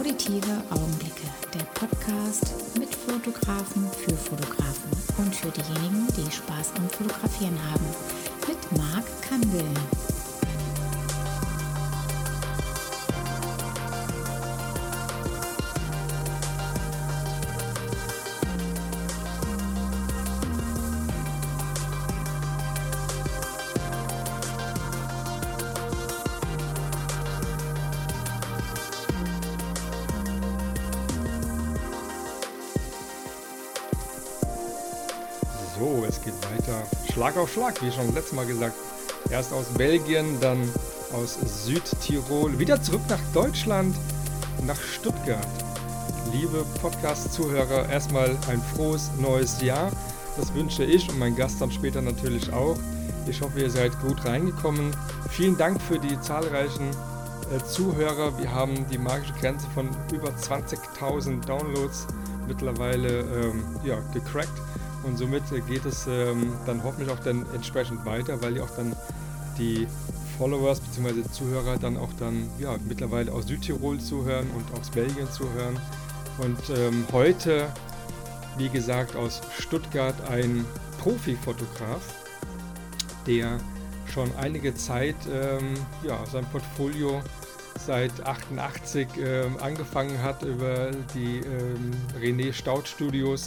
Auditive Augenblicke, der Podcast mit Fotografen für Fotografen und für diejenigen, die Spaß am Fotografieren haben, mit Marc Kandel. So, es geht weiter. Schlag auf Schlag, wie schon letztes Mal gesagt. Erst aus Belgien, dann aus Südtirol, wieder zurück nach Deutschland, nach Stuttgart. Liebe Podcast-Zuhörer, erstmal ein frohes neues Jahr. Das wünsche ich und mein Gast dann später natürlich auch. Ich hoffe, ihr seid gut reingekommen. Vielen Dank für die zahlreichen Zuhörer. Wir haben die magische Grenze von über 20.000 Downloads mittlerweile gecrackt. Und somit geht es dann hoffentlich auch dann entsprechend weiter, weil ja auch dann die Followers bzw. Zuhörer dann auch dann mittlerweile aus Südtirol zuhören und aus Belgien zuhören. Und heute, wie gesagt, aus Stuttgart ein Profifotograf, der schon einige Zeit sein Portfolio seit 88 angefangen hat über die René Staud Studios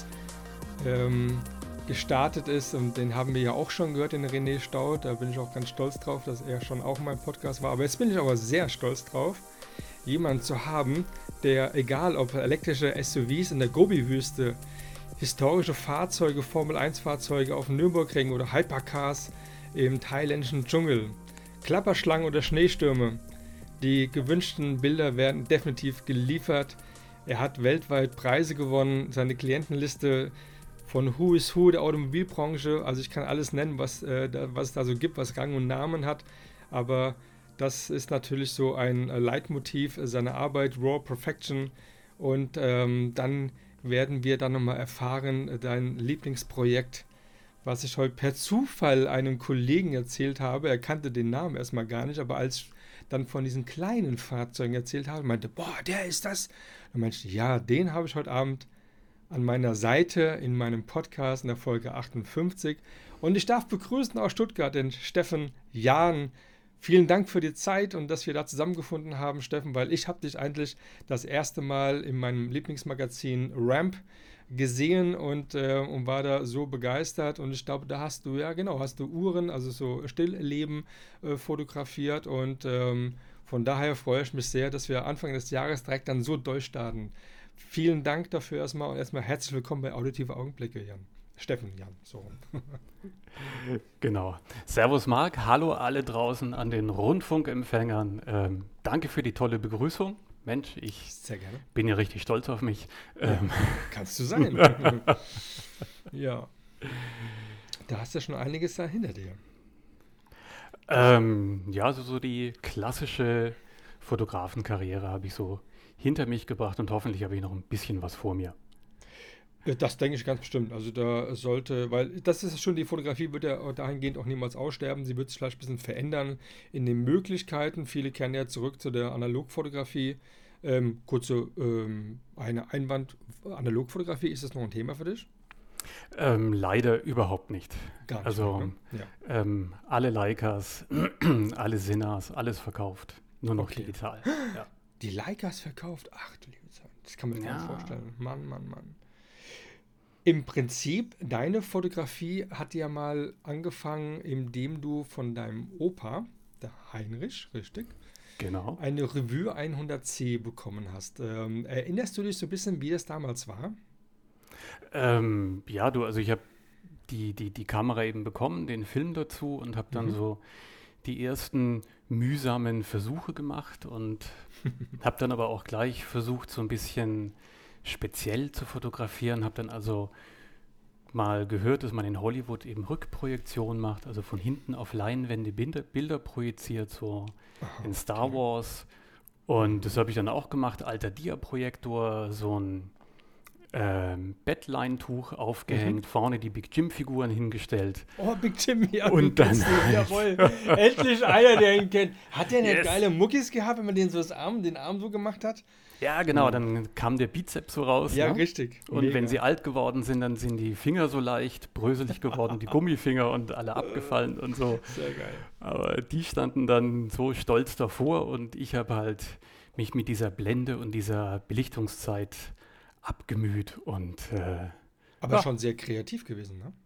gestartet ist, und den haben wir ja auch schon gehört, den René Staud. Da bin ich auch ganz stolz drauf, dass er schon auch in meinem Podcast war. Aber jetzt bin ich aber sehr stolz drauf, jemanden zu haben, der, egal ob elektrische SUVs in der Gobi-Wüste, historische Fahrzeuge, Formel-1-Fahrzeuge auf dem Nürburgring oder Hypercars im thailändischen Dschungel, Klapperschlangen oder Schneestürme, die gewünschten Bilder werden definitiv geliefert. Er hat weltweit Preise gewonnen, seine Klientenliste von Who is Who der Automobilbranche, also ich kann alles nennen, was es da so gibt, was Rang und Namen hat, aber das ist natürlich so ein Leitmotiv seiner Arbeit, Raw Perfection, und dann werden wir dann nochmal erfahren, dein Lieblingsprojekt, was ich heute per Zufall einem Kollegen erzählt habe. Er kannte den Namen erstmal gar nicht, aber als ich dann von diesen kleinen Fahrzeugen erzählt habe, meinte, boah, der ist das. Dann meinte ich, ja, den habe ich heute Abend an meiner Seite in meinem Podcast in der Folge 58. Und ich darf begrüßen aus Stuttgart den Steffen Jahn. Vielen Dank für die Zeit und dass wir da zusammengefunden haben, Steffen, weil ich habe dich eigentlich das erste Mal in meinem Lieblingsmagazin Ramp gesehen und war da so begeistert, und ich glaube, da hast du Uhren, also so Stillleben fotografiert, und von daher freue ich mich sehr, dass wir Anfang des Jahres direkt dann so durchstarten. Vielen Dank dafür erstmal, und erstmal herzlich willkommen bei Auditive Augenblicke, Jan. Steffen, Jan, so. Genau. Servus Marc, hallo alle draußen an den Rundfunkempfängern. Danke für die tolle Begrüßung. Mensch, ich bin ja richtig stolz auf mich. Kannst du sein. Ja. Da hast du ja schon einiges da hinter dir. So die klassische Fotografenkarriere habe ich so hinter mich gebracht, und hoffentlich habe ich noch ein bisschen was vor mir. Das denke ich ganz bestimmt. Also da sollte, weil das ist schon, die Fotografie wird ja dahingehend auch niemals aussterben. Sie wird sich vielleicht ein bisschen verändern in den Möglichkeiten. Viele kehren ja zurück zu der Analogfotografie. Eine Einwand, Analogfotografie, ist das noch ein Thema für dich? Leider überhaupt nicht. Gar nicht. Also Ja. alle Leicas, alle Sinners, alles verkauft. Nur noch digital. Ja. Die Leicas verkauft? Ach du liebe Zeit. Das kann man sich gar nicht vorstellen. Mann. Im Prinzip, deine Fotografie hat ja mal angefangen, indem du von deinem Opa, der Heinrich, richtig? Genau. Eine Revue 100C bekommen hast. Erinnerst du dich so ein bisschen, wie das damals war? Also ich habe die Kamera eben bekommen, den Film dazu, und habe dann so die ersten mühsamen Versuche gemacht und habe dann aber auch gleich versucht, so ein bisschen speziell zu fotografieren. Habe dann also mal gehört, dass man in Hollywood eben Rückprojektion macht, also von hinten auf Leinwände Bilder projiziert, so in Star Wars. Und das habe ich dann auch gemacht, alter Dia-Projektor, so ein Bettleintuch aufgehängt, vorne die Big Jim-Figuren hingestellt. Oh, Big Jim, ja. Und dann jawohl, endlich einer, der ihn kennt. Hat der nicht geile Muckis gehabt, wenn man den Arm so gemacht hat? Ja, genau, dann kam der Bizeps so raus. Ja, ne? richtig. Und Mega. wenn sie alt geworden sind, dann sind die Finger so leicht bröselig geworden, die Gummifinger und alle abgefallen und so. Sehr geil. Aber die standen dann so stolz davor und ich habe halt mich mit dieser Blende und dieser Belichtungszeit abgemüht und Aber schon sehr kreativ gewesen, ne?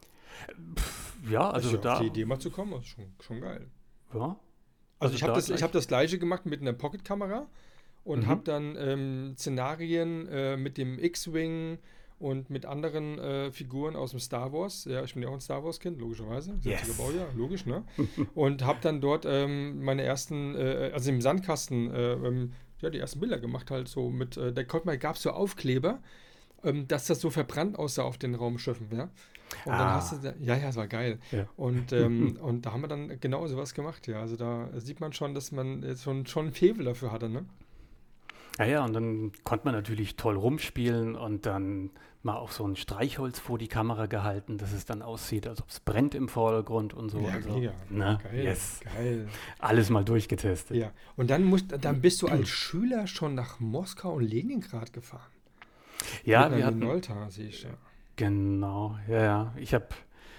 ja, also auf die Idee mal zu kommen, ist schon geil. Ja. Also ich habe das Gleiche gemacht mit einer Pocket-Kamera und habe dann Szenarien mit dem X-Wing und mit anderen Figuren aus dem Star Wars. Ja, ich bin ja auch ein Star Wars-Kind, logischerweise. 70er Baujahr, logisch, ne? Und habe dann dort meine ersten, also im Sandkasten, die ersten Bilder gemacht halt so mit, gab es so Aufkleber, dass das so verbrannt aussah auf den Raumschiffen, ja. Und dann hast du, das war geil. Ja. Und da haben wir dann genau sowas gemacht, ja. Also da sieht man schon, dass man jetzt schon einen Fevel dafür hatte, ne? Ja, und dann konnte man natürlich toll rumspielen und dann mal auch so ein Streichholz vor die Kamera gehalten, dass es dann aussieht, als ob es brennt im Vordergrund und so. Ja, also, mega. Ne? Geil, yes. geil. Alles mal durchgetestet. Ja, und dann bist du als Schüler schon nach Moskau und Leningrad gefahren. Ja, wir hatten Nolta, sehe ich, ja. Genau, ja. Ich habe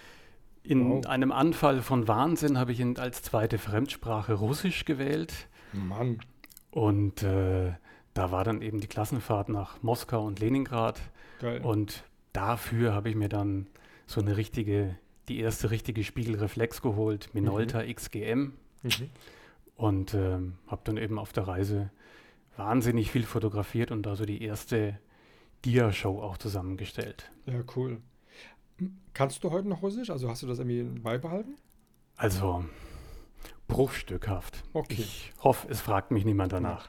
in einem Anfall von Wahnsinn habe ich als zweite Fremdsprache Russisch gewählt. Mann. Und da war dann eben die Klassenfahrt nach Moskau und Leningrad. Geil. Und dafür habe ich mir dann so die erste richtige Spiegelreflex geholt, Minolta XGM. Und habe dann eben auf der Reise wahnsinnig viel fotografiert und da so die erste Dia-Show auch zusammengestellt. Ja, cool. Kannst du heute noch Russisch? Also hast du das irgendwie beibehalten? Also bruchstückhaft. Okay. Ich hoffe, es fragt mich niemand danach.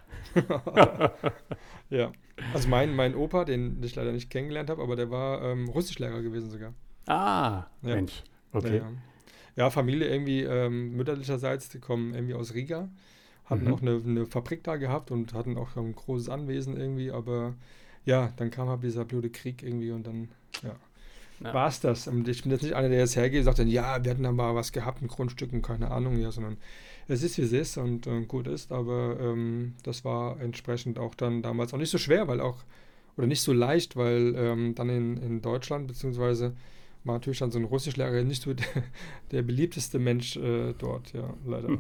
Ja. Also mein Opa, den ich leider nicht kennengelernt habe, aber der war Russischlehrer gewesen sogar. Ah, ja. Mensch. Okay. Ja, Familie irgendwie mütterlicherseits, die kommen irgendwie aus Riga, hatten auch eine Fabrik da gehabt und hatten auch ein großes Anwesen irgendwie, aber ja, dann kam halt dieser blöde Krieg irgendwie und dann, war es das. Und ich bin jetzt nicht einer, der jetzt hergeht und sagt dann, ja, wir hatten da mal was gehabt, ein Grundstück und keine Ahnung, ja, sondern es ist, wie es ist und gut ist, aber das war entsprechend auch dann damals auch nicht so schwer, oder nicht so leicht, weil dann in Deutschland, beziehungsweise war natürlich dann so ein Russischlehrer nicht so der beliebteste Mensch dort, ja, leider.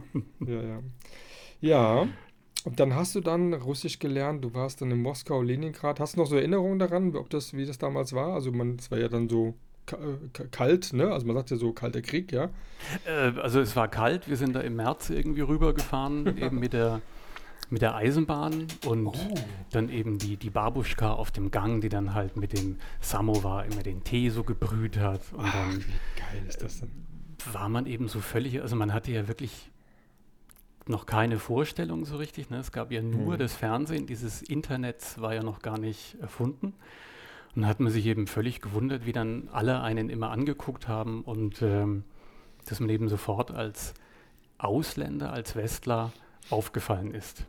Ja. Und dann hast du dann Russisch gelernt, du warst dann in Moskau, Leningrad. Hast du noch so Erinnerungen daran, wie das damals war? Also es war ja dann so kalt, ne? Also man sagt ja so kalter Krieg, ja? Also es war kalt, wir sind da im März irgendwie rübergefahren, eben mit der Eisenbahn und dann eben die Babuschka auf dem Gang, die dann halt mit dem Samovar immer den Tee so gebrüht hat. Und dann wie geil ist das denn? War man eben so völlig, also man hatte ja wirklich noch keine Vorstellung so richtig. Ne? Es gab ja nur das Fernsehen, dieses Internet war ja noch gar nicht erfunden. Und da hat man sich eben völlig gewundert, wie dann alle einen immer angeguckt haben und dass man eben sofort als Ausländer, als Westler aufgefallen ist.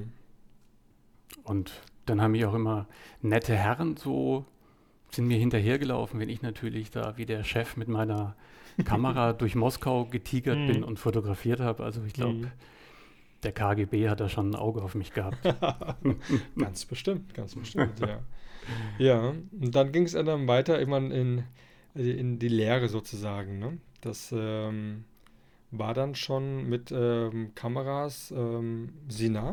Und dann haben mich auch immer nette Herren sind mir hinterhergelaufen, wenn ich natürlich da wie der Chef mit meiner Kamera durch Moskau getigert bin und fotografiert habe. Also ich glaube, der KGB hat da schon ein Auge auf mich gehabt. Ganz bestimmt, ja. Ja, und dann ging es dann weiter irgendwann in die Lehre sozusagen. Ne? Das war dann schon mit Kameras Sina.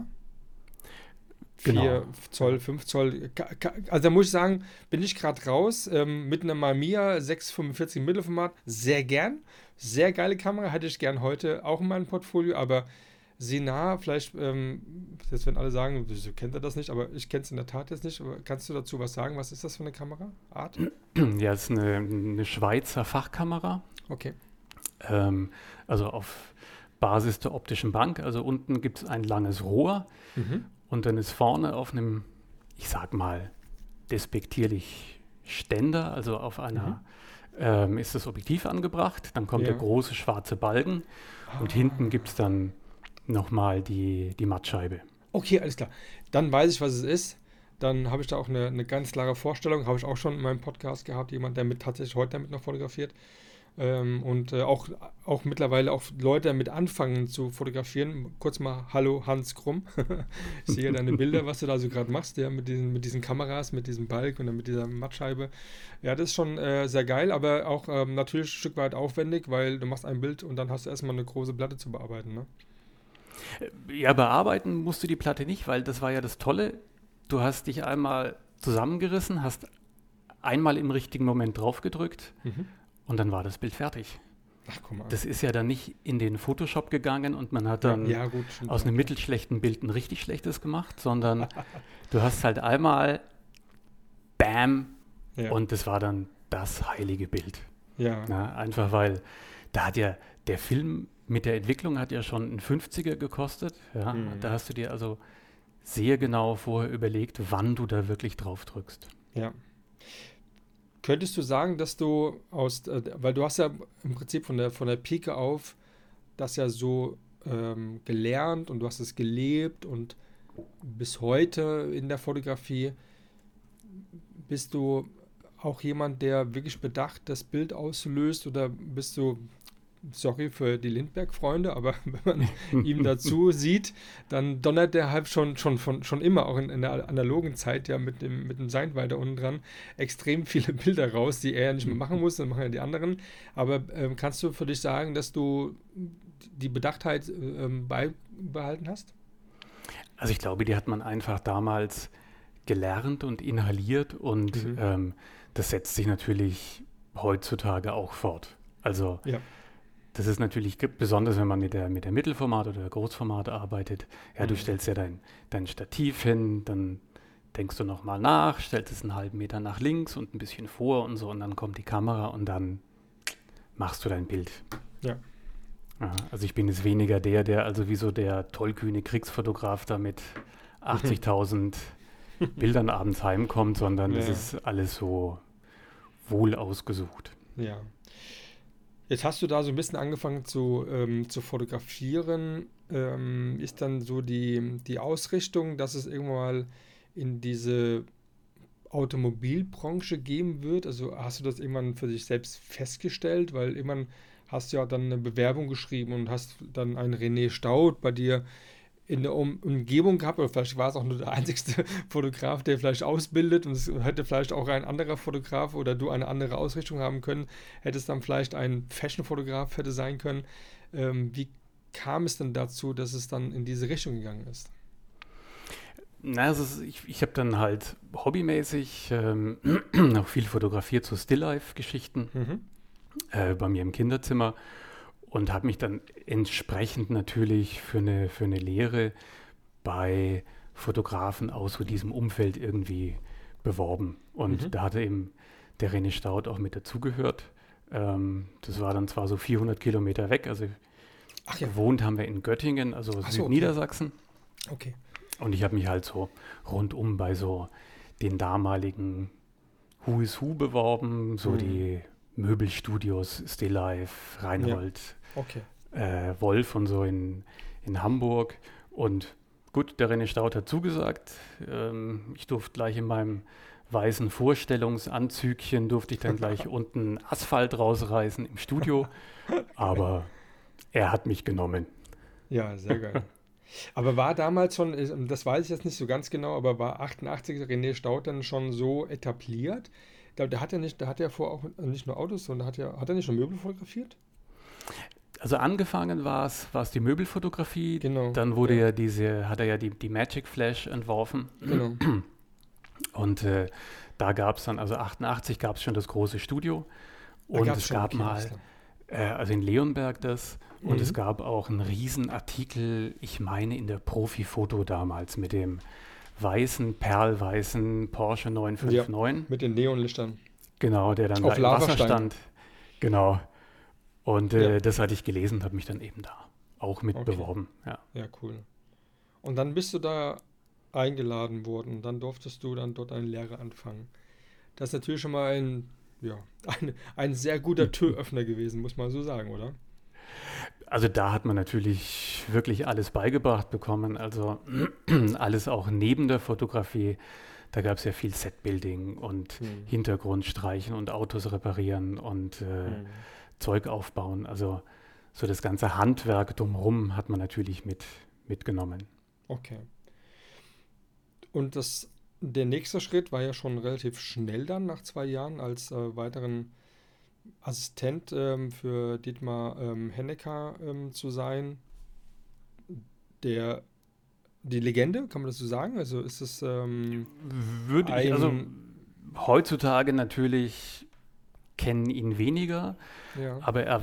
4 Zoll, 5 Zoll. Also da muss ich sagen, bin ich gerade raus mit einer Mamiya 645 Mittelformat. Sehr gern. Sehr geile Kamera. Hätte ich gern heute auch in meinem Portfolio. Aber Sina, vielleicht, jetzt werden alle sagen, wieso kennt er das nicht? Aber ich kenne es in der Tat jetzt nicht. Aber kannst du dazu was sagen? Was ist das für eine Kameraart? Ja, es ist eine Schweizer Fachkamera. Okay. Also auf Basis der optischen Bank. Also unten gibt es ein langes Rohr. Und dann ist vorne auf einem, ich sag mal, despektierlich Ständer, also auf einer, ist das Objektiv angebracht, dann kommt der große schwarze Balken und hinten gibt es dann nochmal die Mattscheibe. Okay, alles klar. Dann weiß ich, was es ist. dann habe ich da auch eine ganz klare Vorstellung. Habe ich auch schon in meinem Podcast gehabt, jemand, der tatsächlich heute damit noch fotografiert. Und auch mittlerweile auch Leute damit anfangen zu fotografieren. Kurz mal, hallo Hans Krumm. Ich sehe ja deine Bilder, was du da so gerade machst, ja, mit diesen Kameras, mit diesem Balk und dann mit dieser Mattscheibe. Ja, das ist schon sehr geil, aber auch natürlich ein Stück weit aufwendig, weil du machst ein Bild und dann hast du erstmal eine große Platte zu bearbeiten, ne? Ja, bearbeiten musst du die Platte nicht, weil das war ja das Tolle. Du hast dich einmal zusammengerissen, hast einmal im richtigen Moment draufgedrückt. Und dann war das Bild fertig. Ach, guck mal. Das ist ja dann nicht in den Photoshop gegangen und man hat dann gut, aus einem mittelschlechten Bild ein richtig schlechtes gemacht, sondern du hast halt einmal BAM und das war dann das heilige Bild. Ja. Na, einfach weil da hat ja der Film mit der Entwicklung hat ja schon ein 50er gekostet. Ja? Da hast du dir also sehr genau vorher überlegt, wann du da wirklich drauf drückst. Ja. Könntest du sagen, dass du weil du hast ja im Prinzip von der Pike auf das ja so gelernt und du hast es gelebt und bis heute in der Fotografie bist du auch jemand, der wirklich bedacht das Bild auslöst oder bist du, sorry für die Lindbergh-Freunde, aber wenn man ihm dazu sieht, dann donnert der halt schon immer, auch in der analogen Zeit, ja, mit dem Seinwald da unten dran, extrem viele Bilder raus, die er ja nicht mehr machen muss, dann machen ja die anderen. Aber kannst du für dich sagen, dass du die Bedachtheit beibehalten hast? Also ich glaube, die hat man einfach damals gelernt und inhaliert und das setzt sich natürlich heutzutage auch fort. Also das ist natürlich besonders, wenn man mit der Mittelformat oder der Großformat arbeitet. Ja, du stellst ja dein Stativ hin, dann denkst du nochmal nach, stellst es einen halben Meter nach links und ein bisschen vor und so und dann kommt die Kamera und dann machst du dein Bild. Ja. Ja, also ich bin jetzt weniger der also wie so der tollkühne Kriegsfotograf da mit 80.000 Bildern abends heimkommt, sondern das ist alles so wohl ausgesucht. Ja. Jetzt hast du da so ein bisschen angefangen zu fotografieren. Ist dann so die Ausrichtung, dass es irgendwann mal in diese Automobilbranche geben wird? Also hast du das irgendwann für dich selbst festgestellt? Weil irgendwann hast du ja dann eine Bewerbung geschrieben und hast dann einen René Staudt bei dir in der Umgebung gehabt, oder vielleicht war es auch nur der einzigste Fotograf, der vielleicht ausbildet und es hätte vielleicht auch ein anderer Fotograf oder du eine andere Ausrichtung haben können, hätte es dann vielleicht ein Fashion-Fotograf hätte sein können. Wie kam es denn dazu, dass es dann in diese Richtung gegangen ist? Na, also ich habe dann halt hobbymäßig auch viel fotografiert, so Still-Life-Geschichten bei mir im Kinderzimmer. Und habe mich dann entsprechend natürlich für eine Lehre bei Fotografen aus so diesem Umfeld irgendwie beworben. Und da hatte eben der René Staudt auch mit dazugehört. Das war dann zwar so 400 Kilometer weg, also gewohnt haben wir in Göttingen, also Südniedersachsen. Okay. Und ich habe mich halt so rundum bei so den damaligen Who is Who beworben, so die Möbelstudios, Still Life, Reinhold, Wolf und so in Hamburg. Und gut, der René Staudt hat zugesagt. Ich durfte gleich in meinem weißen Vorstellungsanzügchen, durfte ich dann gleich unten Asphalt rausreißen im Studio. Aber er hat mich genommen. Ja, sehr geil. Aber war damals schon, das weiß ich jetzt nicht so ganz genau, aber war 88 René Staudt dann schon so etabliert? Der hat ja vorher auch nicht nur Autos, sondern hat er nicht nur Möbel fotografiert? Also angefangen war es die Möbelfotografie, genau, dann hat er ja die Magic Flash entworfen. Genau. Und da gab es dann, also 88 gab es schon das große Studio und es gab mal, also in Leonberg und es gab auch einen Riesenartikel, ich meine in der Profi-Foto damals mit dem perlweißen Porsche 959. Ja, mit den Neonlichtern. Genau, der dann auf da im Wasser stand. Genau. Und das hatte ich gelesen und habe mich dann eben da auch mit beworben. Ja, cool. Und dann bist du da eingeladen worden und dann durftest du dann dort eine Lehre anfangen. Das ist natürlich schon mal ein sehr guter Türöffner gewesen, muss man so sagen, oder? Also da hat man natürlich wirklich alles beigebracht bekommen, also alles auch neben der Fotografie, da gab es ja viel Setbuilding und Hintergrund streichen und Autos reparieren und Zeug aufbauen. Also so das ganze Handwerk drumherum hat man natürlich mitgenommen. Okay. Und der nächste Schritt war ja schon relativ schnell dann, nach 2 Jahren, als weiteren Assistent für Dietmar Hennecker zu sein. Die Legende, kann man das so sagen? Also ist es also heutzutage natürlich kennen ihn weniger, ja. aber er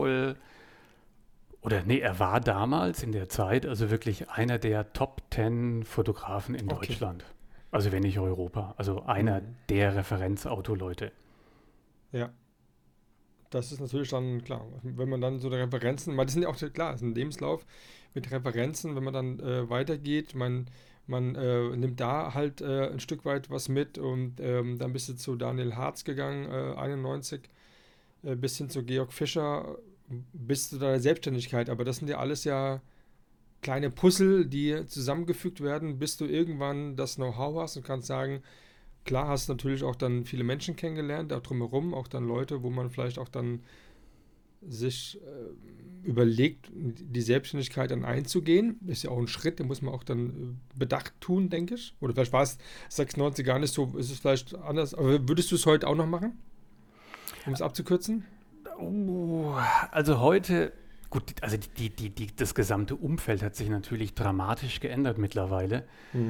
war damals in der Zeit also wirklich einer der Top 10 Fotografen in Deutschland. Also wenn nicht Europa. Also einer der Referenzautoleute. Ja. Das ist natürlich dann klar. Wenn man dann so die Referenzen, das sind ja auch klar, das ist ein Lebenslauf mit Referenzen, wenn man dann weitergeht, man nimmt da halt ein Stück weit was mit und dann bist du zu Daniel Harz gegangen, 91, bis hin zu Georg Fischer, bis zu deiner Selbstständigkeit. Aber das sind ja alles ja kleine Puzzle, die zusammengefügt werden, bis du irgendwann das Know-how hast und kannst sagen, klar hast du natürlich auch dann viele Menschen kennengelernt, auch drumherum, auch dann Leute, wo man vielleicht auch dann sich überlegt, die Selbstständigkeit dann einzugehen. Ist ja auch ein Schritt, den muss man auch dann bedacht tun, denke ich. Oder vielleicht war es 96 gar nicht so, ist es vielleicht anders. Aber würdest du es heute auch noch machen? Um es abzukürzen? Also heute, gut, also das gesamte Umfeld hat sich natürlich dramatisch geändert mittlerweile.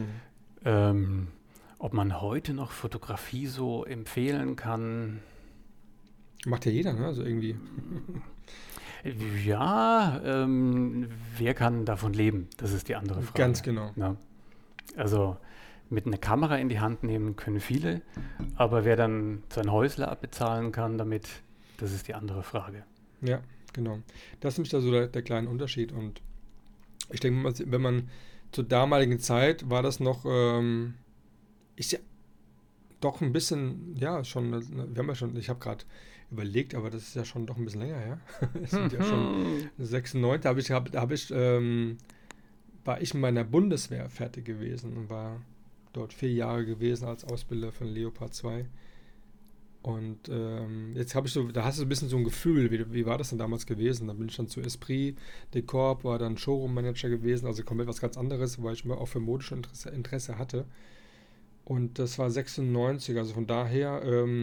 Ob man heute noch Fotografie so empfehlen kann? Macht ja jeder, ne? Also irgendwie. Ja, wer kann davon leben? Das ist die andere Frage. Ganz genau. Ja. Also mit einer Kamera in die Hand nehmen können viele, aber wer dann sein Häusle abbezahlen kann damit, das ist die andere Frage. Ja, genau. Das ist nämlich da so der kleine Unterschied. Und ich denke mal, wenn man zur damaligen Zeit war das noch, ist ja doch ein bisschen, ja, schon, wir haben ja schon, ich habe gerade überlegt, aber das ist ja schon doch ein bisschen länger her. Es sind ja schon 96, war ich in meiner Bundeswehr fertig gewesen und war dort 4 Jahre gewesen als Ausbilder von Leopard 2. Und jetzt habe ich so, da hast du ein bisschen so ein Gefühl, wie war das denn damals gewesen? Da bin ich dann zu Esprit de Corp, war dann Showroom-Manager gewesen, also komplett was ganz anderes, weil ich mir auch für modische Interesse hatte. Und das war 96, also von daher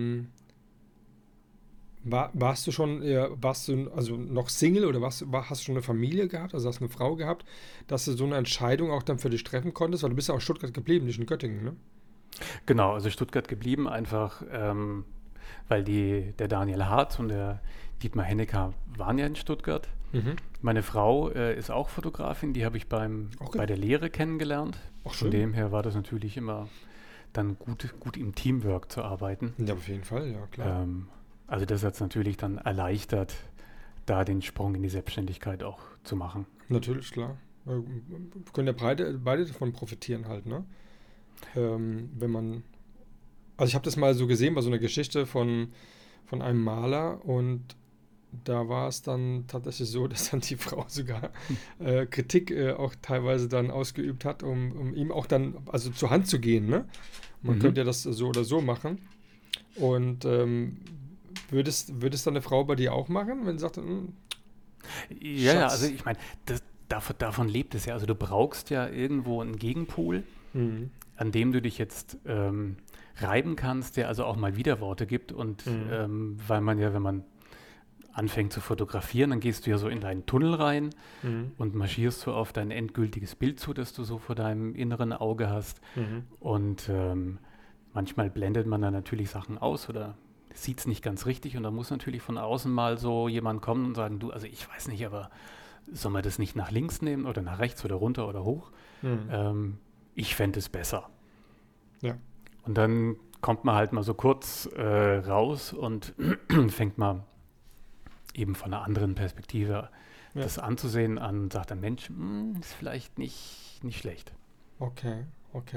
warst du also noch Single oder hast du schon eine Familie gehabt, also hast du eine Frau gehabt, dass du so eine Entscheidung auch dann für dich treffen konntest, weil du bist ja auch in Stuttgart geblieben, nicht in Göttingen, ne? Genau, also Stuttgart geblieben, einfach weil der Daniel Harz und der Dietmar Hennecker waren ja in Stuttgart. Meine Frau ist auch Fotografin, die habe ich bei der Lehre kennengelernt. Von dem her war das natürlich immer dann gut im Teamwork zu arbeiten. Ja, auf jeden Fall, ja, klar. Also das hat es natürlich dann erleichtert, da den Sprung in die Selbstständigkeit auch zu machen. Natürlich, klar. Wir können ja beide davon profitieren halt, ne? Wenn man, also ich habe das mal so gesehen bei so einer Geschichte von einem Maler und da war es dann tatsächlich so, dass dann die Frau sogar Kritik auch teilweise dann ausgeübt hat, um ihm auch dann also zur Hand zu gehen, ne? Man könnte ja das so oder so machen. Und würde es dann eine Frau bei dir auch machen, wenn sie sagt, ja, also ich meine, davon lebt es ja. Also du brauchst ja irgendwo einen Gegenpol, an dem du dich jetzt reiben kannst, der also auch mal Widerworte gibt. Und weil man ja, wenn man anfängt zu fotografieren, dann gehst du ja so in deinen Tunnel rein und marschierst so auf dein endgültiges Bild zu, das du so vor deinem inneren Auge hast. Und manchmal blendet man dann natürlich Sachen aus oder sieht es nicht ganz richtig und da muss natürlich von außen mal so jemand kommen und sagen, du, also ich weiß nicht, aber soll man das nicht nach links nehmen oder nach rechts oder runter oder hoch? Ich fände es besser. Ja. Und dann kommt man halt mal so kurz raus und fängt mal eben von einer anderen Perspektive das anzusehen und sagt dann, Mensch, ist vielleicht nicht schlecht. Okay.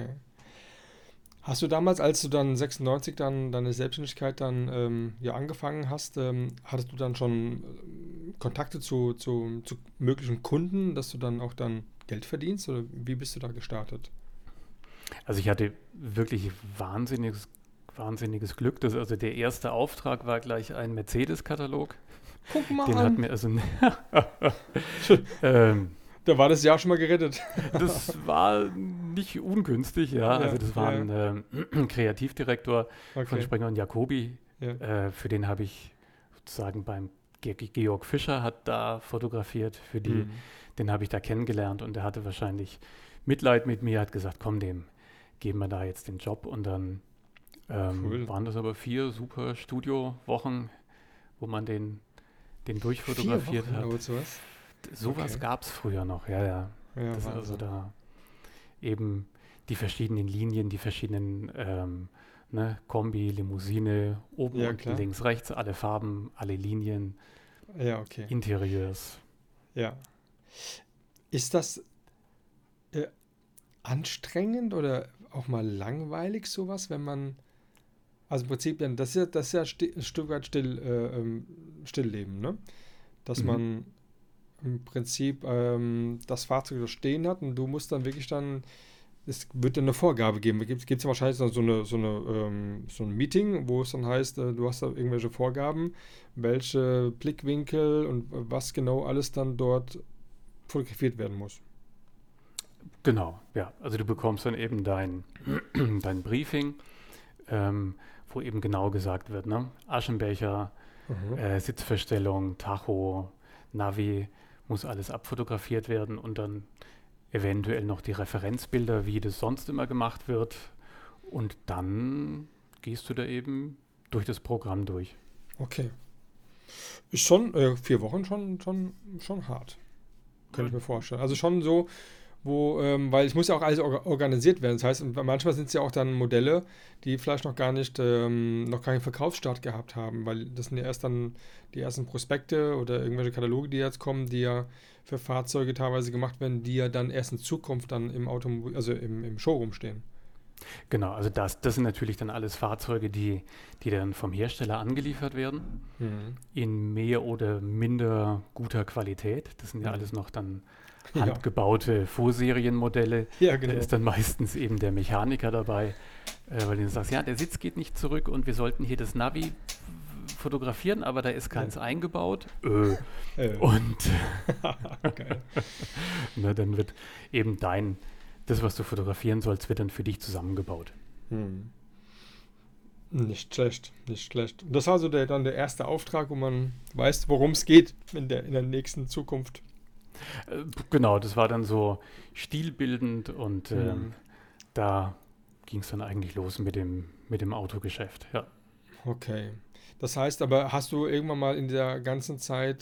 Hast du damals, als du dann 96 dann deine Selbstständigkeit dann angefangen hast, hattest du dann schon Kontakte zu möglichen Kunden, dass du dann auch dann Geld verdienst oder wie bist du da gestartet? Also ich hatte wirklich wahnsinniges Glück. Also der erste Auftrag war gleich ein Mercedes-Katalog. Guck mal Den an. hat mir also Da war das Jahr schon mal gerettet. das war nicht ungünstig, ja. Ja, Also das war ja. ein Kreativdirektor von Okay. Springer und Jacobi. Ja. Für den habe ich sozusagen beim Georg Fischer hat da fotografiert, Mhm. den habe ich da kennengelernt und der hatte wahrscheinlich Mitleid mit mir, hat gesagt, komm, dem geben wir da jetzt den Job und dann Cool. waren das aber 4 super Studiowochen, wo man den 4 durchfotografiert Wochen hat. dauert sowas? Sowas Okay. gab es früher noch, ja, ja. Ja, Das also Wahnsinn. da eben die verschiedenen Linien, die verschiedenen Kombi, Limousine, oben, Ja, unten, klar. links, rechts, alle Farben, alle Linien, Ja, okay. Interieurs. Ja. Ist das anstrengend oder auch mal langweilig sowas, wenn man, also im Prinzip, das ist ja ein Stück weit Stillleben, ne? Dass Mhm. man im Prinzip das Fahrzeug da stehen hat und du musst dann wirklich dann, es wird dann eine Vorgabe geben. Gibt es ja wahrscheinlich dann so ein Meeting, wo es dann heißt, du hast da irgendwelche Vorgaben, welche Blickwinkel und was genau alles dann dort fotografiert werden muss. Genau, ja. Also du bekommst dann eben dein Briefing, wo eben genau gesagt wird, ne? Aschenbecher, Mhm. Sitzverstellung, Tacho, Navi, muss alles abfotografiert werden und dann eventuell noch die Referenzbilder, wie das sonst immer gemacht wird. Und dann gehst du da eben durch das Programm durch. Okay. Ist schon 4 Wochen schon hart. Könnte ich mir vorstellen. Also schon so, weil es muss ja auch alles organisiert werden. Das heißt, manchmal sind es ja auch dann Modelle, die vielleicht noch noch keinen Verkaufsstart gehabt haben, weil das sind ja erst dann die ersten Prospekte oder irgendwelche Kataloge, die jetzt kommen, die ja für Fahrzeuge teilweise gemacht werden, die ja dann erst in Zukunft dann im Automobil, also im Showroom stehen. Genau, also das sind natürlich dann alles Fahrzeuge, die dann vom Hersteller angeliefert werden, Mhm. in mehr oder minder guter Qualität. Das sind ja Mhm. alles noch dann Ja, handgebaute Vorserienmodelle. ja, Da genau. ist dann meistens eben der Mechaniker dabei, weil du sagst, ja, der Sitz geht nicht zurück und wir sollten hier das Navi fotografieren, aber da ist keins eingebaut. Und Geil. dann wird eben das, was du fotografieren sollst, wird dann für dich zusammengebaut. Hm. Nicht schlecht, nicht schlecht. Und das war so dann der erste Auftrag, wo man weiß, worum es geht in der nächsten Zukunft. Genau, das war dann so stilbildend und Hm. da ging es dann eigentlich los mit dem Autogeschäft. Ja. Okay. Das heißt aber, hast du irgendwann mal in der ganzen Zeit,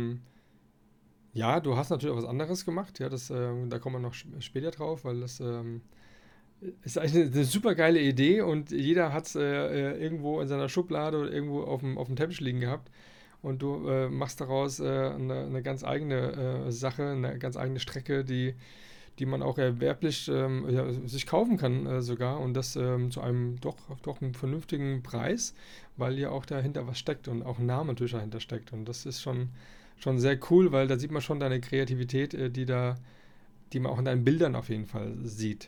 ja, du hast natürlich auch was anderes gemacht, ja, da kommen wir noch später drauf, weil das ist eigentlich eine super geile Idee und jeder hat es irgendwo in seiner Schublade oder irgendwo auf dem Teppich liegen gehabt. Und du machst daraus eine ganz eigene Sache, eine ganz eigene Strecke, die man auch erwerblich ja, sich kaufen kann sogar und das zu einem doch einem vernünftigen Preis, weil ja auch dahinter was steckt und auch ein Name natürlich dahinter steckt. Und das ist schon sehr cool, weil da sieht man schon deine Kreativität, die man auch in deinen Bildern auf jeden Fall sieht.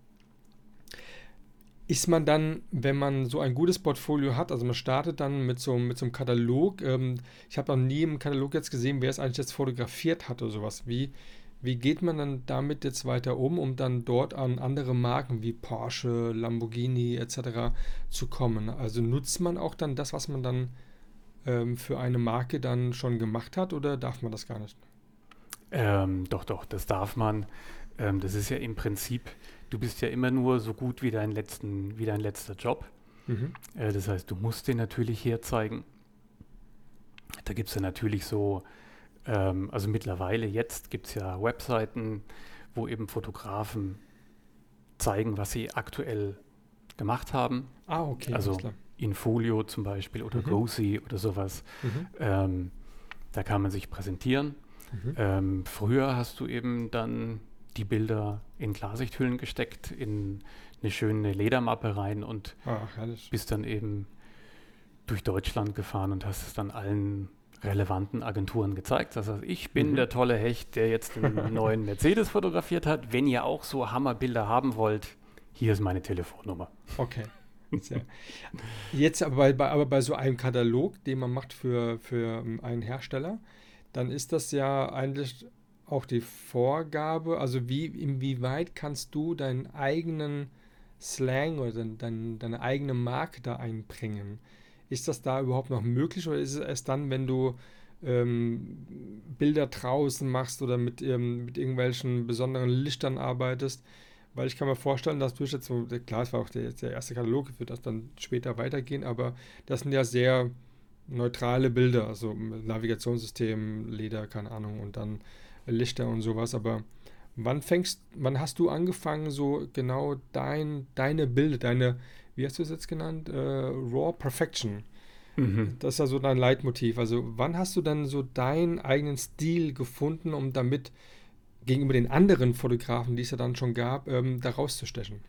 Ist man dann, wenn man so ein gutes Portfolio hat, also man startet dann mit so einem Katalog, ich habe noch nie im Katalog jetzt gesehen, wer es eigentlich jetzt fotografiert hat oder sowas. Wie geht man dann damit jetzt weiter um dann dort an andere Marken wie Porsche, Lamborghini etc. zu kommen? Also nutzt man auch dann das, was man dann für eine Marke dann schon gemacht hat oder darf man das gar nicht? Doch, das darf man. Das ist ja im Prinzip, du bist ja immer nur so gut wie dein letzter Job. Mhm. Das heißt, du musst den natürlich herzeigen. Da gibt es ja natürlich so, also mittlerweile jetzt gibt es ja Webseiten, wo eben Fotografen zeigen, was sie aktuell gemacht haben. Ah, okay, alles Also klar. Infolio zum Beispiel oder Mhm. GoSee oder sowas. Mhm. Da kann man sich präsentieren. Mhm. Früher hast du eben dann die Bilder in Klarsichthüllen gesteckt, in eine schöne Ledermappe rein und Ach, herrlich. bist dann eben durch Deutschland gefahren und hast es dann allen relevanten Agenturen gezeigt. Das heißt, ich bin Mhm. der tolle Hecht, der jetzt den neuen Mercedes fotografiert hat. Wenn ihr auch so Hammerbilder haben wollt, hier ist meine Telefonnummer. Okay. Jetzt aber bei so einem Katalog, den man macht für einen Hersteller, dann ist das ja eigentlich auch die Vorgabe, also inwieweit kannst du deinen eigenen Slang oder deine eigene Marke da einbringen? Ist das da überhaupt noch möglich oder ist es erst dann, wenn du Bilder draußen machst oder mit irgendwelchen besonderen Lichtern arbeitest? Weil ich kann mir vorstellen, dass du jetzt so, klar, es war auch der erste Katalog, wird das dann später weitergehen, aber das sind ja sehr neutrale Bilder, also Navigationssystem, Leder, keine Ahnung, und dann Lichter und sowas, aber wann hast du angefangen, so genau deine Bilder, wie hast du es jetzt genannt? Raw Perfection. Das ist ja so dein Leitmotiv. Also wann hast du dann so deinen eigenen Stil gefunden, um damit gegenüber den anderen Fotografen, die es ja dann schon gab, da rauszustechen?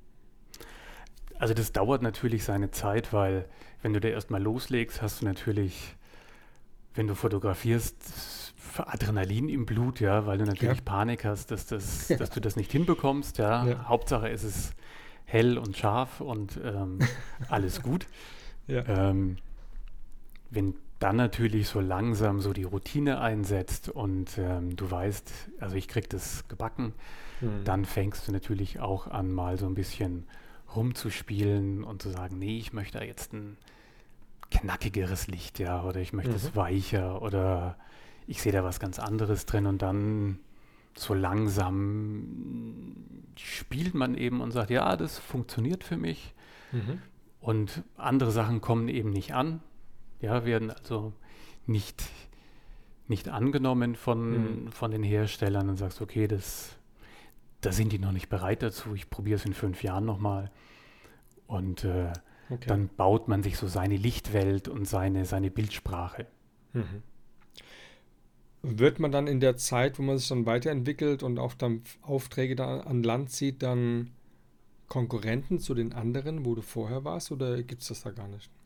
Also das dauert natürlich seine Zeit, weil wenn du da erstmal loslegst, hast du natürlich, wenn du fotografierst, Adrenalin im Blut, ja, weil du natürlich Panik hast, dass du das nicht hinbekommst, ja. Ja. Hauptsache es ist hell und scharf und alles gut. Ja. Wenn dann natürlich so langsam so die Routine einsetzt und du weißt, also ich krieg das gebacken, dann fängst du natürlich auch an, mal so ein bisschen rumzuspielen und zu sagen, nee, ich möchte da jetzt ein knackigeres Licht, ja, oder ich möchte es weicher oder ich sehe da was ganz anderes drin und dann so langsam spielt man eben und sagt, ja, das funktioniert für mich und andere Sachen kommen eben nicht an, ja, werden also nicht angenommen von den Herstellern und sagst, okay, da sind die noch nicht bereit dazu, ich probiere es in 5 Jahren nochmal und dann baut man sich so seine Lichtwelt und seine Bildsprache. Wird man dann in der Zeit, wo man sich dann weiterentwickelt und auch dann Aufträge da an Land zieht, dann Konkurrenten zu den anderen, wo du vorher warst, oder gibt es das da gar nicht?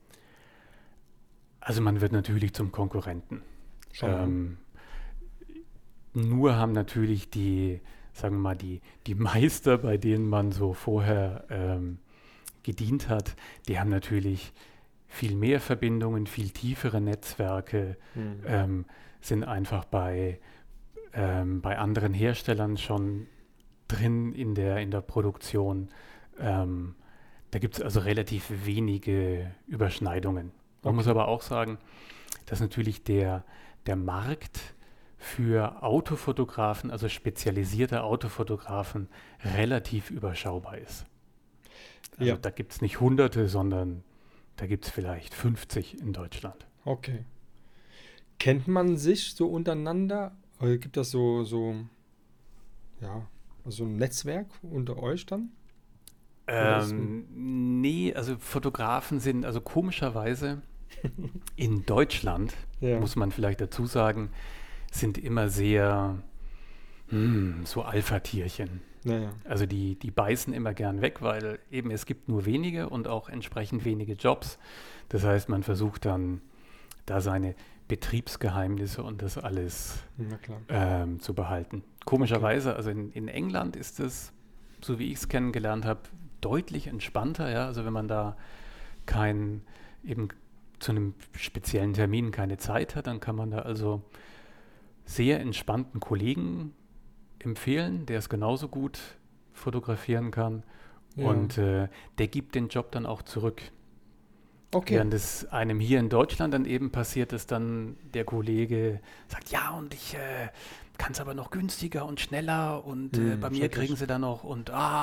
Also man wird natürlich zum Konkurrenten. Schon. Nur haben natürlich sagen wir mal, die Meister, bei denen man so vorher gedient hat, die haben natürlich viel mehr Verbindungen, viel tiefere Netzwerke, sind einfach bei anderen Herstellern schon drin in der Produktion. Da gibt es also relativ wenige Überschneidungen. Man muss aber auch sagen, dass natürlich der Markt für Autofotografen, also spezialisierte Autofotografen, relativ überschaubar ist. Also da gibt es nicht Hunderte, sondern da gibt es vielleicht 50 in Deutschland. Okay. Kennt man sich so untereinander? Oder gibt das so ein Netzwerk unter euch dann? Nee, also Fotografen sind, also komischerweise in Deutschland, muss man vielleicht dazu sagen, sind immer sehr so Alpha-Tierchen. Naja. Also die beißen immer gern weg, weil eben es gibt nur wenige und auch entsprechend wenige Jobs. Das heißt, man versucht dann da seine Betriebsgeheimnisse und das alles zu behalten. Komischerweise, also in England ist es, so wie ich es kennengelernt habe, deutlich entspannter. Ja? Also wenn man da eben zu einem speziellen Termin keine Zeit hat, dann kann man da also sehr entspannten Kollegen empfehlen, der es genauso gut fotografieren kann und der gibt den Job dann auch zurück. Okay. Während es einem hier in Deutschland dann eben passiert, dass dann der Kollege sagt, ja, und ich kann es aber noch günstiger und schneller und bei mir kriegen sie dann noch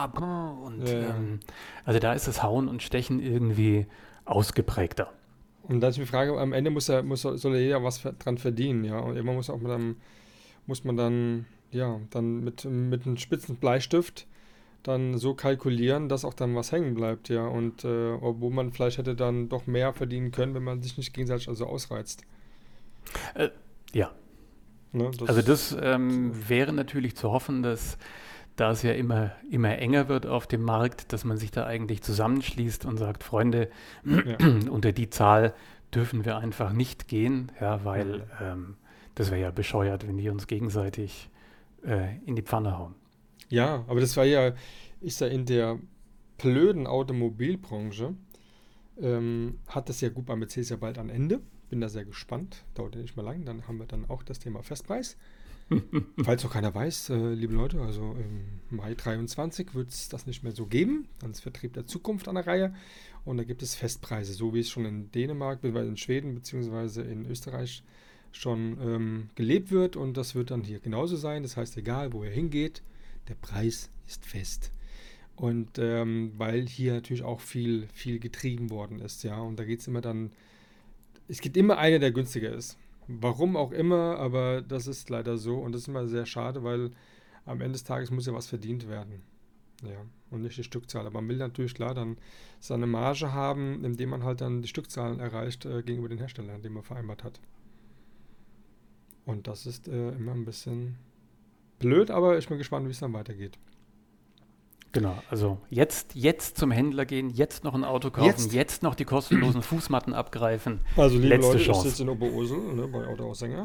also da ist das Hauen und Stechen irgendwie ausgeprägter. Und da ist die Frage, am Ende soll jeder was dran verdienen, ja. Und immer muss man dann mit einem spitzen Bleistift dann so kalkulieren, dass auch dann was hängen bleibt, ja. Und obwohl man vielleicht hätte dann doch mehr verdienen können, wenn man sich nicht gegenseitig also ausreizt. Ja. Ne, das wäre natürlich zu hoffen, dass da es ja immer enger wird auf dem Markt, dass man sich da eigentlich zusammenschließt und sagt, Freunde, unter die Zahl dürfen wir einfach nicht gehen, ja, weil das wäre ja bescheuert, wenn die uns gegenseitig in die Pfanne hauen. Ja, aber das war ja, ist ja in der blöden Automobilbranche, hat das ja gut bei Mercedes ja bald ein Ende. Bin da sehr gespannt. Dauert ja nicht mehr lang. Dann haben wir dann auch das Thema Festpreis. Falls noch keiner weiß, liebe Leute, also im Mai 23 wird es das nicht mehr so geben. Dann ist Vertrieb der Zukunft an der Reihe. Und da gibt es Festpreise, so wie es schon in Dänemark, in Schweden bzw. in Österreich schon gelebt wird. Und das wird dann hier genauso sein. Das heißt, egal wo ihr hingeht, der Preis ist fest. Und weil hier natürlich auch viel getrieben worden ist, ja. Und da geht es immer dann, es gibt immer einer, der günstiger ist. Warum auch immer, aber das ist leider so. Und das ist immer sehr schade, weil am Ende des Tages muss ja was verdient werden. Ja, und nicht die Stückzahl. Aber man will natürlich klar dann seine Marge haben, indem man halt dann die Stückzahlen erreicht gegenüber den Herstellern, die man vereinbart hat. Und das ist immer ein bisschen blöd, aber ich bin gespannt, wie es dann weitergeht. Genau, also jetzt zum Händler gehen, jetzt noch ein Auto kaufen, jetzt noch die kostenlosen Fußmatten abgreifen. Also liebe Letzte Leute, Chance. ich sitze in Oberursel, ne, bei Autohaus-Sänger.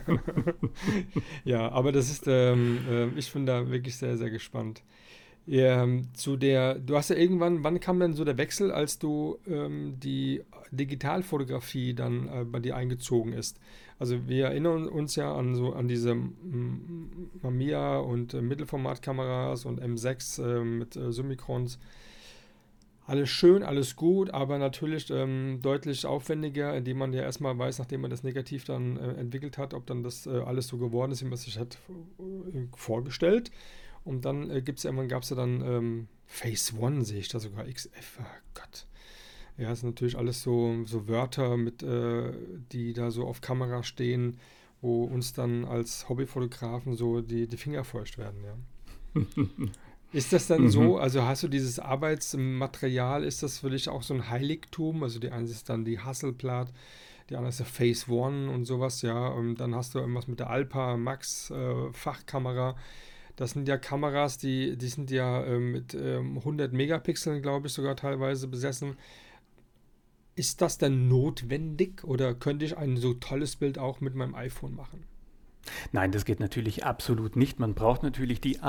Ja, aber das ist, ich bin da wirklich sehr, sehr gespannt. Du hast ja irgendwann, wann kam denn so der Wechsel, als du die Digitalfotografie dann bei dir eingezogen ist? Also wir erinnern uns ja an diese Mamiya und Mittelformatkameras und M6 mit Summicrons. Alles schön, alles gut, aber natürlich deutlich aufwendiger, indem man ja erstmal weiß, nachdem man das Negativ dann entwickelt hat, ob dann das alles so geworden ist, wie man sich hat vorgestellt. Und dann gab es ja dann Phase One, sehe ich da sogar, XF, oh Gott. Ja, das sind natürlich alles so Wörter, die da so auf Kamera stehen, wo uns dann als Hobbyfotografen so die Finger feucht werden, ja. Ist das dann so, also hast du dieses Arbeitsmaterial, ist das für dich auch so ein Heiligtum? Also die eine ist dann die Hasselblad, die andere ist der Phase One und sowas, ja. Und dann hast du irgendwas mit der Alpha Max Fachkamera. Das sind ja Kameras, die sind ja mit 100 Megapixeln, glaube ich, sogar teilweise besessen. Ist das denn notwendig oder könnte ich ein so tolles Bild auch mit meinem iPhone machen? Nein, das geht natürlich absolut nicht. Man braucht natürlich die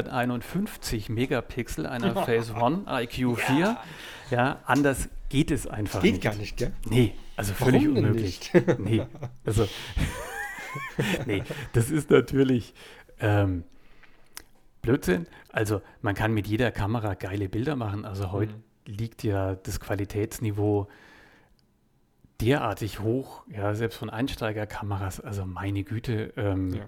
151 Megapixel einer Phase One IQ4. Ja. Ja, anders geht es einfach Geht nicht. gar nicht, gell? Nee, also völlig Warum denn unmöglich. nicht? Nee, also nee, das ist natürlich Blödsinn. Also man kann mit jeder Kamera geile Bilder machen. Also heute liegt ja das Qualitätsniveau derartig hoch, ja, selbst von Einsteigerkameras, also meine Güte. Ja.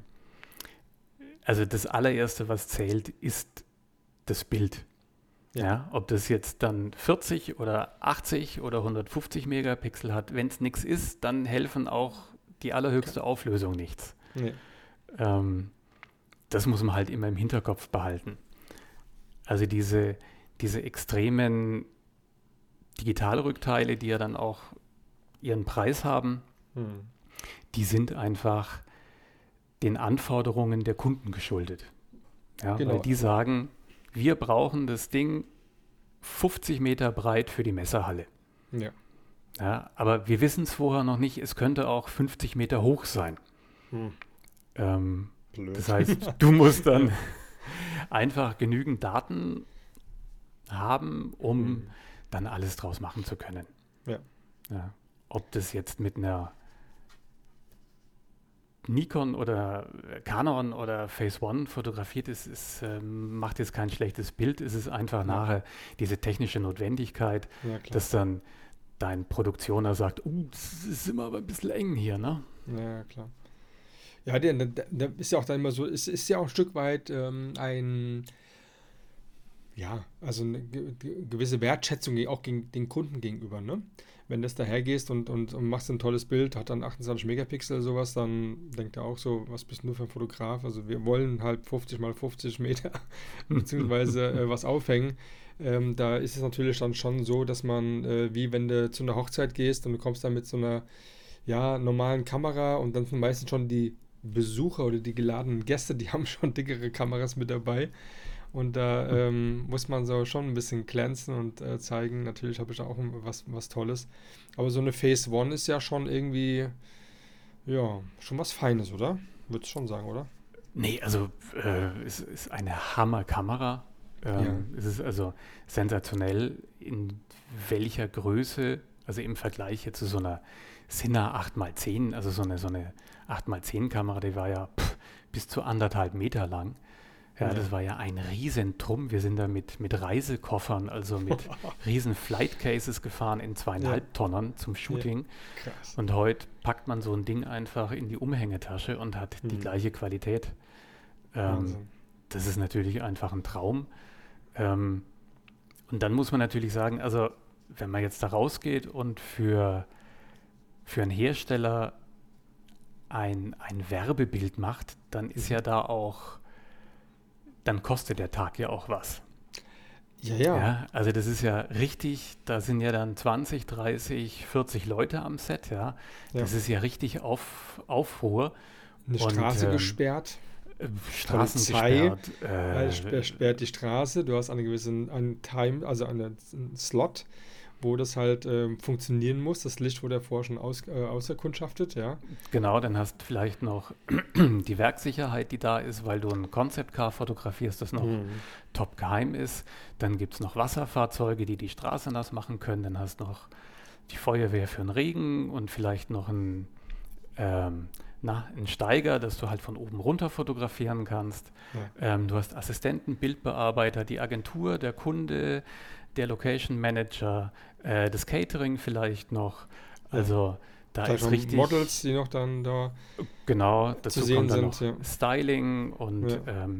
Also das allererste, was zählt, ist das Bild. Ja. Ja, ob das jetzt dann 40 oder 80 oder 150 Megapixel hat, wenn es nichts ist, dann helfen auch die allerhöchste Auflösung nichts. Nee. Das muss man halt immer im Hinterkopf behalten. Also diese extremen Digitalrückteile, die ja dann auch ihren Preis haben, die sind einfach den Anforderungen der Kunden geschuldet. Ja, Genau. weil die sagen, wir brauchen das Ding 50 Meter breit für die Messerhalle. Ja. Ja, aber wir wissen es vorher noch nicht, es könnte auch 50 Meter hoch sein. Blöd. Das heißt, du musst dann einfach genügend Daten haben, um dann alles draus machen zu können. Ja. Ja. Ob das jetzt mit einer Nikon oder Canon oder Phase One fotografiert ist, macht jetzt kein schlechtes Bild. Es ist einfach nachher diese technische Notwendigkeit, Ja, klar. dass dann dein Produktioner sagt, das ist immer aber ein bisschen eng hier, ne? Ja, klar. Ja, der ist ja auch dann immer so, es ist ja auch ein Stück weit eine gewisse Wertschätzung auch gegen den Kunden gegenüber, ne? Wenn du das dahergehst und machst ein tolles Bild, hat dann 28 Megapixel oder sowas, dann denkt er auch so, was bist du für ein Fotograf? Also wir wollen halt 50 mal 50 Meter beziehungsweise was aufhängen. Da ist es natürlich dann schon so, dass man, wie wenn du zu einer Hochzeit gehst und du kommst dann mit so einer normalen Kamera und dann sind meistens schon die Besucher oder die geladenen Gäste, die haben schon dickere Kameras mit dabei. Und da muss man so schon ein bisschen glänzen und zeigen, natürlich habe ich da auch was Tolles. Aber so eine Phase One ist ja schon irgendwie, schon was Feines, oder? Würdest du schon sagen, oder? Nee, also es ist eine Hammerkamera. Es ist also sensationell, in welcher Größe, also im Vergleich jetzt zu so einer Sinner 8x10, also so eine 8x10-Kamera, die war ja bis zu 1,5 Meter lang. Ja, das war ja ein Riesentrumm. Wir sind da mit Reisekoffern, also mit riesen Flight Cases gefahren in 2,5 Tonnen zum Shooting. Ja, krass. Und heute packt man so ein Ding einfach in die Umhängetasche und hat die gleiche Qualität. Das ist natürlich einfach ein Traum. Und dann muss man natürlich sagen, also wenn man jetzt da rausgeht und für einen Hersteller ein Werbebild macht, dann ist ja da auch, dann kostet der Tag ja auch was. Ja, also das ist ja richtig, da sind ja dann 20, 30, 40 Leute am Set, ja. Das ist ja richtig Aufruhr. Eine Straße gesperrt. Straßen Polizei gesperrt. sperrt die Straße. Du hast einen Time, also einen Slot, wo das halt funktionieren muss. Das Licht wurde ja vorher schon auserkundschaftet, ja. Genau, dann hast du vielleicht noch die Werkssicherheit, die da ist, weil du ein Concept Car fotografierst, das noch top geheim ist. Dann gibt es noch Wasserfahrzeuge, die Straße nass machen können. Dann hast du noch die Feuerwehr für den Regen und vielleicht noch einen Steiger, dass du halt von oben runter fotografieren kannst. Ja. Du hast Assistenten, Bildbearbeiter, die Agentur, der Kunde, der Location Manager, das Catering vielleicht noch. Also da ist richtig Models, die noch dann da dazu zu sehen kommt dann sind. noch Styling und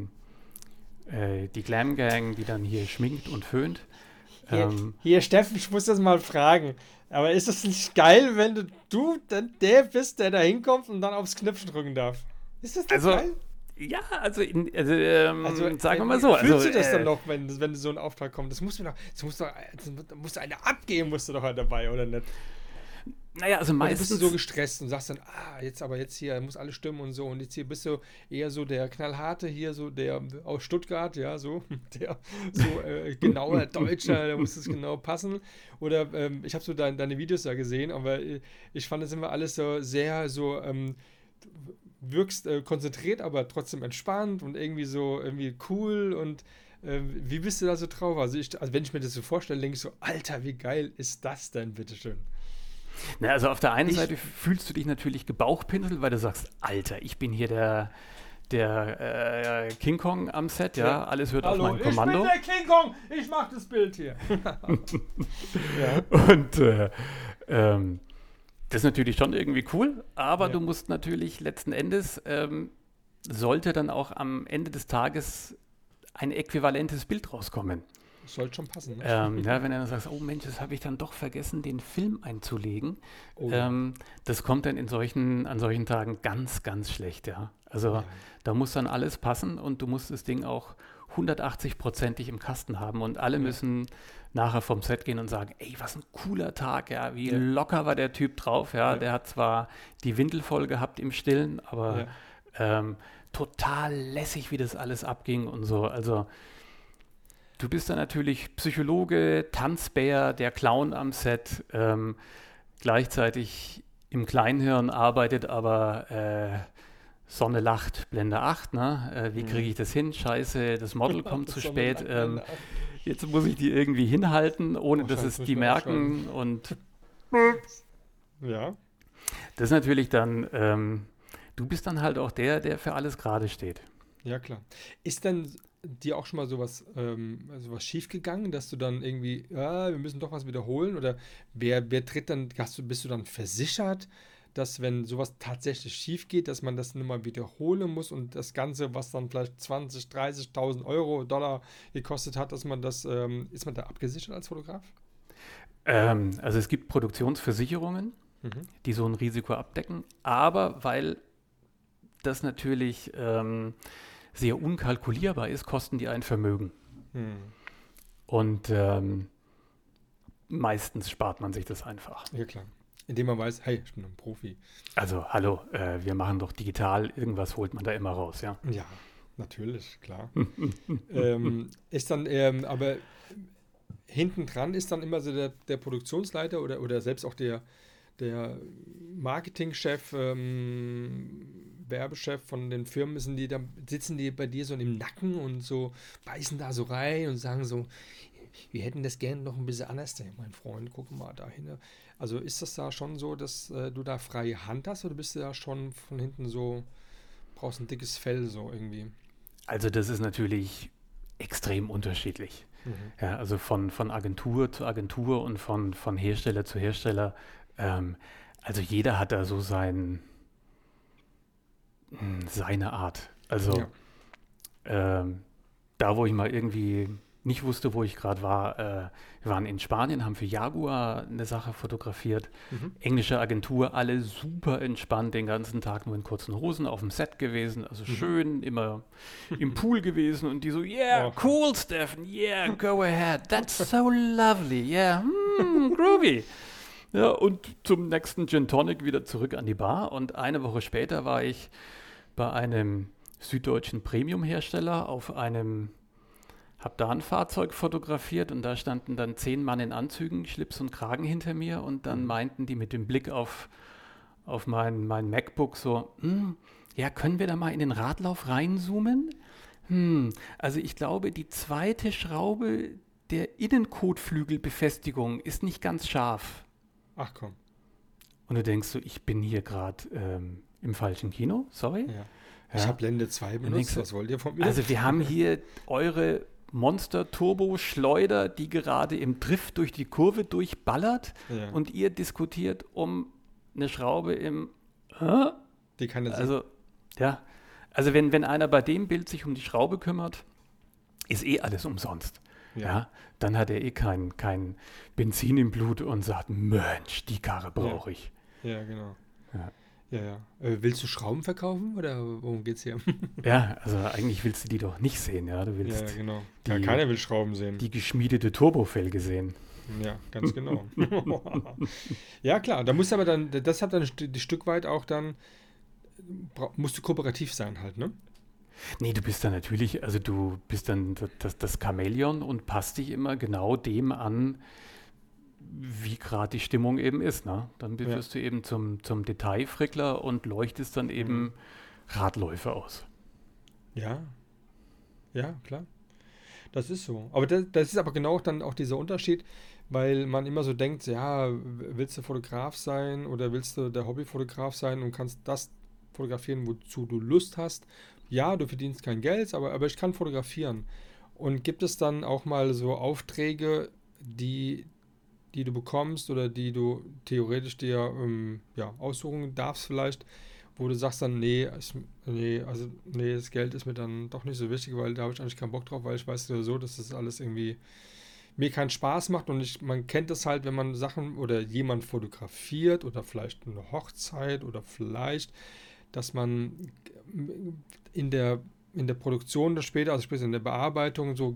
die Glam Gang, die dann hier schminkt und föhnt. Hier, Steffen, ich muss das mal fragen. Aber ist das nicht geil, wenn du dann der bist, der da hinkommt und dann aufs Knöpfchen drücken darf? Ist das nicht geil? Ja, sagen wir mal so. Fühlst du das dann noch, wenn so ein Auftrag kommt? Das musst du einer abgeben, musst du doch halt dabei, oder nicht? Naja, also meistens... Bist du so gestresst und sagst dann, jetzt hier, muss alles stimmen und so. Und jetzt hier bist du eher so der Knallharte hier, so der aus Stuttgart, ja, so, der so genauer Deutscher, da muss es genau passen. Oder ich habe so deine Videos da gesehen, aber ich fand das immer alles so sehr so, wirkst konzentriert, aber trotzdem entspannt und irgendwie cool und wie bist du da so drauf? Also wenn ich mir das so vorstelle, denke ich so, Alter, wie geil ist das denn, bitteschön? Na, also auf der einen Seite fühlst du dich natürlich gebauchpinselt, weil du sagst, Alter, ich bin hier der King Kong am Set, ja, alles hört auf mein Kommando. Ich bin der King Kong, ich mach das Bild hier. Und das ist natürlich schon irgendwie cool, aber du musst natürlich letzten Endes, sollte dann auch am Ende des Tages ein äquivalentes Bild rauskommen. Das sollte schon passen. Ne? Wenn du dann sagst, oh Mensch, das habe ich dann doch vergessen, den Film einzulegen. Das kommt dann an solchen Tagen ganz, ganz schlecht, ja. Also da muss dann alles passen und du musst das Ding auch 180%ig im Kasten haben und alle müssen nachher vom Set gehen und sagen, ey, was ein cooler Tag, ja, wie locker war der Typ drauf, ja. Der hat zwar die Windel voll gehabt im Stillen, aber total lässig, wie das alles abging und so, also du bist dann natürlich Psychologe, Tanzbär, der Clown am Set, gleichzeitig im Kleinhirn arbeitet aber Sonne lacht, Blende 8, ne? Wie kriege ich das hin? Scheiße, das Model kommt zu spät. Jetzt muss ich die irgendwie hinhalten, ohne dass es die merken. Und ja. Das ist natürlich dann, du bist dann halt auch der für alles gerade steht. Ja, klar. Ist denn dir auch schon mal sowas schief gegangen, dass du dann irgendwie, wir müssen doch was wiederholen? Oder wer tritt dann, bist du dann versichert, dass wenn sowas tatsächlich schief geht, dass man das nochmal wiederholen muss und das Ganze, was dann vielleicht 20.000, 30.000 Euro, Dollar gekostet hat, dass man das, ist man da abgesichert als Fotograf? Also es gibt Produktionsversicherungen, die so ein Risiko abdecken, aber weil das natürlich sehr unkalkulierbar ist, kosten die ein Vermögen. Und meistens spart man sich das einfach. Ja, klar. Indem man weiß, hey, ich bin ein Profi. Also, hallo, wir machen doch digital, irgendwas holt man da immer raus, ja? Ja, natürlich, klar. Ist dann, aber hinten dran ist dann immer so der Produktionsleiter oder selbst auch der Marketingchef, wenn Werbechef von den Firmen, sitzen die bei dir so im Nacken und so beißen da so rein und sagen so, wir hätten das gerne noch ein bisschen anders. Ja, mein Freund, guck mal da hin. Also ist das da schon so, dass du da freie Hand hast oder bist du da schon von hinten so, brauchst ein dickes Fell so irgendwie? Also das ist natürlich extrem unterschiedlich. Ja, also von Agentur zu Agentur und von Hersteller zu Hersteller. Also jeder hat da so seine Art. Also da, wo ich mal irgendwie nicht wusste, wo ich gerade war, wir waren in Spanien, haben für Jaguar eine Sache fotografiert. Englische Agentur, alle super entspannt, den ganzen Tag nur in kurzen Hosen auf dem Set gewesen, also schön, immer im Pool gewesen und die so, yeah, cool, Stefan, yeah, go ahead, that's so lovely, yeah, groovy. Ja, und zum nächsten Gin Tonic wieder zurück an die Bar und eine Woche später war ich bei einem süddeutschen Premium-Hersteller habe da ein Fahrzeug fotografiert und da standen dann 10 Mann in Anzügen, Schlips und Kragen hinter mir und dann meinten die mit dem Blick auf mein MacBook so, ja, können wir da mal in den Radlauf reinzoomen? Also ich glaube, die zweite Schraube der Innenkotflügelbefestigung ist nicht ganz scharf. Ach komm. Und du denkst so, ich bin hier gerade im falschen Kino, sorry. Ja. Ich habe Blende 2 benutzt, was wollt ihr von mir? Also wir haben hier eure Monster-Turbo-Schleuder, die gerade im Drift durch die Kurve durchballert und ihr diskutiert um eine Schraube im... Die kann das also, ja. Also wenn einer bei dem Bild sich um die Schraube kümmert, ist alles umsonst. Ja. Dann hat er kein Benzin im Blut und sagt, Mensch, die Karre brauche ich. Ja, genau. Ja. Willst du Schrauben verkaufen oder worum geht's hier? Ja, also eigentlich willst du die doch nicht sehen, ja. Du willst genau. Keiner will Schrauben sehen. Die geschmiedete Turbofelge sehen. Ja, ganz genau. Ja, klar, da musst du aber dann, das hat dann ein Stück weit auch dann, musst du kooperativ sein halt, ne? Nee, du bist dann natürlich, also du bist dann das Chamäleon und passt dich immer genau dem an, wie gerade die Stimmung eben ist. Ne? Dann wirst du eben zum Detailfrickler und leuchtest dann eben Radläufe aus. Ja, klar. Das ist so. Aber das ist aber genau dann auch dieser Unterschied, weil man immer so denkt, ja, willst du Fotograf sein oder willst du der Hobbyfotograf sein und kannst das fotografieren, wozu du Lust hast. Ja, du verdienst kein Geld, aber ich kann fotografieren. Und gibt es dann auch mal so Aufträge, die du bekommst oder die du theoretisch dir aussuchen darfst vielleicht, wo du sagst dann, nee, das Geld ist mir dann doch nicht so wichtig, weil da habe ich eigentlich keinen Bock drauf, weil ich weiß ja so, dass das alles irgendwie mir keinen Spaß macht und man kennt das halt, wenn man Sachen oder jemand fotografiert oder vielleicht eine Hochzeit oder vielleicht, dass man in der Produktion das später, also sprich in der Bearbeitung so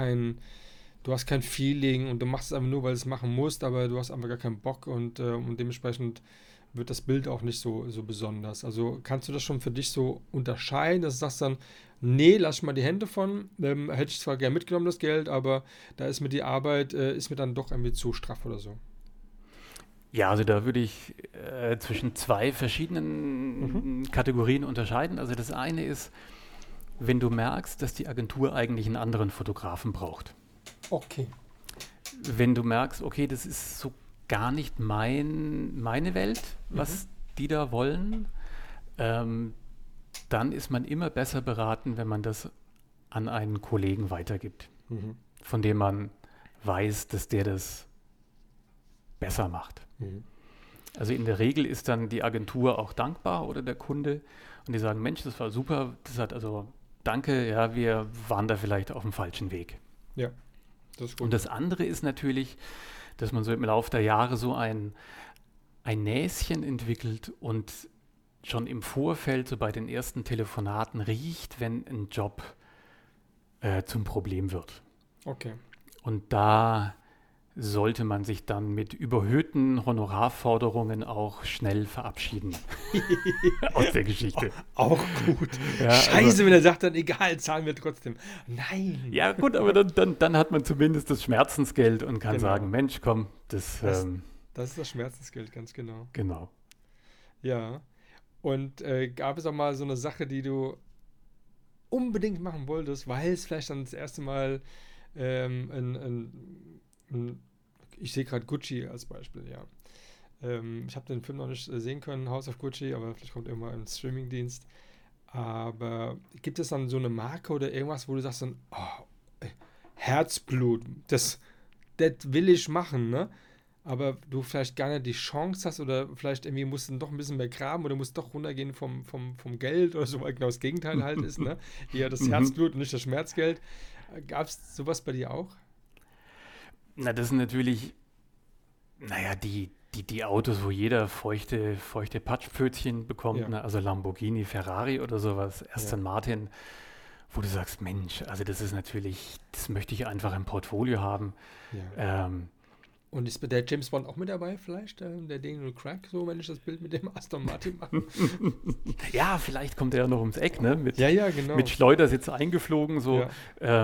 du hast kein Feeling und du machst es einfach nur, weil du es machen musst, aber du hast einfach gar keinen Bock und dementsprechend wird das Bild auch nicht so besonders. Also kannst du das schon für dich so unterscheiden, dass du sagst dann, nee, lass ich mal die Hände von, hätte ich zwar gerne mitgenommen, das Geld, aber da ist mir die Arbeit, ist mir dann doch irgendwie zu straff oder so. Ja, also da würde ich zwischen 2 verschiedenen Kategorien unterscheiden. Also das eine ist, wenn du merkst, dass die Agentur eigentlich einen anderen Fotografen braucht. Okay. Wenn du merkst, okay, das ist so gar nicht meine Welt, was die da wollen, dann ist man immer besser beraten, wenn man das an einen Kollegen weitergibt, von dem man weiß, dass der das besser macht. Also in der Regel ist dann die Agentur auch dankbar oder der Kunde und die sagen, Mensch, das war super, danke, ja, wir waren da vielleicht auf dem falschen Weg. Ja, das ist gut. Und das andere ist natürlich, dass man so im Laufe der Jahre so ein Näschen entwickelt und schon im Vorfeld so bei den ersten Telefonaten riecht, wenn ein Job zum Problem wird. Okay. Und da sollte man sich dann mit überhöhten Honorarforderungen auch schnell verabschieden aus der Geschichte. Auch gut. Ja, Scheiße, wenn er sagt, dann egal, zahlen wir trotzdem. Nein. Ja gut, aber dann hat man zumindest das Schmerzensgeld und kann sagen, Mensch, komm, das ist das Schmerzensgeld, ganz genau. Genau. Ja. Und gab es auch mal so eine Sache, die du unbedingt machen wolltest, weil es vielleicht dann das erste Mal ich sehe gerade Gucci als Beispiel, ja. Ich habe den Film noch nicht sehen können, House of Gucci, aber vielleicht kommt irgendwann im Streamingdienst. Aber gibt es dann so eine Marke oder irgendwas, wo du sagst dann, oh, Herzblut, das will ich machen, ne? Aber du vielleicht gar nicht die Chance hast oder vielleicht irgendwie musst du doch ein bisschen mehr graben oder musst doch runtergehen vom Geld oder so, weil genau das Gegenteil halt ist, ne? Eher das Herzblut und nicht das Schmerzgeld. Gab es sowas bei dir auch? Na, das sind natürlich, naja, die Autos, wo jeder feuchte Patschpfötchen bekommt, Ja. ne? Also Lamborghini, Ferrari oder sowas, Aston Ja. Martin, wo du sagst, Mensch, also das ist natürlich, das möchte ich einfach im Portfolio haben. Ja. Ähm, Und ist der James Bond auch mit dabei vielleicht? Der Daniel Craig, so wenn ich das Bild mit dem Aston Martin mache? ja, vielleicht kommt er ja noch ums Eck, ne? Ja, genau. Mit Schleudersitz eingeflogen, so. Ja.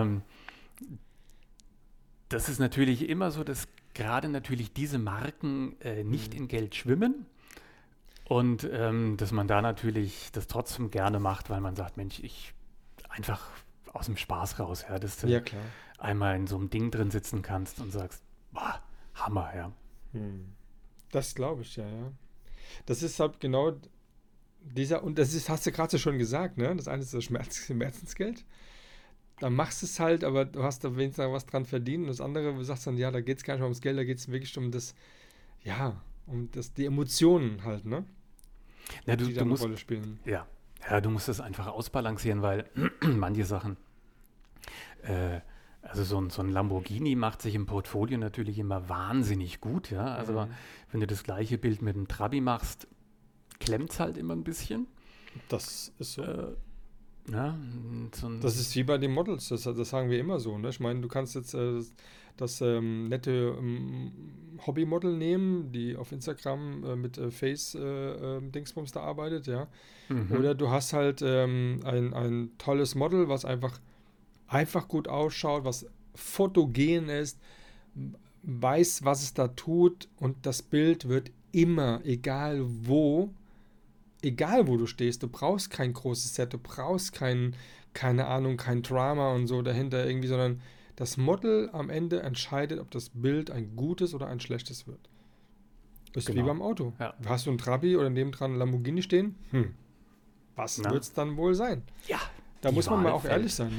Das ist natürlich immer so, dass gerade natürlich diese Marken nicht in Geld schwimmen und dass man da natürlich das trotzdem gerne macht, weil man sagt, Mensch, ich einfach aus dem Spaß raus, ja, dass du Ja, klar. einmal in so einem Ding drin sitzen kannst und sagst, boah, Hammer, ja. Das glaube ich, ja. Das ist halt genau dieser, und das ist, hast du gerade so schon gesagt, ne? Das eine ist das Schmerzensgeld. Da machst du es halt, aber du hast da wenigstens was dran verdient. Und das andere, du sagst dann, ja, da geht es gar nicht ums Geld, da geht es wirklich um das, ja, die Emotionen halt, ne? Na, Die du da eine musst, Rolle spielen. ja, du musst das einfach ausbalancieren, weil manche Sachen, also so ein Lamborghini macht sich im Portfolio natürlich immer wahnsinnig gut, ja. Also wenn du das gleiche Bild mit einem Trabi machst, klemmt es halt immer ein bisschen. Das ist so. Ja, Das ist wie bei den Models, das sagen wir immer so, ne? Ich meine, du kannst jetzt das nette Hobbymodel nehmen, die auf Instagram mit Face-Dingsbums da arbeitet, ja. Oder du hast halt ein tolles Model, was einfach gut ausschaut, was fotogen ist, weiß, was es da tut und das Bild wird immer, egal wo du stehst, du brauchst kein großes Set, du brauchst keine Ahnung, kein Drama und so dahinter irgendwie, sondern das Model am Ende entscheidet, ob das Bild ein gutes oder ein schlechtes wird. Ist Genau. wie beim Auto. Ja. Hast du einen Trabi oder nebendran einen Lamborghini stehen? Was wird es dann wohl sein? Ja. Da muss man mal Wahl auch fällt. ehrlich sein,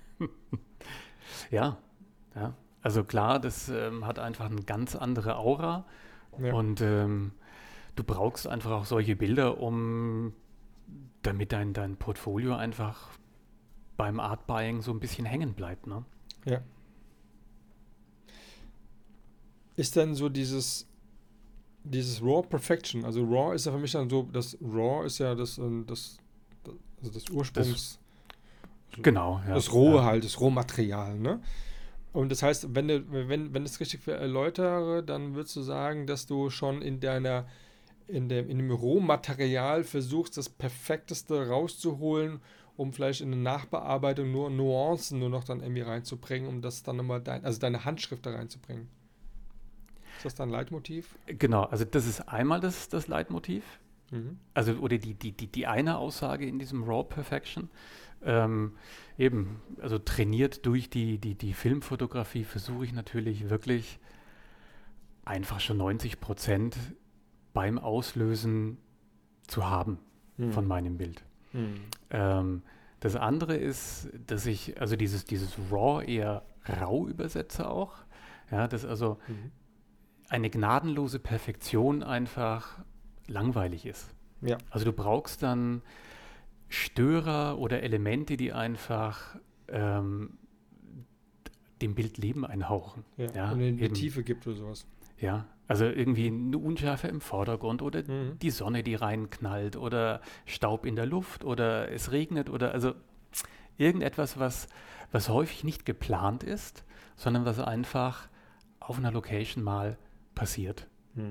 ja. Ja. Also klar, das hat einfach eine ganz andere Aura Ja. und du brauchst einfach auch solche Bilder, damit dein Portfolio einfach beim Art Buying so ein bisschen hängen bleibt, ne? Ja. Ist denn so dieses Raw Perfection, also Raw ist ja für mich dann so, das Raw ist ja das Ursprungs, Genau, ja. das Rohe Ja. halt, das Rohmaterial, ne? Und das heißt, wenn ich es richtig erläutere, dann würdest du sagen, dass du schon in dem Rohmaterial versuchst, das Perfekteste rauszuholen, um vielleicht in eine Nachbearbeitung nur Nuancen nur noch dann irgendwie reinzubringen, um das dann nochmal deine Handschrift da reinzubringen. Ist das dein Leitmotiv? Genau, also das ist einmal das Leitmotiv. Also, oder die eine Aussage in diesem Raw Perfection. Eben, also trainiert durch die Filmfotografie versuche ich natürlich wirklich einfach schon 90% beim Auslösen zu haben von meinem Bild. Das andere ist, dass ich also dieses Raw eher rau übersetze auch. Ja, dass also eine gnadenlose Perfektion einfach langweilig ist. Ja. Also du brauchst dann Störer oder Elemente, die einfach dem Bild Leben einhauchen. Ja, und in die Tiefe gibt oder sowas. Ja, also irgendwie eine Unschärfe im Vordergrund oder die Sonne, die reinknallt oder Staub in der Luft oder es regnet oder also irgendetwas, was häufig nicht geplant ist, sondern was einfach auf einer Location mal passiert.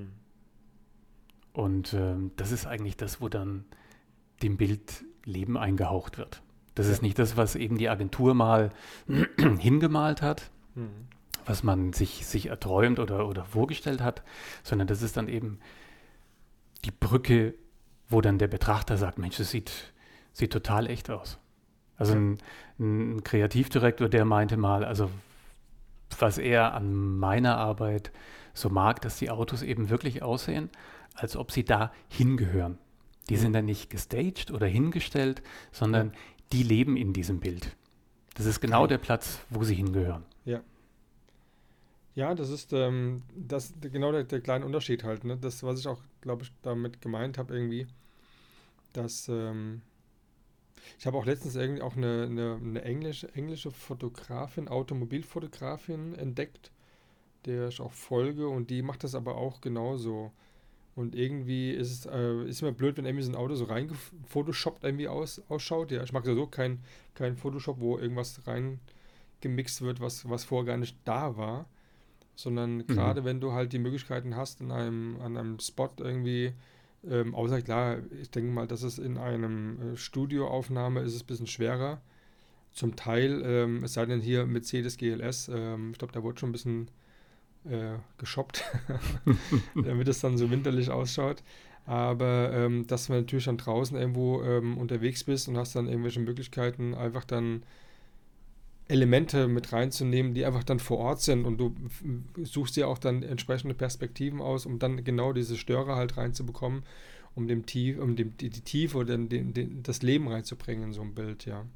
Und das ist eigentlich das, wo dann dem Bild Leben eingehaucht wird. Das ist nicht das, was eben die Agentur mal hingemalt hat, was man sich erträumt oder vorgestellt hat, sondern das ist dann eben die Brücke wo dann der Betrachter sagt, Mensch, das sieht total echt aus. Also ein Kreativdirektor, der meinte mal, also was er an meiner Arbeit so mag, dass die Autos eben wirklich aussehen, als ob sie da hingehören. Die sind dann nicht gestaged oder hingestellt, sondern die leben in diesem Bild. Das ist genau der Platz, wo sie hingehören. Ja. Ja, das ist genau der kleine Unterschied halt. Ne? Das, was ich auch, glaube ich, damit gemeint habe irgendwie, dass ich habe auch letztens irgendwie auch eine englische Fotografin, Automobilfotografin entdeckt, der ich auch folge und die macht das aber auch genauso. Und irgendwie ist mir blöd, wenn irgendwie so ein Auto so reingefotoshoppt irgendwie ausschaut. Ja, ich mag sowieso kein Photoshop, wo irgendwas reingemixt wird, was vorher gar nicht da war. Sondern gerade wenn du halt die Möglichkeiten hast, an einem Spot irgendwie, außer klar, ich denke mal, dass es in einem Studioaufnahme ist es ein bisschen schwerer. Zum Teil, es sei denn hier Mercedes GLS, ich glaube, da wurde schon ein bisschen geshoppt, damit es dann so winterlich ausschaut. Aber dass du natürlich dann draußen irgendwo unterwegs bist und hast dann irgendwelche Möglichkeiten, einfach dann Elemente mit reinzunehmen, die einfach dann vor Ort sind und du suchst dir auch dann entsprechende Perspektiven aus, um dann genau diese Störer halt reinzubekommen, um die Tiefe oder das Leben reinzubringen in so ein Bild, ja.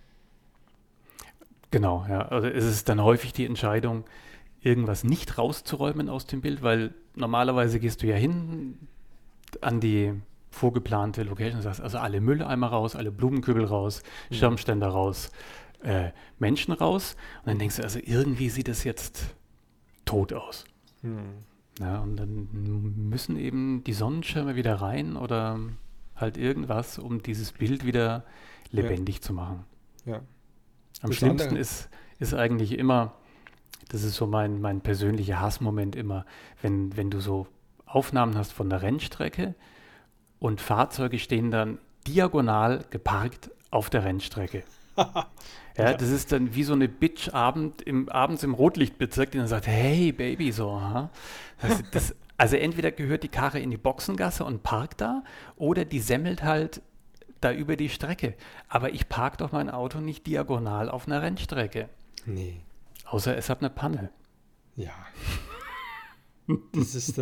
Genau, ja. Also es ist dann häufig die Entscheidung, irgendwas nicht rauszuräumen aus dem Bild, weil normalerweise gehst du ja hin an die vorgeplante Location und sagst, also alle Mülleimer raus, alle Blumenkübel raus, Schirmständer raus, Menschen raus. Und dann denkst du, also irgendwie sieht das jetzt tot aus. Ja, und dann müssen eben die Sonnenschirme wieder rein oder halt irgendwas, um dieses Bild wieder lebendig zu machen. Ja. Am schlimmsten ist eigentlich immer, das ist so mein persönlicher Hassmoment immer, wenn du so Aufnahmen hast von der Rennstrecke und Fahrzeuge stehen dann diagonal geparkt auf der Rennstrecke. Ja, das ist dann wie so eine Bitch abends im Rotlichtbezirk, die dann sagt, hey Baby, so. Also entweder gehört die Karre in die Boxengasse und parkt da, oder die semmelt halt da über die Strecke. Aber ich parke doch mein Auto nicht diagonal auf einer Rennstrecke. Nee. Außer es hat eine Panne. Ja. Das ist,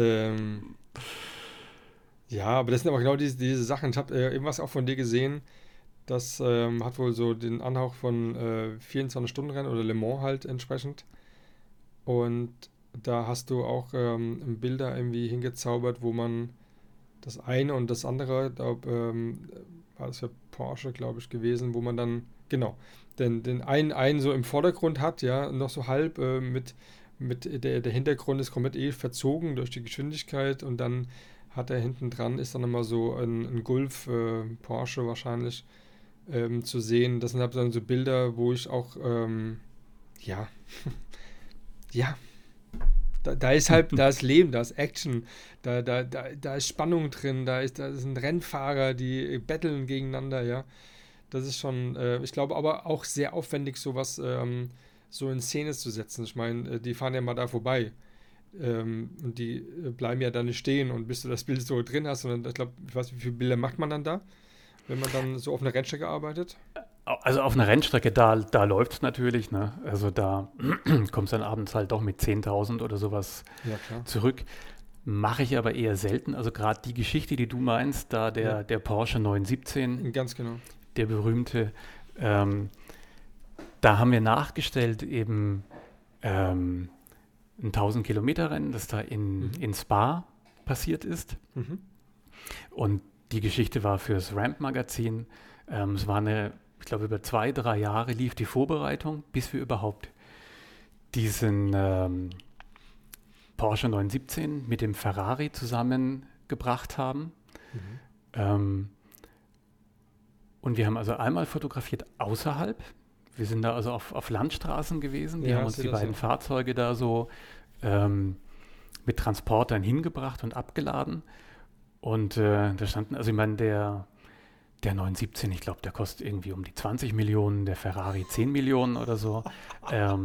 ja, aber das sind aber genau diese Sachen. Ich habe irgendwas auch von dir gesehen, das hat wohl so den Anhauch von 24-Stunden-Rennen oder Le Mans halt entsprechend. Und da hast du auch Bilder irgendwie hingezaubert, wo man das eine und das andere, war das für Porsche, glaube ich, gewesen, wo man dann, genau, den einen so im Vordergrund hat, ja, noch so halb mit der Hintergrund ist komplett verzogen durch die Geschwindigkeit und dann hat er hinten dran, ist dann immer so ein Golf, Porsche wahrscheinlich, zu sehen. Das sind halt dann so Bilder, wo ich auch, ja, ja, da ist Leben, da ist Action, da ist Spannung drin, da sind Rennfahrer, die betteln gegeneinander, ja. Das ist schon, ich glaube, aber auch sehr aufwendig, sowas so in Szene zu setzen. Ich meine, die fahren ja mal da vorbei und die bleiben ja da nicht stehen und bis du das Bild so drin hast, sondern ich glaube, ich weiß nicht, wie viele Bilder macht man dann da, wenn man dann so auf einer Rennstrecke arbeitet? Also auf einer Rennstrecke, da läuft es natürlich, ne? Also da kommst du dann abends halt doch mit 10.000 oder sowas zurück. Mache ich aber eher selten. Also gerade die Geschichte, die du meinst, da der Porsche 917, ganz genau, der berühmte, da haben wir nachgestellt eben ein 1000-Kilometer-Rennen, das da in Spa passiert ist. Und die Geschichte war fürs Ramp-Magazin. Es war ich glaube, über 2-3 Jahre lief die Vorbereitung, bis wir überhaupt diesen Porsche 917 mit dem Ferrari zusammengebracht haben. Und wir haben also einmal fotografiert außerhalb. Wir sind da also auf Landstraßen gewesen. Die haben uns die beiden Fahrzeuge da so mit Transportern hingebracht und abgeladen. Und da standen, also ich meine, der 917, ich glaube, der kostet irgendwie um die 20 Millionen, der Ferrari 10 Millionen oder so.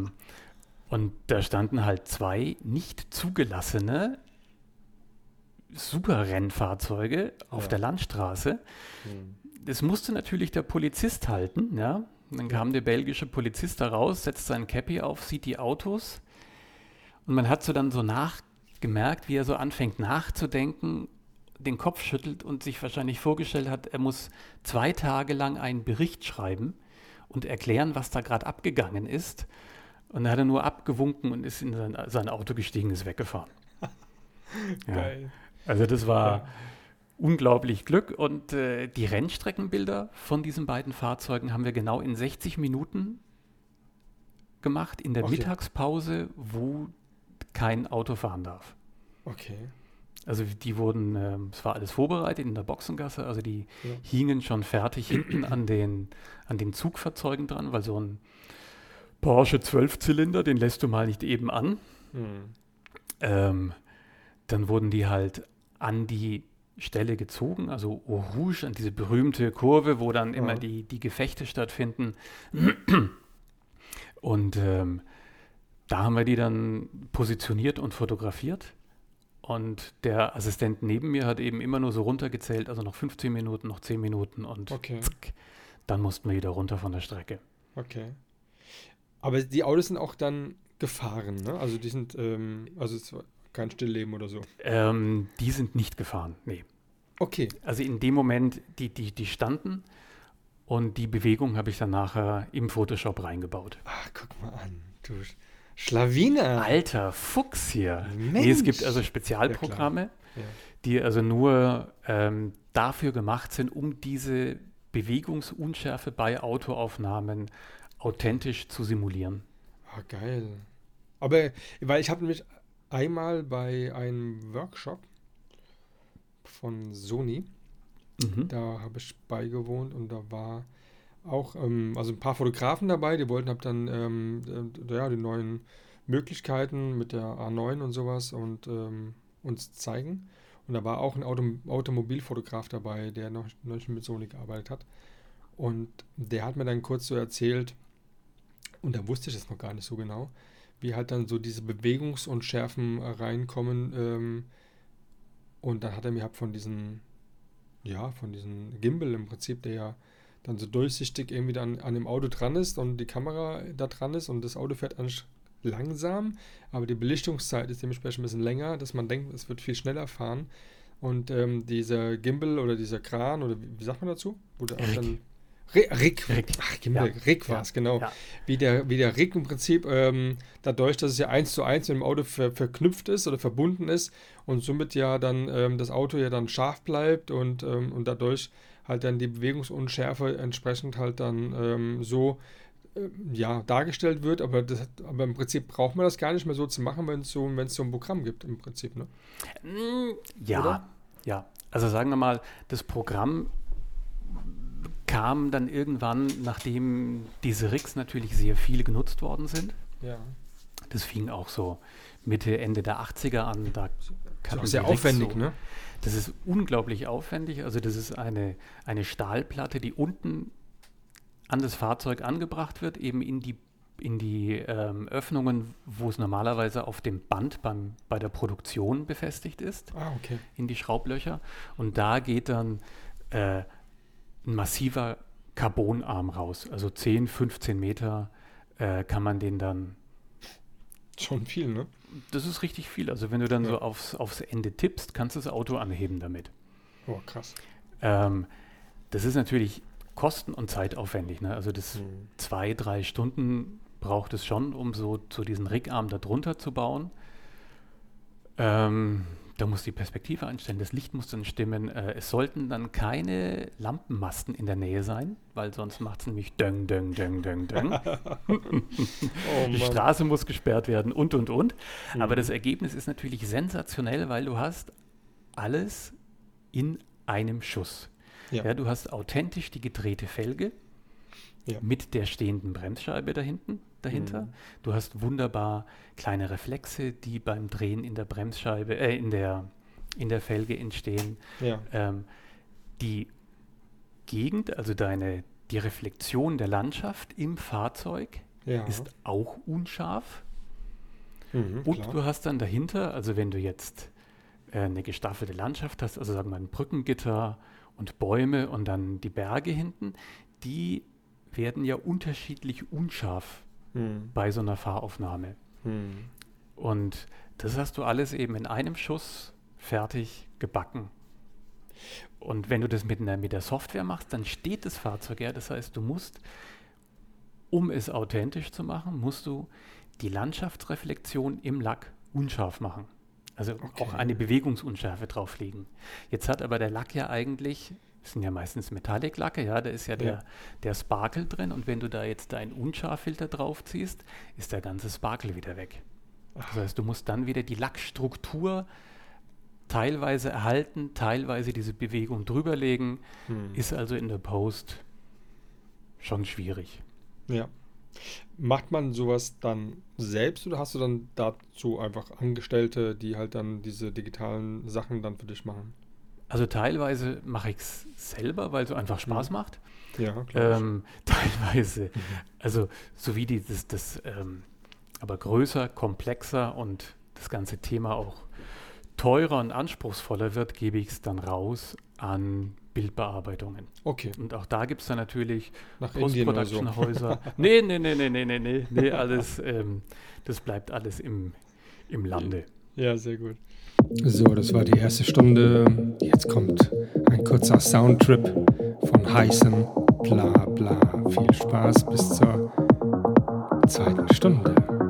Und da standen halt 2 nicht zugelassene super Rennfahrzeuge auf der Landstraße. Das musste natürlich der Polizist halten, ja. Und dann kam der belgische Polizist da raus, setzt sein Cappy auf, sieht die Autos und man hat so dann so nachgemerkt, wie er so anfängt nachzudenken, den Kopf schüttelt und sich wahrscheinlich vorgestellt hat, er muss 2 Tage lang einen Bericht schreiben und erklären, was da gerade abgegangen ist. Und dann hat er nur abgewunken und ist in sein Auto gestiegen, ist weggefahren. Geil. Ja. Also das war unglaublich Glück. Und die Rennstreckenbilder von diesen beiden Fahrzeugen haben wir genau in 60 Minuten gemacht, in der Mittagspause, wo kein Auto fahren darf. Okay. Also die wurden, es war alles vorbereitet in der Boxengasse, also die hingen schon fertig hinten an den Zugfahrzeugen dran, weil so ein Porsche 12-Zylinder, den lässt du mal nicht eben an. Dann wurden die halt an die Stelle gezogen, also Eau Rouge, an diese berühmte Kurve, wo dann immer die Gefechte stattfinden. Und da haben wir die dann positioniert und fotografiert. Und der Assistent neben mir hat eben immer nur so runtergezählt, also noch 15 Minuten, noch 10 Minuten und zack, dann mussten wir wieder runter von der Strecke. Okay. Aber die Autos sind auch dann gefahren, ne? Also die sind, also es war kein Stillleben oder so. Die sind nicht gefahren, nee. Okay. Also in dem Moment, die standen und die Bewegung habe ich dann nachher im Photoshop reingebaut. Ach, guck mal an, du Schlawiner. Alter Fuchs hier. Mensch. Nee, es gibt also Spezialprogramme, die also nur dafür gemacht sind, um diese Bewegungsunschärfe bei Autoaufnahmen authentisch zu simulieren. Ah, geil. Aber, weil ich habe nämlich einmal bei einem Workshop von Sony, da habe ich beigewohnt und da war auch also ein paar Fotografen dabei, die wollten dann die neuen Möglichkeiten mit der A9 und sowas und uns zeigen. Und da war auch ein Automobilfotograf dabei, der noch mit Sony gearbeitet hat. Und der hat mir dann kurz so erzählt, und da wusste ich es noch gar nicht so genau, wie halt dann so diese Bewegungsunschärfen reinkommen. Und dann hat er mir halt von diesen Gimbal im Prinzip, der ja dann so durchsichtig irgendwie dann an dem Auto dran ist und die Kamera da dran ist und das Auto fährt eigentlich langsam, aber die Belichtungszeit ist dementsprechend ein bisschen länger, dass man denkt, es wird viel schneller fahren. Und dieser Gimbal oder dieser Kran, oder wie sagt man dazu? Rig. Ach, Gimbal, Rig war es, genau. Ja. Wie der Rig im Prinzip, dadurch, dass es ja 1:1 mit dem Auto verknüpft ist oder verbunden ist und somit ja dann das Auto ja dann scharf bleibt und dadurch halt dann die Bewegungsunschärfe entsprechend halt dann dargestellt wird, aber im Prinzip braucht man das gar nicht mehr so zu machen, wenn es so ein Programm gibt im Prinzip, ne? Ja, oder? Ja. Also sagen wir mal, das Programm kam dann irgendwann, nachdem diese Rigs natürlich sehr viel genutzt worden sind. Ja. Das fing auch so Mitte, Ende der 80er an. Da ist auch sehr aufwendig, ne? Das ist unglaublich aufwendig. Also das ist eine Stahlplatte, die unten an das Fahrzeug angebracht wird, eben in die Öffnungen, wo es normalerweise auf dem Band bei der Produktion befestigt ist. Ah, okay. In die Schraublöcher. Und da geht dann ein massiver Carbonarm raus. Also 10, 15 Meter kann man den dann... Schon viel, ne? Das ist richtig viel. Also wenn du dann so aufs Ende tippst, kannst du das Auto anheben damit. Oh, krass. Das ist natürlich kosten- und zeitaufwendig. Ne? Also das 2-3 Stunden braucht es schon, um so diesen Rigarm da drunter zu bauen. Da muss die Perspektive einstellen, das Licht muss dann stimmen. Es sollten dann keine Lampenmasten in der Nähe sein, weil sonst macht es nämlich döng, döng, döng, döng, döng. Die Straße muss gesperrt werden und. Aber das Ergebnis ist natürlich sensationell, weil du hast alles in einem Schuss. Ja, du hast authentisch die gedrehte Felge mit der stehenden Bremsscheibe dahinter. Du hast wunderbar kleine Reflexe, die beim Drehen in der Bremsscheibe, in der Felge entstehen. Ja. Die Gegend, also die Reflexion der Landschaft im Fahrzeug ist auch unscharf. Und klar. du hast dann dahinter, also wenn du jetzt eine gestaffelte Landschaft hast, also sagen wir ein Brückengitter und Bäume und dann die Berge hinten, die werden ja unterschiedlich unscharf bei so einer Fahraufnahme. Und das hast du alles eben in einem Schuss fertig gebacken. Und wenn du das mit der Software machst, dann steht das Fahrzeug ja. Das heißt, du musst, um es authentisch zu machen, musst du die Landschaftsreflexion im Lack unscharf machen. Also auch eine Bewegungsunschärfe drauflegen. Jetzt hat aber der Lack ja eigentlich, das sind ja meistens Metallic-Lacke, ja, da ist ja der Sparkle drin und wenn du da jetzt deinen Unscharffilter draufziehst, ist der ganze Sparkle wieder weg. Das heißt, du musst dann wieder die Lackstruktur teilweise erhalten, teilweise diese Bewegung drüberlegen, ist also in der Post schon schwierig. Ja. Macht man sowas dann selbst oder hast du dann dazu einfach Angestellte, die halt dann diese digitalen Sachen dann für dich machen? Also teilweise mache ich es selber, weil es einfach Spaß macht. Ja, klar. Teilweise, also so wie aber größer, komplexer und das ganze Thema auch teurer und anspruchsvoller wird, gebe ich es dann raus an Bildbearbeitungen. Okay. Und auch da gibt es dann natürlich Nach Indien oder so. Post-Production-Häuser. Nee, alles, das bleibt alles im Lande. Ja, sehr gut. So, das war die erste Stunde. Jetzt kommt ein kurzer Soundtrip von Hyson Bla Bla. Viel Spaß bis zur zweiten Stunde.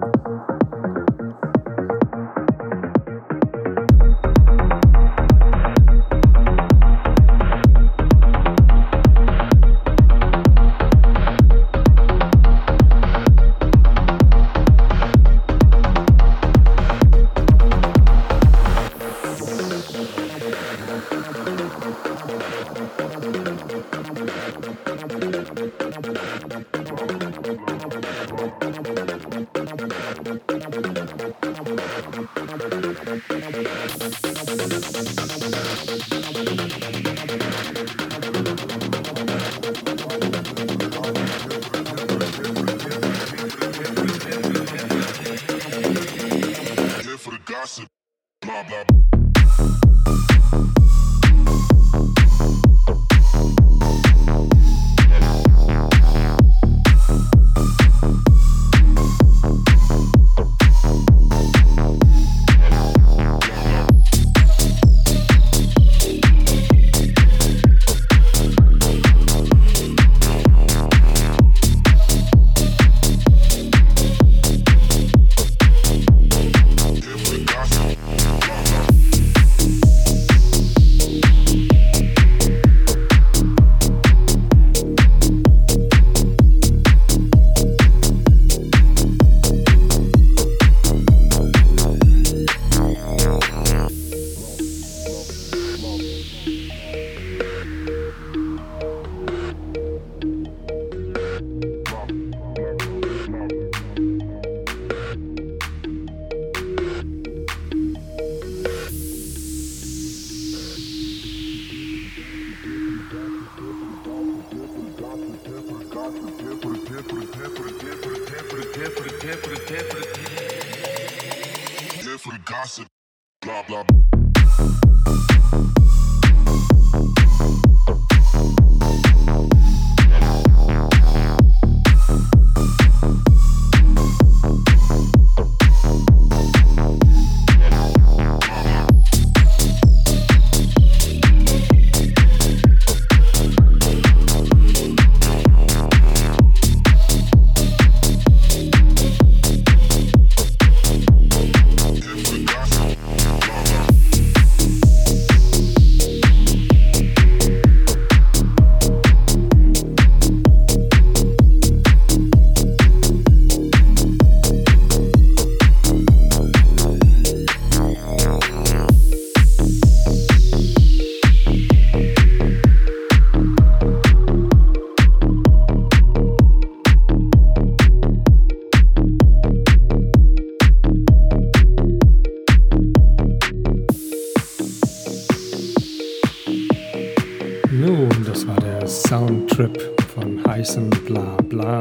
Soundtrip von Hyson Bla Bla.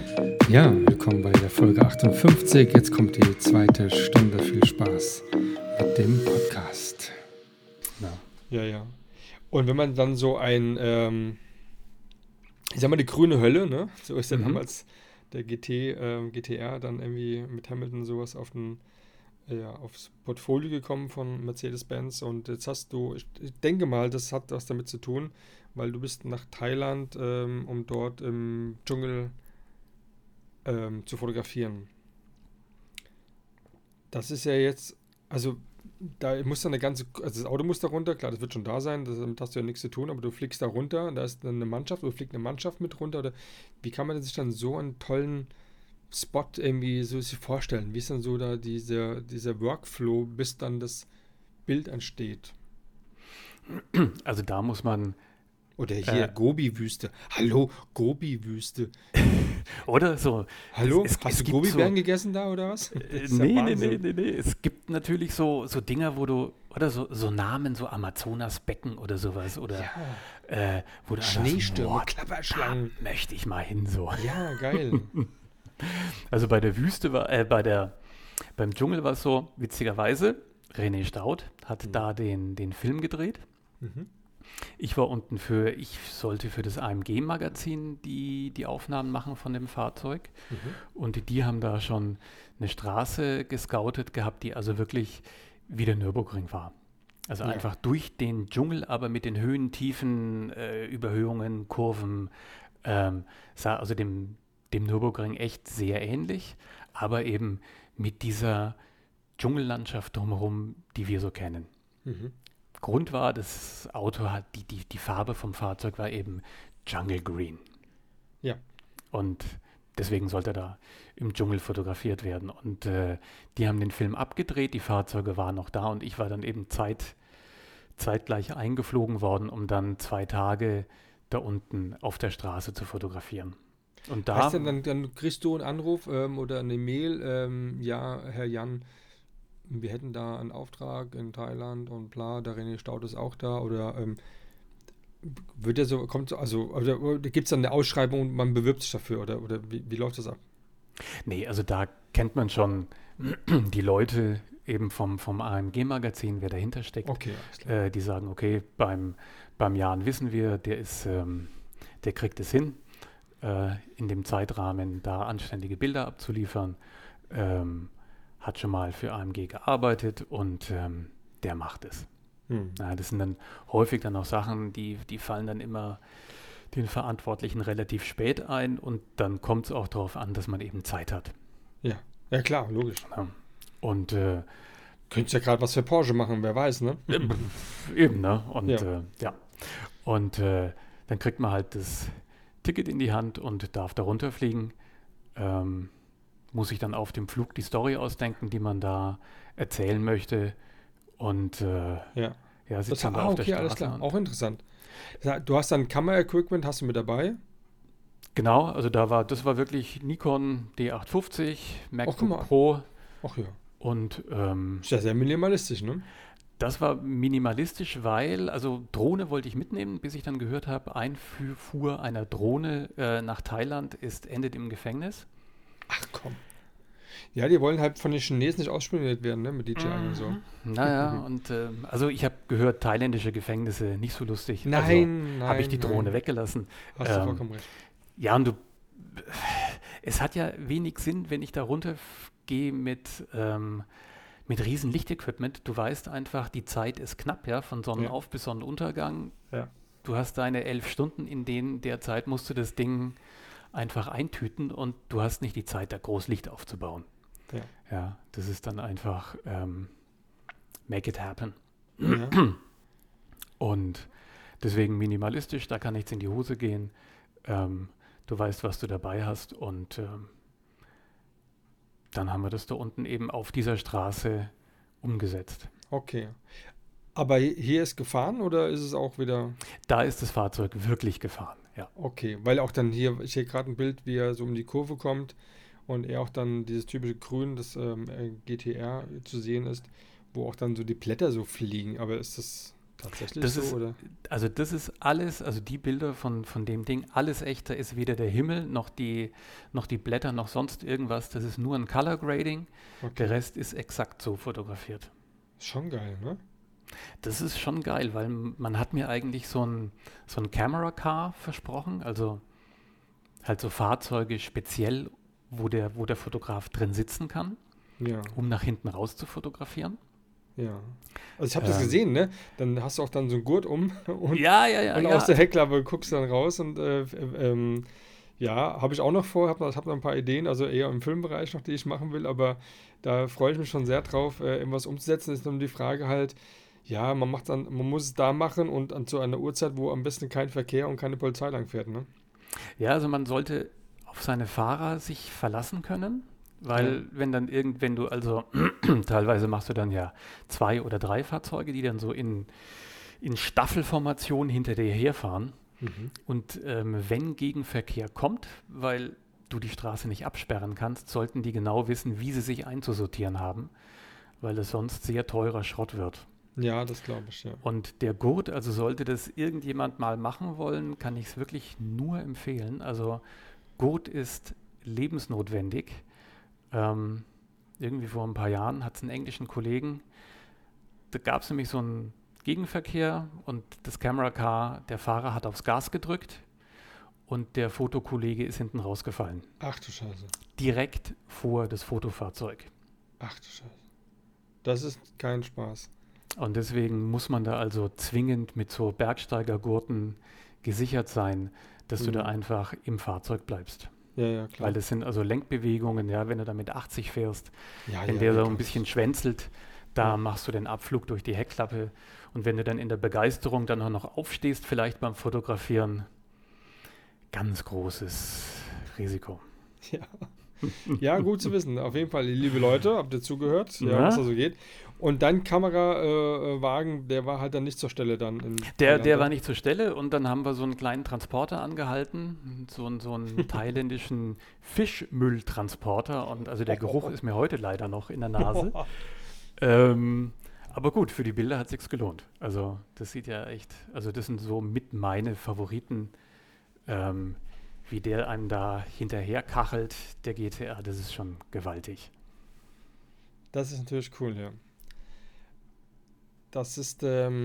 Ja, willkommen bei der Folge 58. Jetzt kommt die zweite Stunde. Viel Spaß mit dem Podcast. Ja. Ja. Und wenn man dann so ich sag mal, die grüne Hölle, ne? So ist ja damals der GTR dann irgendwie mit Hamilton sowas aufs Portfolio gekommen von Mercedes-Benz. Und jetzt hast du, ich denke mal, das hat was damit zu tun, weil du bist nach Thailand, um dort im Dschungel zu fotografieren. Das ist ja jetzt, also da muss dann also das Auto muss da runter, klar, das wird schon da sein, damit hast du ja nichts zu tun, aber du fliegst da runter, da ist dann eine Mannschaft, oder fliegt eine Mannschaft mit runter, oder wie kann man sich dann so einen tollen Spot irgendwie so sich vorstellen? Wie ist dann so da dieser Workflow, bis dann das Bild entsteht? Also da muss man... Oder hier Gobi-Wüste. Hallo, Gobi-Wüste. Oder so. Hallo, hast du Gobi-Bären gegessen da oder was? Nee. Es gibt natürlich so Dinger, wo du, oder so Namen, so Amazonasbecken oder sowas. Oder wo du Schneestürme, Klapperschlangen. Da möchte ich mal hin so. Ja, geil. Also bei der Wüste beim Dschungel war es so, witzigerweise, René Staud hat da den Film gedreht. Ich war unten ich sollte für das AMG-Magazin die Aufnahmen machen von dem Fahrzeug. Und die haben da schon eine Straße gescoutet gehabt, die also wirklich wie der Nürburgring war. Also einfach durch den Dschungel, aber mit den Höhen, Tiefen, Überhöhungen, Kurven, sah also dem Nürburgring echt sehr ähnlich, aber eben mit dieser Dschungellandschaft drumherum, die wir so kennen. Grund war, das Auto hat, die Farbe vom Fahrzeug war eben Jungle Green. Ja. Und deswegen sollte er da im Dschungel fotografiert werden. Und die haben den Film abgedreht, die Fahrzeuge waren noch da und ich war dann eben zeitgleich eingeflogen worden, um dann 2 Tage da unten auf der Straße zu fotografieren. Und da... Heißt dann kriegst du einen Anruf oder eine Mail, ja, Herr Jan, wir hätten da einen Auftrag in Thailand und bla, der René Staud ist auch da, oder gibt es dann eine Ausschreibung und man bewirbt sich dafür, oder wie läuft das ab? Nee, also da kennt man schon die Leute eben vom AMG-Magazin, wer dahinter steckt. Okay, die sagen, okay, beim Jan wissen wir, der kriegt es hin, in dem Zeitrahmen da anständige Bilder abzuliefern, hat schon mal für AMG gearbeitet und der macht es. Ja, das sind dann häufig dann auch Sachen, die fallen dann immer den Verantwortlichen relativ spät ein und dann kommt es auch darauf an, dass man eben Zeit hat. Ja klar, logisch. Ja. Und könntest ja gerade was für Porsche machen, wer weiß, ne? Eben, ne? Und Und dann kriegt man halt das Ticket in die Hand und darf da runterfliegen. Muss sich dann auf dem Flug die Story ausdenken, die man da erzählen möchte. Und sitzt dann da auf der Straße. Alles klar. Auch interessant. Du hast dann Kamera-Equipment, hast du mit dabei? Genau, also das war wirklich Nikon D850, MacBook Pro. Ach ja. Und ist ja sehr minimalistisch, ne? Das war minimalistisch, weil, also Drohne wollte ich mitnehmen, bis ich dann gehört habe, Einfuhr einer Drohne nach Thailand endet im Gefängnis. Ach komm. Ja, die wollen halt von den Chinesen nicht ausspioniert werden, ne, mit DJI und so. Naja, und also ich habe gehört, thailändische Gefängnisse nicht so lustig. Nein, habe ich die Drohne weggelassen. Hast du vollkommen recht. Ja, und es hat ja wenig Sinn, wenn ich da runtergehe mit riesen Lichtequipment. Du weißt einfach, die Zeit ist knapp, ja, von Sonnenauf bis Sonnenuntergang. Ja. Du hast deine 11 Stunden, in der Zeit musst du das Ding einfach eintüten und du hast nicht die Zeit, da groß Licht aufzubauen. Ja, das ist dann einfach make it happen. Ja. Und deswegen minimalistisch, da kann nichts in die Hose gehen. Du weißt, was du dabei hast und dann haben wir das da unten eben auf dieser Straße umgesetzt. Okay. Aber hier ist gefahren oder ist es auch wieder... Da ist das Fahrzeug wirklich gefahren, ja. Okay, weil auch dann hier, ich sehe gerade ein Bild, wie er so um die Kurve kommt und er auch dann dieses typische Grün, das GTR zu sehen ist, wo auch dann so die Blätter so fliegen. Aber ist das tatsächlich so? Oder? Also das ist alles, also die Bilder von dem Ding, alles echt, da ist weder der Himmel noch die Blätter noch sonst irgendwas. Das ist nur ein Color Grading. Okay. Der Rest ist exakt so fotografiert. Schon geil, ne? Das ist schon geil, weil man hat mir eigentlich so ein Camera Car versprochen, also halt so Fahrzeuge speziell, wo der Fotograf drin sitzen kann, Ja, um nach hinten raus zu fotografieren. ja. Also ich habe das gesehen, ne? Dann hast du auch dann so einen Gurt um und, Ja. aus der Heckklappe guckst du dann raus und ja, habe ich auch noch vor, hab noch ein paar Ideen, also eher im Filmbereich noch, die ich machen will, aber da freue ich mich schon sehr drauf, irgendwas umzusetzen. Ist dann die Frage halt, ja, man muss es da machen und zu einer Uhrzeit, wo am besten kein Verkehr und keine Polizei lang fährt, ne? Ja, also man sollte auf seine Fahrer sich verlassen können, weil wenn du also teilweise machst du dann ja 2 oder 3 Fahrzeuge, die dann so in Staffelformation hinter dir herfahren. Mhm. Und wenn Gegenverkehr kommt, weil du die Straße nicht absperren kannst, sollten die genau wissen, wie sie sich einzusortieren haben, weil es sonst sehr teurer Schrott wird. Ja, das glaube ich, ja. Und der Gurt, also sollte das irgendjemand mal machen wollen, kann ich es wirklich nur empfehlen. Also Gurt ist lebensnotwendig. Irgendwie vor ein paar Jahren hat es einen englischen Kollegen, da gab es nämlich so einen Gegenverkehr und das Camera Car, der Fahrer hat aufs Gas gedrückt und der Fotokollege ist hinten rausgefallen. Ach du Scheiße. Direkt vor das Fotofahrzeug. Ach du Scheiße. Das ist kein Spaß. Und deswegen muss man da also zwingend mit so Bergsteigergurten gesichert sein, dass du da einfach im Fahrzeug bleibst. Ja, klar. Weil das sind also Lenkbewegungen, ja, wenn du da mit 80 fährst, Ja, wenn der so ein wirklich. bisschen schwänzelt, da Ja. machst du den Abflug durch die Heckklappe. Und wenn du dann in der Begeisterung dann auch noch aufstehst, vielleicht beim Fotografieren, ganz großes Risiko. Ja. Ja, gut zu wissen. Auf jeden Fall, liebe Leute, habt ihr zugehört, ja, Ja. was da so geht. Und dein Kamerawagen, der war halt dann nicht zur Stelle dann. Der war nicht zur Stelle und dann haben wir so einen kleinen Transporter angehalten, so einen thailändischen Fischmülltransporter und also der Geruch ist mir heute leider noch in der Nase. Aber gut, für die Bilder hat es sich gelohnt. Also das sieht ja echt, also das sind so mit meine Favoriten, wie der einem da hinterher kachelt, der GTR, das ist schon gewaltig. Das ist natürlich cool, ja. Das ist,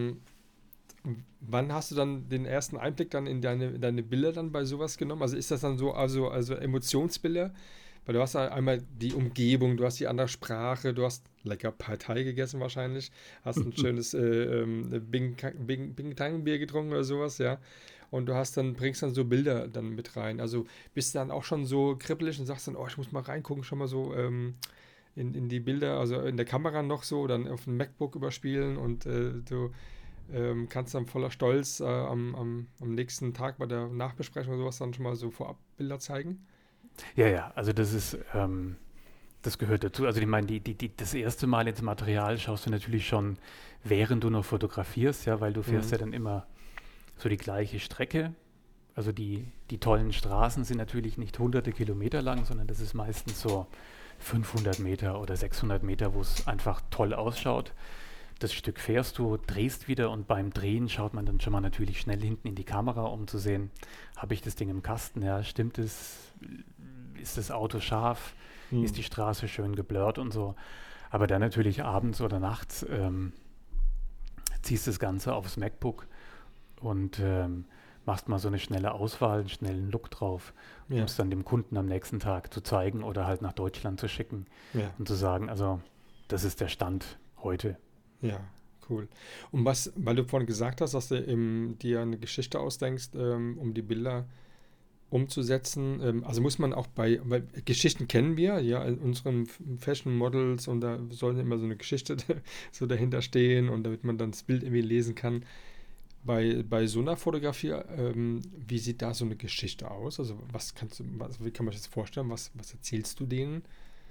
wann hast du dann den ersten Einblick dann in deine Bilder dann bei sowas genommen? Also ist das dann so, also Emotionsbilder? Weil du hast ja einmal die Umgebung, du hast die andere Sprache, du hast lecker Partei gegessen wahrscheinlich, hast ein schönes Bing-Tang-Bier getrunken oder sowas, ja. Und bringst dann so Bilder dann mit rein. Also bist du dann auch schon so kribbelig und sagst dann, oh, ich muss mal reingucken, schon mal so in die Bilder, also in der Kamera noch so, dann auf dem MacBook überspielen und du kannst dann voller Stolz am nächsten Tag bei der Nachbesprechung oder sowas dann schon mal so Vorabbilder zeigen. Ja, also das ist, das gehört dazu. Also ich meine, das erste Mal ins Material schaust du natürlich schon, während du noch fotografierst, ja, weil du fährst ja dann immer so die gleiche Strecke. Also die tollen Straßen sind natürlich nicht hunderte Kilometer lang, sondern das ist meistens so 500 Meter oder 600 Meter, wo es einfach toll ausschaut. Das Stück fährst du, drehst wieder und beim Drehen schaut man dann schon mal natürlich schnell hinten in die Kamera, um zu sehen, habe ich das Ding im Kasten, ja, stimmt es, ist das Auto scharf, ist die Straße schön geblurrt und so. Aber dann natürlich abends oder nachts ziehst das Ganze aufs MacBook und machst mal so eine schnelle Auswahl, einen schnellen Look drauf, um es dann dem Kunden am nächsten Tag zu zeigen oder halt nach Deutschland zu schicken und zu sagen, also das ist der Stand heute. Ja, cool. Und weil du vorhin gesagt hast, dass du dir eine Geschichte ausdenkst, um die Bilder umzusetzen, also muss man auch weil Geschichten kennen wir, ja, in unseren Fashion Models und da soll immer so eine Geschichte so dahinter stehen und damit man dann das Bild irgendwie lesen kann. Bei so einer Fotografie, wie sieht da so eine Geschichte aus? Also wie kann man sich das vorstellen? Was erzählst du denen?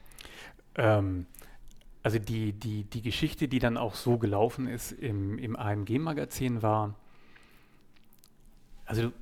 Also die Geschichte, die dann auch so gelaufen ist im AMG-Magazin war, also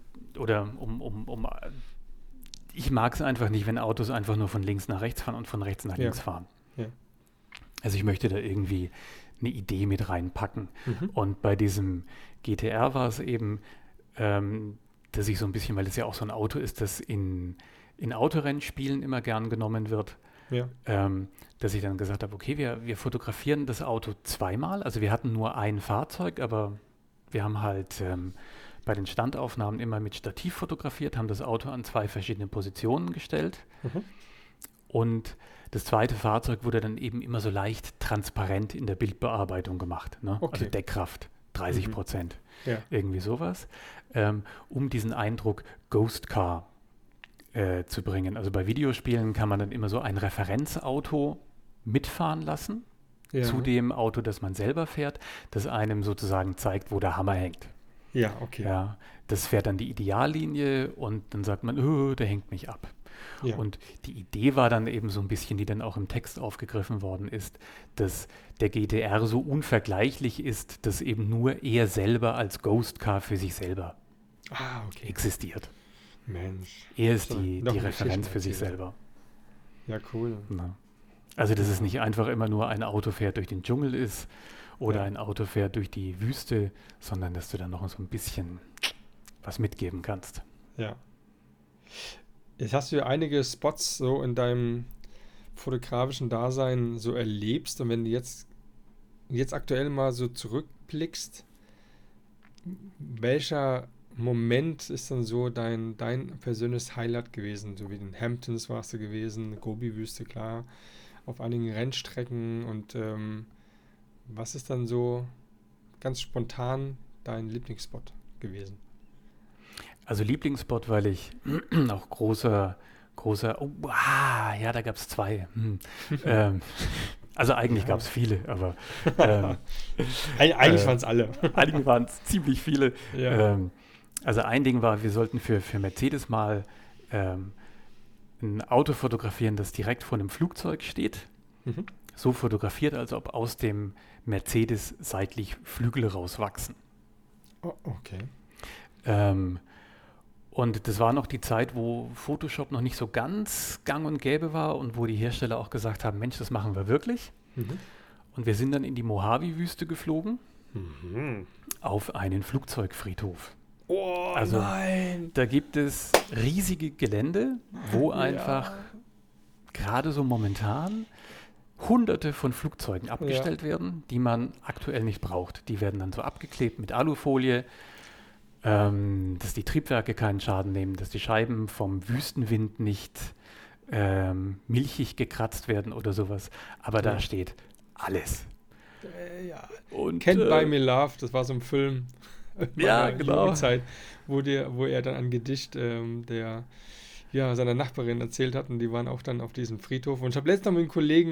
ich mag es einfach nicht, wenn Autos einfach nur von links nach rechts fahren und von rechts nach links fahren. Ja. Also ich möchte da irgendwie eine Idee mit reinpacken. Und bei diesem GTR war es eben, dass ich so ein bisschen, weil es ja auch so ein Auto ist, das in Autorennspielen immer gern genommen wird, dass ich dann gesagt habe, okay, wir fotografieren das Auto zweimal. Also wir hatten nur ein Fahrzeug, aber wir haben halt bei den Standaufnahmen immer mit Stativ fotografiert, haben das Auto an 2 verschiedene Positionen gestellt. Und das zweite Fahrzeug wurde dann eben immer so leicht transparent in der Bildbearbeitung gemacht. Ne? Okay. Also Deckkraft 30%, irgendwie sowas, um diesen Eindruck Ghost Car zu bringen. Also bei Videospielen kann man dann immer so ein Referenzauto mitfahren lassen zu dem Auto, das man selber fährt, das einem sozusagen zeigt, wo der Hammer hängt. Ja, okay. Ja, das fährt dann die Ideallinie und dann sagt man, der hängt mich ab. Ja. Und die Idee war dann eben so ein bisschen, die dann auch im Text aufgegriffen worden ist, dass der GTR so unvergleichlich ist, dass eben nur er selber als Ghost Car für sich selber existiert. Mensch. Er ist die Referenz für sich selber. Ja, cool. Na. Also, dass es nicht einfach immer nur ein Auto fährt durch den Dschungel ist oder ein Auto fährt durch die Wüste, sondern dass du dann noch so ein bisschen was mitgeben kannst. Ja. Jetzt hast du ja einige Spots so in deinem fotografischen Dasein so erlebst, und wenn du jetzt aktuell mal so zurückblickst, welcher Moment ist dann so dein persönliches Highlight gewesen? So wie in den Hamptons warst du gewesen, Gobi-Wüste, klar, auf einigen Rennstrecken, und was ist dann so ganz spontan dein Lieblingsspot gewesen? Also Lieblingsspot, weil ich auch großer, da gab es 2. Also eigentlich gab es viele, aber eigentlich waren es alle. Eigentlich waren es ziemlich viele. Ja. Also ein Ding war, wir sollten für Mercedes mal ein Auto fotografieren, das direkt vor einem Flugzeug steht. So fotografiert, als ob aus dem Mercedes seitlich Flügel rauswachsen. Oh, okay. Und das war noch die Zeit, wo Photoshop noch nicht so ganz gang und gäbe war und wo die Hersteller auch gesagt haben, Mensch, das machen wir wirklich. Und wir sind dann in die Mojave-Wüste geflogen, auf einen Flugzeugfriedhof. Oh, also, nein! Da gibt es riesige Gelände, wo einfach gerade so momentan Hunderte von Flugzeugen abgestellt werden, die man aktuell nicht braucht. Die werden dann so abgeklebt mit Alufolie, dass die Triebwerke keinen Schaden nehmen, dass die Scheiben vom Wüstenwind nicht milchig gekratzt werden oder sowas. Aber da steht alles. Und Can't Buy Me Love, das war so ein Film. Ja, genau. Zeit, wo er dann ein Gedicht seiner Nachbarin erzählt hat, und die waren auch dann auf diesem Friedhof. Und ich habe letztens noch mit einem Kollegen,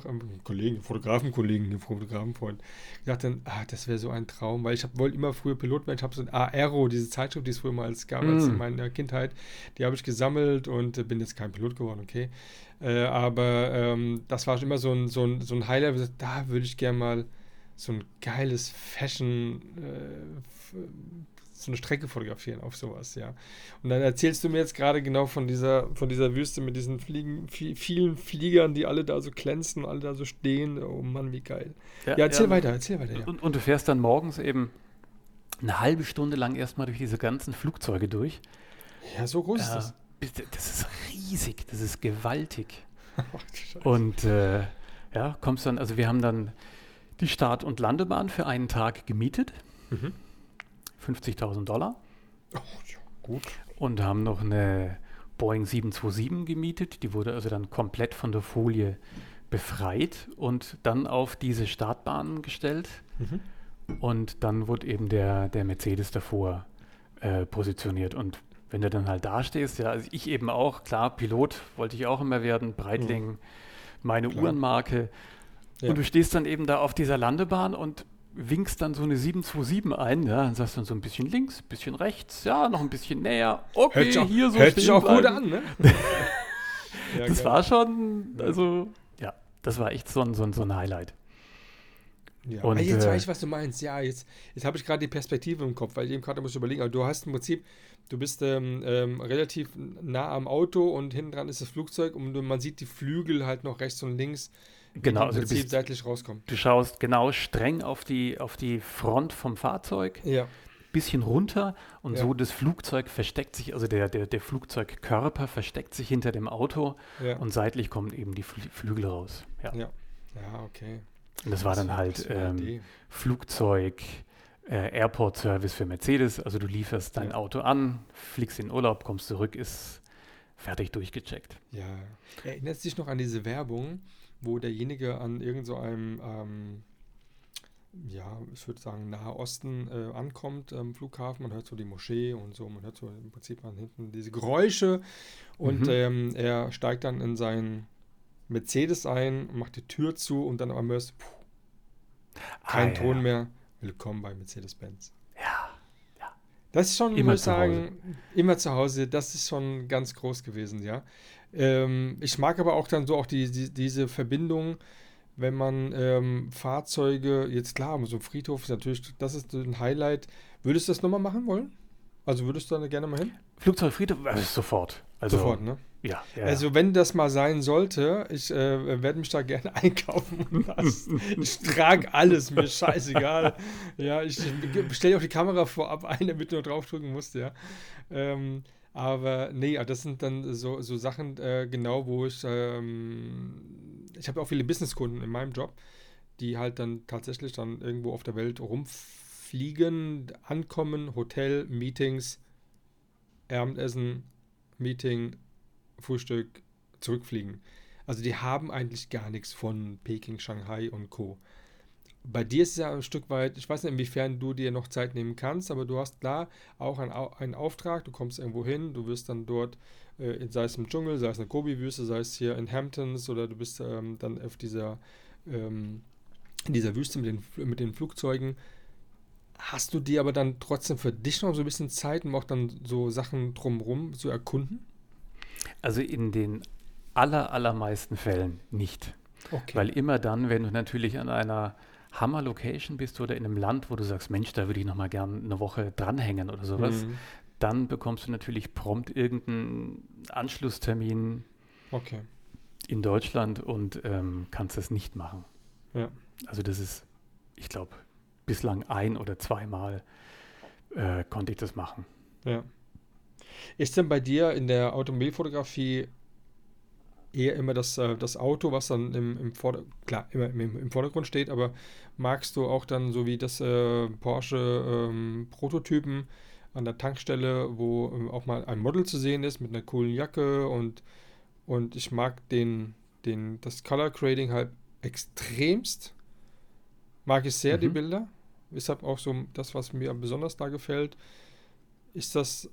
Fotografenfreund, gesagt dann, das wäre so ein Traum, weil ich wollte immer früher Pilot werden. Ich habe so ein Aero, diese Zeitschrift, die es früher mal gab, als in meiner Kindheit, die habe ich gesammelt und bin jetzt kein Pilot geworden, okay. Aber das war schon immer so ein Highlight, da würde ich gerne mal so ein geiles Fashion, so eine Strecke fotografieren auf sowas, ja. Und dann erzählst du mir jetzt gerade genau von dieser Wüste mit diesen vielen Fliegern, die alle da so glänzen, alle da so stehen. Oh Mann, wie geil. Ja, erzähl weiter. Ja. Und du fährst dann morgens eben eine halbe Stunde lang erstmal durch diese ganzen Flugzeuge durch. Ja, so groß ist das. Das ist riesig, das ist gewaltig. Ach, Scheiße. Und kommst dann, also wir haben dann die Start- und Landebahn für einen Tag gemietet. $50.000. Oh, ja, gut. Und haben noch eine Boeing 727 gemietet. Die wurde also dann komplett von der Folie befreit und dann auf diese Startbahn gestellt. Und dann wurde eben der Mercedes davor positioniert. Und wenn du dann halt da stehst, also ich eben auch, klar, Pilot wollte ich auch immer werden, Breitling, meine Uhrenmarke. Ja. Und du stehst dann eben da auf dieser Landebahn und winkst dann so eine 727 ein, und sagst dann so ein bisschen links, ein bisschen rechts, noch ein bisschen näher. Okay, hier so hört sich auch gut an, ne? Das geil. War schon, also, das war echt so ein Highlight. Ja, und jetzt weiß ich, was du meinst. Ja, jetzt habe ich gerade die Perspektive im Kopf, weil ich eben gerade muss überlegen, aber du hast im Prinzip, du bist relativ nah am Auto und hinten dran ist das Flugzeug und man sieht die Flügel halt noch rechts und links. Genau, also du bist seitlich rauskommen. Du schaust genau streng auf die Front vom Fahrzeug. Ja. bisschen runter und Ja. so das Flugzeug versteckt sich, also der Flugzeugkörper versteckt sich hinter dem Auto Ja. und seitlich kommen eben die Flügel raus. Ja. Ja. Ja, okay. Und das war dann Was halt für eine Idee. Flugzeug, Airport-Service für Mercedes. Also du lieferst dein Ja. Auto an, fliegst in den Urlaub, kommst zurück, ist fertig durchgecheckt. Ja. Erinnert sich noch an diese Werbung, wo derjenige an irgend so einem, ja, ich würde sagen, Nahe Osten ankommt am Flughafen. Man hört so die Moschee und so. Man hört so im Prinzip an hinten diese Geräusche. Und er steigt dann in seinen Mercedes ein, macht die Tür zu und dann am hörst du, kein Ton mehr. Willkommen bei Mercedes-Benz. Ja. Das ist schon, Immer muss ich zu Hause. sagen, immer zu Hause. Das ist schon ganz groß gewesen, ja. Ich mag aber auch dann so auch diese Verbindung, wenn man Fahrzeuge, jetzt klar, so ein Friedhof ist natürlich, das ist ein Highlight. Würdest du das nochmal machen wollen? Also würdest du da gerne mal hin? Flugzeugfriedhof, sofort. Also, Sofort, ne? Ja. Also wenn das mal sein sollte, ich werde mich da gerne einkaufen und ich trage alles, mir ist scheißegal. Ja, ich stelle auch die Kamera vorab ein, damit du nur draufdrücken musst, ja. Aber nee, das sind dann so Sachen, genau, wo ich habe auch viele Businesskunden in meinem Job, die halt dann tatsächlich dann irgendwo auf der Welt rumfliegen, ankommen, Hotel, Meetings, Abendessen, Meeting, Frühstück, zurückfliegen. Also die haben eigentlich gar nichts von Peking, Shanghai und Co. Bei dir ist es ja ein Stück weit, ich weiß nicht, inwiefern du dir noch Zeit nehmen kannst, aber du hast klar auch einen Auftrag, du kommst irgendwo hin, du wirst dann dort, sei es im Dschungel, sei es in der Gobi-Wüste, sei es hier in Hamptons oder du bist dann auf in dieser Wüste mit den Flugzeugen. Hast du dir aber dann trotzdem für dich noch so ein bisschen Zeit, um auch dann so Sachen drumherum zu erkunden? Also in den allermeisten Fällen nicht. Okay. Weil immer dann, wenn du natürlich an einer Hammer-Location bist oder in einem Land, wo du sagst, Mensch, da würde ich noch mal gern eine Woche dranhängen oder sowas, dann bekommst du natürlich prompt irgendeinen Anschlusstermin Okay. in Deutschland und kannst das nicht machen. Ja. Also das ist, ich glaube, bislang ein- oder zweimal konnte ich das machen. Ja. Ist denn bei dir in der Automobilfotografie eher immer das Auto, was dann immer im Vordergrund steht, aber magst du auch dann so wie das Porsche Prototypen an der Tankstelle, wo auch mal ein Model zu sehen ist mit einer coolen Jacke und ich mag das Color Grading halt extremst. Mag ich sehr die Bilder. Ist halt auch so das, was mir besonders da gefällt. Ist das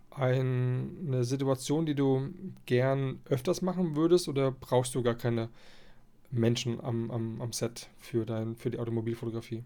eine Situation, die du gern öfters machen würdest oder brauchst du gar keine Menschen am Set für die Automobilfotografie?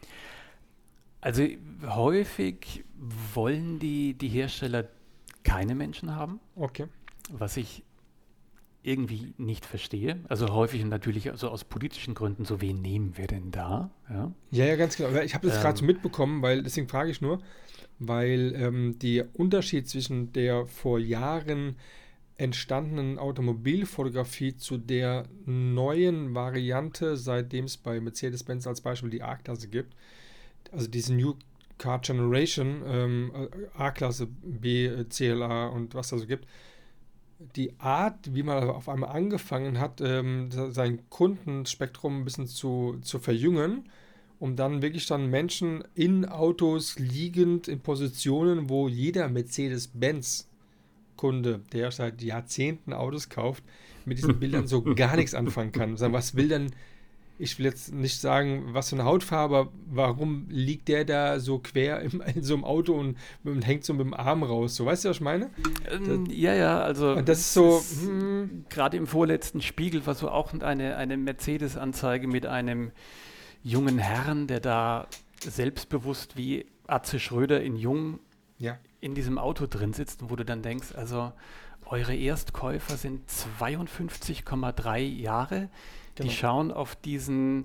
Also häufig wollen die Hersteller keine Menschen haben, Okay. was ich irgendwie nicht verstehe. Also häufig natürlich also aus politischen Gründen, so wen nehmen wir denn da? Ja, ganz genau. Ich habe das gerade so mitbekommen, deswegen frage ich nur, weil der Unterschied zwischen der vor Jahren entstandenen Automobilfotografie zu der neuen Variante, seitdem es bei Mercedes-Benz als Beispiel die A-Klasse gibt, also diese New Car Generation, A-Klasse, B, CLA und was da so gibt, die Art, wie man auf einmal angefangen hat, sein Kundenspektrum ein bisschen zu verjüngen, um dann wirklich dann Menschen in Autos liegend in Positionen, wo jeder Mercedes-Benz-Kunde, der seit Jahrzehnten Autos kauft, mit diesen Bildern so gar nichts anfangen kann. Sagen, was will denn, ich will jetzt nicht sagen, was für eine Hautfarbe, aber warum liegt der da so quer in so einem Auto und hängt so mit dem Arm raus? So, weißt du, was ich meine? Also und das ist so, gerade im vorletzten Spiegel war so auch eine Mercedes-Anzeige mit einem jungen Herrn, der da selbstbewusst wie Atze Schröder in Jung in diesem Auto drin sitzt, wo du dann denkst, also eure Erstkäufer sind 52,3 Jahre, die schauen auf diesen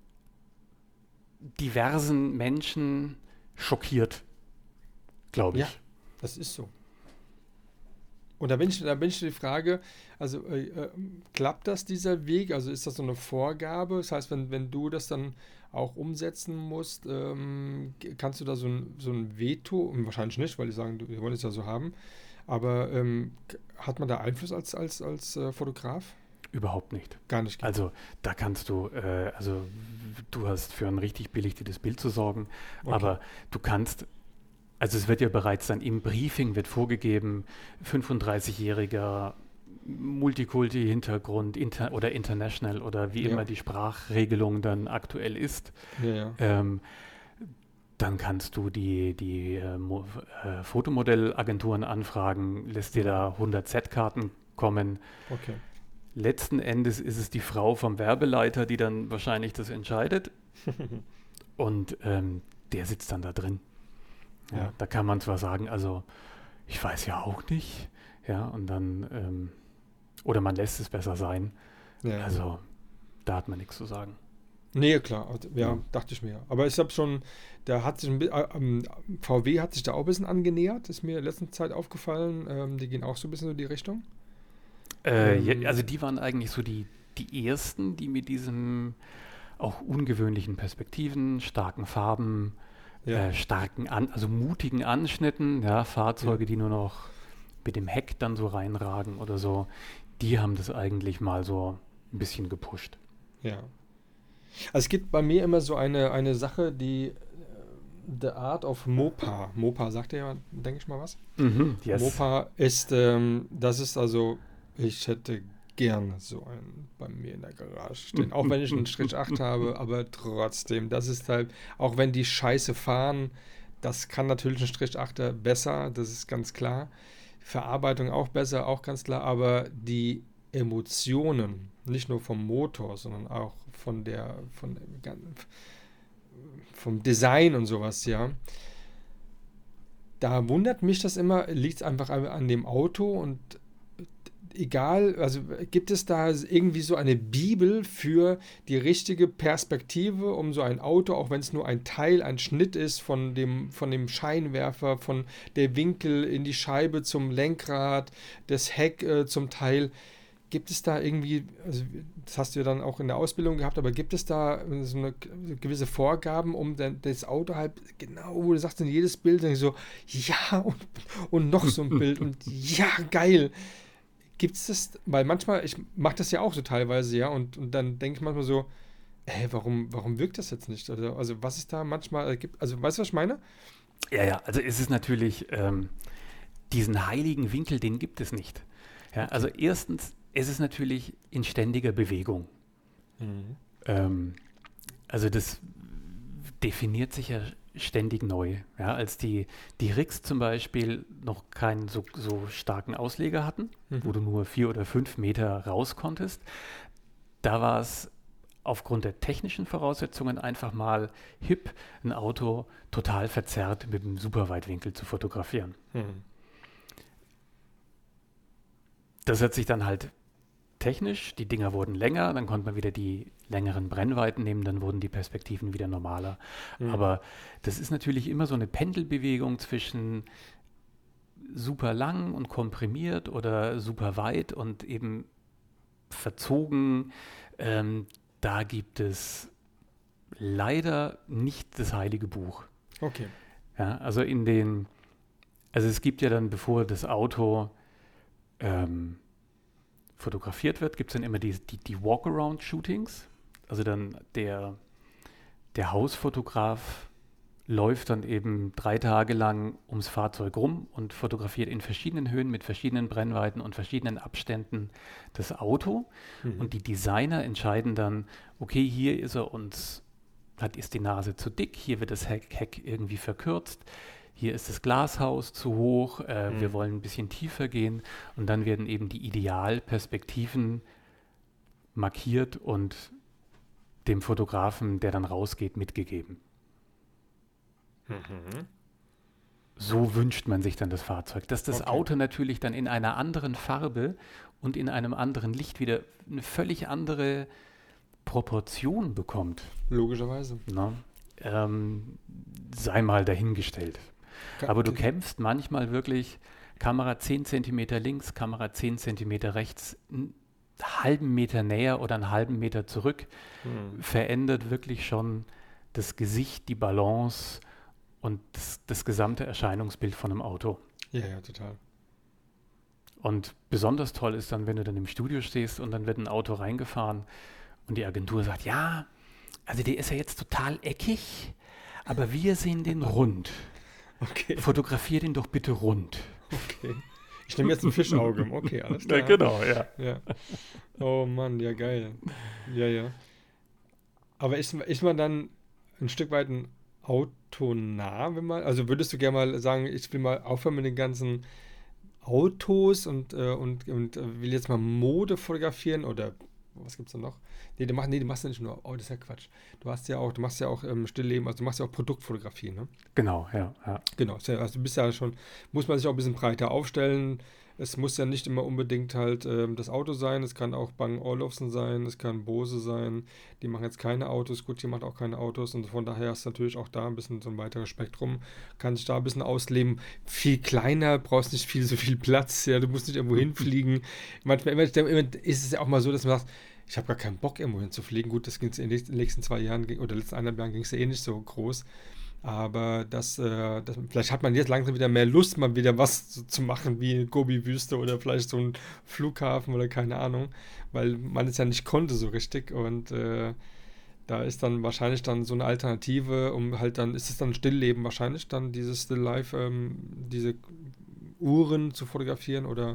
diversen Menschen schockiert, glaube ich. Ja, das ist so. Und da bin ich die Frage, also klappt das, dieser Weg? Also ist das so eine Vorgabe? Das heißt, wenn du das dann auch umsetzen musst, kannst du da so ein Veto, wahrscheinlich nicht, weil die sagen, wir wollen es ja so haben, aber hat man da Einfluss als Fotograf? Überhaupt nicht. Gar nicht. Also da kannst du, also du hast für ein richtig belichtete Bild zu sorgen, Okay. aber du kannst, also es wird ja bereits dann im Briefing wird vorgegeben, 35-jähriger Multikulti-Hintergrund oder international oder wie Ja. immer die Sprachregelung dann aktuell ist. Ja. Dann kannst du die Fotomodell-Agenturen anfragen, lässt dir da 100 Z-Karten kommen. Okay. Letzten Endes ist es die Frau vom Werbeleiter, die dann wahrscheinlich das entscheidet. Und der sitzt dann da drin. Ja, da kann man zwar sagen, also ich weiß ja auch nicht, ja, und dann, oder man lässt es besser sein. Ja. Also da hat man nichts zu sagen. Nee, klar, ja, dachte ich mir. Aber ich habe schon, da hat sich VW hat sich da auch ein bisschen angenähert, ist mir in letzter Zeit aufgefallen. Die gehen auch so ein bisschen in die Richtung. Also die waren eigentlich so die ersten, die mit diesem auch ungewöhnlichen Perspektiven, starken Farben, also mutigen Anschnitten, ja, Fahrzeuge, die nur noch mit dem Heck dann so reinragen oder so, die haben das eigentlich mal so ein bisschen gepusht. Ja. Also es gibt bei mir immer so eine Sache, die The Art of Mopa. Mopa sagt ja, denke ich mal was. Yes. Mopa ist, das ist also, ich hätte gerne so einen bei mir in der Garage stehen. Auch wenn ich einen Strich 8 habe, aber trotzdem, das ist halt, auch wenn die Scheiße fahren, das kann natürlich ein Strich 8er besser, das ist ganz klar. Verarbeitung auch besser, auch ganz klar, aber die Emotionen, nicht nur vom Motor, sondern auch vom Design und sowas, ja. Da wundert mich das immer, liegt es einfach an dem Auto und egal, also gibt es da irgendwie so eine Bibel für die richtige Perspektive, um so ein Auto, auch wenn es nur ein Schnitt ist von dem Scheinwerfer, von der Winkel in die Scheibe zum Lenkrad, das Heck zum Teil, gibt es da irgendwie, also das hast du ja dann auch in der Ausbildung gehabt, aber gibt es da so eine gewisse Vorgaben, um das Auto halt genau, wo du sagst, in jedes Bild dann so, ja, und noch so ein Bild und ja, geil. Gibt es das, weil manchmal, ich mache das ja auch so teilweise, ja, und dann denke ich manchmal so, warum wirkt das jetzt nicht? Also was es da manchmal gibt, also weißt du, was ich meine? Ja, also es ist natürlich, diesen heiligen Winkel, den gibt es nicht. Ja, also erstens, es ist natürlich in ständiger Bewegung. Also das definiert sich ja ständig neu. Ja, als die Rix zum Beispiel noch keinen so starken Ausleger hatten, wo du nur 4 oder 5 Meter raus konntest, da war es aufgrund der technischen Voraussetzungen einfach mal hip, ein Auto total verzerrt mit einem Superweitwinkel zu fotografieren. Das hat sich dann halt technisch, die Dinger wurden länger, dann konnte man wieder die längeren Brennweiten nehmen, dann wurden die Perspektiven wieder normaler. Aber das ist natürlich immer so eine Pendelbewegung zwischen super lang und komprimiert oder super weit und eben verzogen. Da gibt es leider nicht das heilige Buch. Okay. Ja, also es gibt ja dann, bevor das Auto fotografiert wird, gibt es dann immer die Walk-Around-Shootings. Also dann der Hausfotograf läuft dann eben 3 Tage lang ums Fahrzeug rum und fotografiert in verschiedenen Höhen mit verschiedenen Brennweiten und verschiedenen Abständen das Auto. Und die Designer entscheiden dann, okay, hier ist die Nase zu dick, hier wird das Heck irgendwie verkürzt, hier ist das Glashaus zu hoch, wir wollen ein bisschen tiefer gehen und dann werden eben die Idealperspektiven markiert und dem Fotografen, der dann rausgeht, mitgegeben. So wünscht man sich dann das Fahrzeug. Dass das Auto natürlich dann in einer anderen Farbe und in einem anderen Licht wieder eine völlig andere Proportion bekommt. Logischerweise. Na, sei mal dahingestellt. Aber du kämpfst manchmal wirklich Kamera 10 cm links, Kamera 10 cm rechts, einen halben Meter näher oder einen halben Meter zurück, verändert wirklich schon das Gesicht, die Balance und das gesamte Erscheinungsbild von einem Auto. Ja, total. Und besonders toll ist dann, wenn du dann im Studio stehst und dann wird ein Auto reingefahren und die Agentur sagt, ja, also der ist ja jetzt total eckig, aber wir sehen den rund. Okay. Fotografier den doch bitte rund. Okay. Ich nehme jetzt ein Fischauge. Okay, alles klar. Ja, genau, ja. Oh Mann, ja geil. Ja. Aber ist man dann ein Stück weit ein autonah, wenn man, also würdest du gerne mal sagen, ich will mal aufhören mit den ganzen Autos und will jetzt mal Mode fotografieren oder was gibt's da noch? Nee, du machst ja nicht nur, das ist ja Quatsch. Du machst ja auch Stillleben, also du machst ja auch Produktfotografie, ne? Genau, ja. Genau, also du bist ja schon, muss man sich auch ein bisschen breiter aufstellen. Es muss ja nicht immer unbedingt halt das Auto sein, es kann auch Bang Olufsen sein, es kann Bose sein. Die machen jetzt keine Autos, Gucci macht auch keine Autos und von daher ist natürlich auch da ein bisschen so ein weiteres Spektrum, kann sich da ein bisschen ausleben. Viel kleiner, brauchst nicht so viel Platz, ja, du musst nicht irgendwo hinfliegen. Manchmal ist es ja auch mal so, dass man sagt, ich habe gar keinen Bock, irgendwo hinzufliegen. Gut, das ging in den nächsten 2 Jahren oder letzten 1,5 Jahren ging es ja eh nicht so groß. Aber vielleicht hat man jetzt langsam wieder mehr Lust, mal wieder was zu machen, wie eine Gobi-Wüste oder vielleicht so ein Flughafen oder keine Ahnung, weil man es ja nicht konnte so richtig. Und da ist dann wahrscheinlich dann so eine Alternative, ist es dann Stillleben wahrscheinlich, dann dieses Still Life, diese Uhren zu fotografieren oder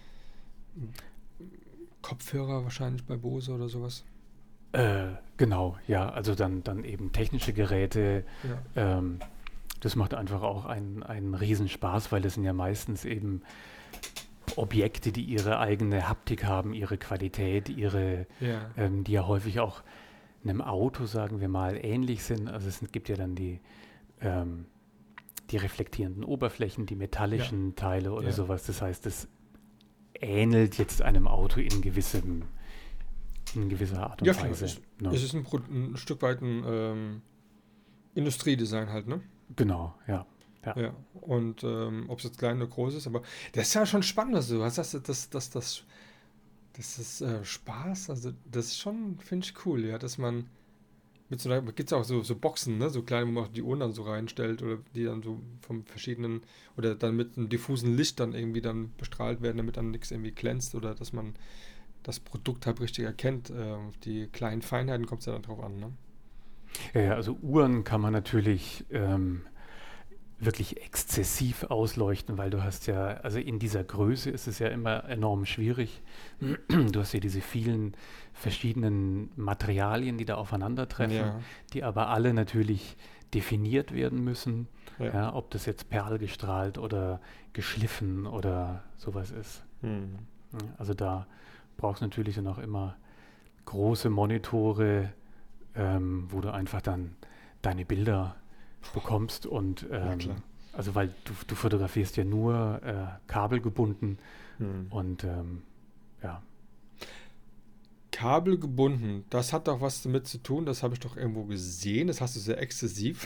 Kopfhörer wahrscheinlich bei Bose oder sowas. Genau, ja, also dann eben technische Geräte. Ja. Das macht einfach auch einen Riesenspaß, weil das sind ja meistens eben Objekte, die ihre eigene Haptik haben, ihre Qualität, die ja häufig auch einem Auto, sagen wir mal, ähnlich sind. Also es gibt ja dann die reflektierenden Oberflächen, die metallischen Teile oder sowas. Das heißt, das ähnelt jetzt einem Auto in gewisser Art und Weise. Es ist ein Stück weit ein Industriedesign halt, ne? Genau, ja. Und ob es jetzt klein oder groß ist, aber das ist ja schon spannend, was du hast. Das ist Spaß, also das ist schon, finde ich cool, ja, dass man gibt es auch so Boxen, ne, so kleine, wo man auch die Uhren dann so reinstellt oder die dann so vom verschiedenen oder dann mit einem diffusen Licht dann irgendwie dann bestrahlt werden, damit dann nichts irgendwie glänzt oder dass man das Produkt halt richtig erkennt. Die kleinen Feinheiten kommt es ja dann drauf an, ne? Ja, also Uhren kann man natürlich wirklich exzessiv ausleuchten, weil du hast ja, also in dieser Größe ist es ja immer enorm schwierig. Du hast ja diese vielen verschiedenen Materialien, die da aufeinandertreffen, die aber alle natürlich definiert werden müssen, ob das jetzt perlgestrahlt oder geschliffen oder sowas ist. Also da brauchst du natürlich dann auch immer große Monitore, wo du einfach dann deine Bilder bekommst und also weil du fotografierst ja nur kabelgebunden und Kabelgebunden, das hat doch was damit zu tun, das habe ich doch irgendwo gesehen, das hast du sehr exzessiv.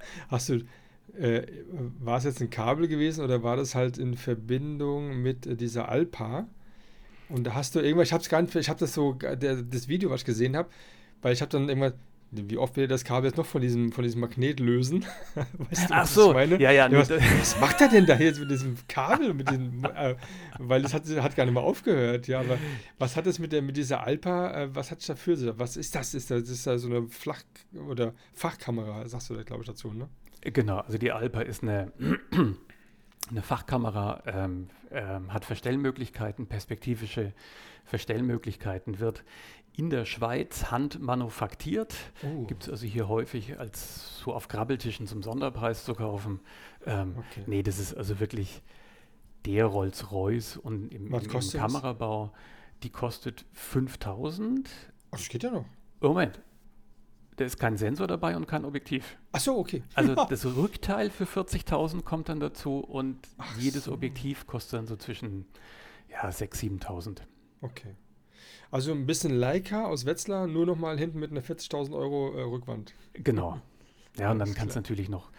War es jetzt ein Kabel gewesen oder war das halt in Verbindung mit dieser Alpa? Und da hast du irgendwas, das Video, was ich gesehen habe, weil ich habe dann irgendwann, wie oft will das Kabel jetzt noch von diesem Magnet lösen? Weißt du, ach so, ich meine? ja. Was macht er denn da jetzt mit diesem Kabel? Weil das hat gar nicht mehr aufgehört. Ja, aber was hat es mit dieser Alpa, was hat es dafür? Was ist das? Ist das so eine oder Fachkamera, sagst du da, glaube ich, dazu, ne? Genau, also die Alpa ist eine Fachkamera, hat Verstellmöglichkeiten, perspektivische Verstellmöglichkeiten, wird in der Schweiz handmanufaktiert. Gibt es also hier häufig als so auf Grabbeltischen zum Sonderpreis zu kaufen. Nee, das ist also wirklich der Rolls-Royce und im Kamerabau, die kostet 5.000. Ach, das geht ja noch. Moment, da ist kein Sensor dabei und kein Objektiv. Ach so, okay. Also das Rückteil für 40.000 kommt dann dazu und jedes Objektiv kostet dann so zwischen 6.000, 7.000. Okay. Also ein bisschen Leica aus Wetzlar, nur nochmal hinten mit einer 40.000 € Rückwand. Genau. Ja, und dann kannst du natürlich noch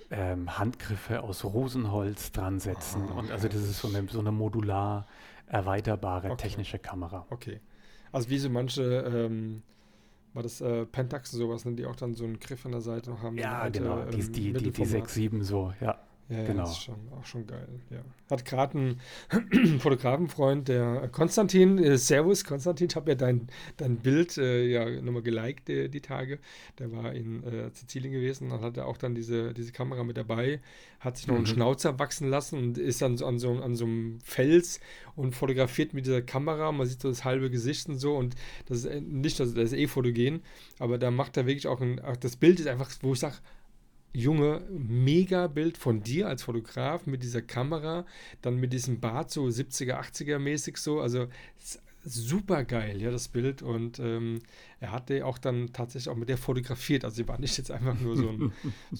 Handgriffe aus Rosenholz dran setzen. Und also das ist so eine modular erweiterbare technische Kamera. Okay. Also wie so manche, war das Pentax und sowas, ne, die auch dann so einen Griff an der Seite noch haben. Ja, genau. Die 6-7 so, ja. Ja, genau. Das ist auch schon geil. Ja. Hat gerade ein Fotografenfreund, der Konstantin, Servus Konstantin, ich habe ja dein Bild nochmal geliked die Tage. Der war in Sizilien gewesen und hatte auch dann diese Kamera mit dabei, hat sich noch einen Schnauzer wachsen lassen und ist dann so an so einem Fels und fotografiert mit dieser Kamera. Man sieht so das halbe Gesicht und so und das ist nicht, das ist fotogen, aber da macht er wirklich auch das Bild ist einfach, wo ich sage, Junge, mega Bild von dir als Fotograf mit dieser Kamera, dann mit diesem Bart so 70er, 80er mäßig so, also super geil, ja, das Bild und er hatte auch dann tatsächlich auch mit der fotografiert, also sie war nicht jetzt einfach nur so ein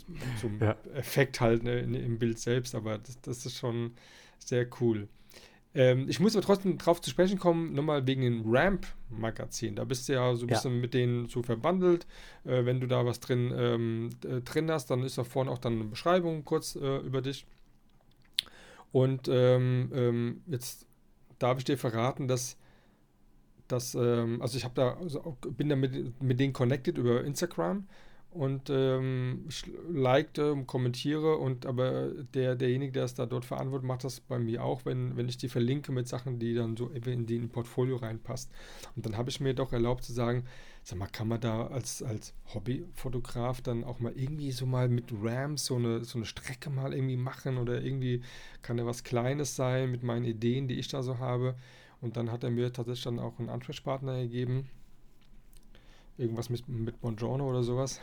Effekt halt im Bild selbst, aber das ist schon sehr cool. Ich muss aber trotzdem drauf zu sprechen kommen, nochmal wegen dem Ramp-Magazin. Da bist du ja so ein bisschen mit denen so verbandelt. Wenn du da was drin hast, dann ist da vorne auch dann eine Beschreibung kurz über dich. Und jetzt darf ich dir verraten, dass also ich bin da mit denen connected über Instagram. Und ich likte und kommentiere aber derjenige, der es da dort verantwortet, macht das bei mir auch, wenn ich die verlinke mit Sachen, die dann so in die Portfolio reinpasst. Und dann habe ich mir doch erlaubt zu sagen, sag mal, kann man da als Hobbyfotograf dann auch mal irgendwie so mal mit Rams so eine Strecke mal irgendwie machen oder irgendwie kann da was Kleines sein mit meinen Ideen, die ich da so habe. Und dann hat er mir tatsächlich dann auch einen Ansprechpartner gegeben. Irgendwas mit Buongiorno oder sowas.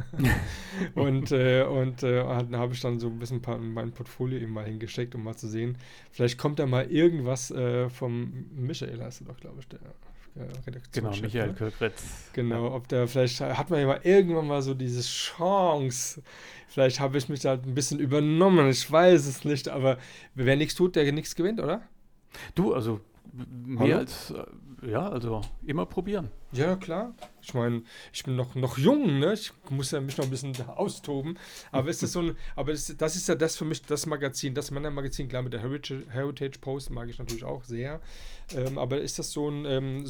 und da habe ich dann so ein bisschen mein Portfolio eben mal hingesteckt, um mal zu sehen, vielleicht kommt da mal irgendwas vom Michael, heißt du doch, glaube ich, der Redaktionschef. Genau, Michael Kirkretz. Genau, vielleicht hat man ja mal irgendwann mal so diese Chance. Vielleicht habe ich mich da ein bisschen übernommen, ich weiß es nicht, aber wer nichts tut, der nichts gewinnt, oder? Du, also mehr als, also immer probieren. Ja, klar. Ich meine, ich bin noch jung, ne? Ich muss ja mich noch ein bisschen austoben. Aber ist das das ist ja das für mich, das Magazin, das Männermagazin, klar, mit der Heritage Post mag ich natürlich auch sehr. Aber ist das so ein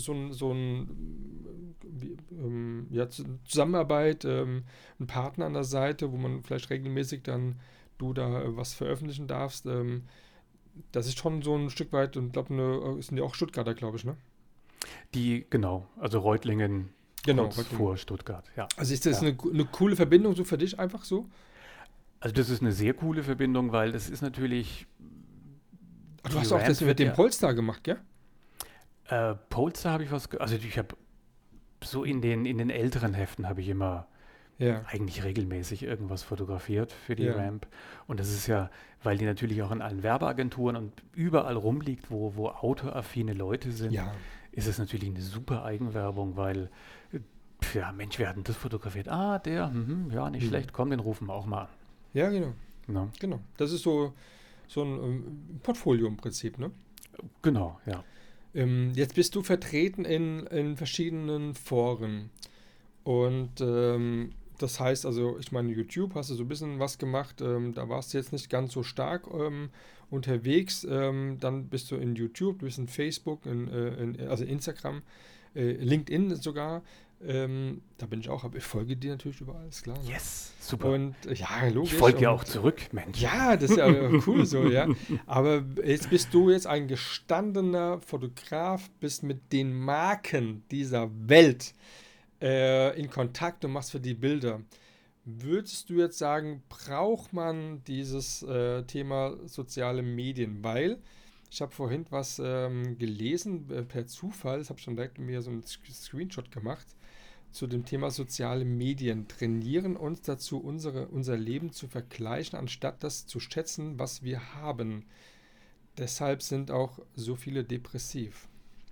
Zusammenarbeit, ein Partner an der Seite, wo man vielleicht regelmäßig dann du da was veröffentlichen darfst? Das ist schon so ein Stück weit, und ich glaube, sind die auch Stuttgarter, glaube ich, ne? Genau, also Reutlingen vor Stuttgart, ja. Also ist das eine coole Verbindung so für dich einfach so? Also das ist eine sehr coole Verbindung, weil das ist natürlich... Du hast auch das mit dem Polestar gemacht, gell? Polestar habe ich also ich habe so in den älteren Heften habe ich immer eigentlich regelmäßig irgendwas fotografiert für die Ramp. Und das ist ja, weil die natürlich auch in allen Werbeagenturen und überall rumliegt, wo autoaffine Leute sind, ist es natürlich eine super Eigenwerbung, weil, Mensch, wer hat denn das fotografiert? Ah, der, nicht schlecht, komm, den rufen wir auch mal an. Ja, genau. No. Genau. Das ist so ein Portfolio im Prinzip, ne? Genau, ja. Jetzt bist du vertreten in verschiedenen Foren. Und das heißt, also ich meine, YouTube hast du so ein bisschen was gemacht, da warst du jetzt nicht ganz so stark unterwegs, dann bist du in YouTube, du bist in Facebook, also Instagram, LinkedIn sogar, da bin ich auch, aber ich folge dir natürlich überall, ist klar. Ne? Yes, super. Und ja, logisch. Ich folge dir auch zurück, Mensch. Ja, das ist ja cool so, ja. Aber jetzt bist du jetzt ein gestandener Fotograf, bist mit den Marken dieser Welt in Kontakt und machst für die Bilder. Würdest du jetzt sagen, braucht man dieses Thema soziale Medien? Weil ich habe vorhin was gelesen per Zufall, das habe ich schon direkt mir so einen Screenshot gemacht, zu dem Thema soziale Medien. Trainieren uns dazu, unser Leben zu vergleichen, anstatt das zu schätzen, was wir haben. Deshalb sind auch so viele depressiv.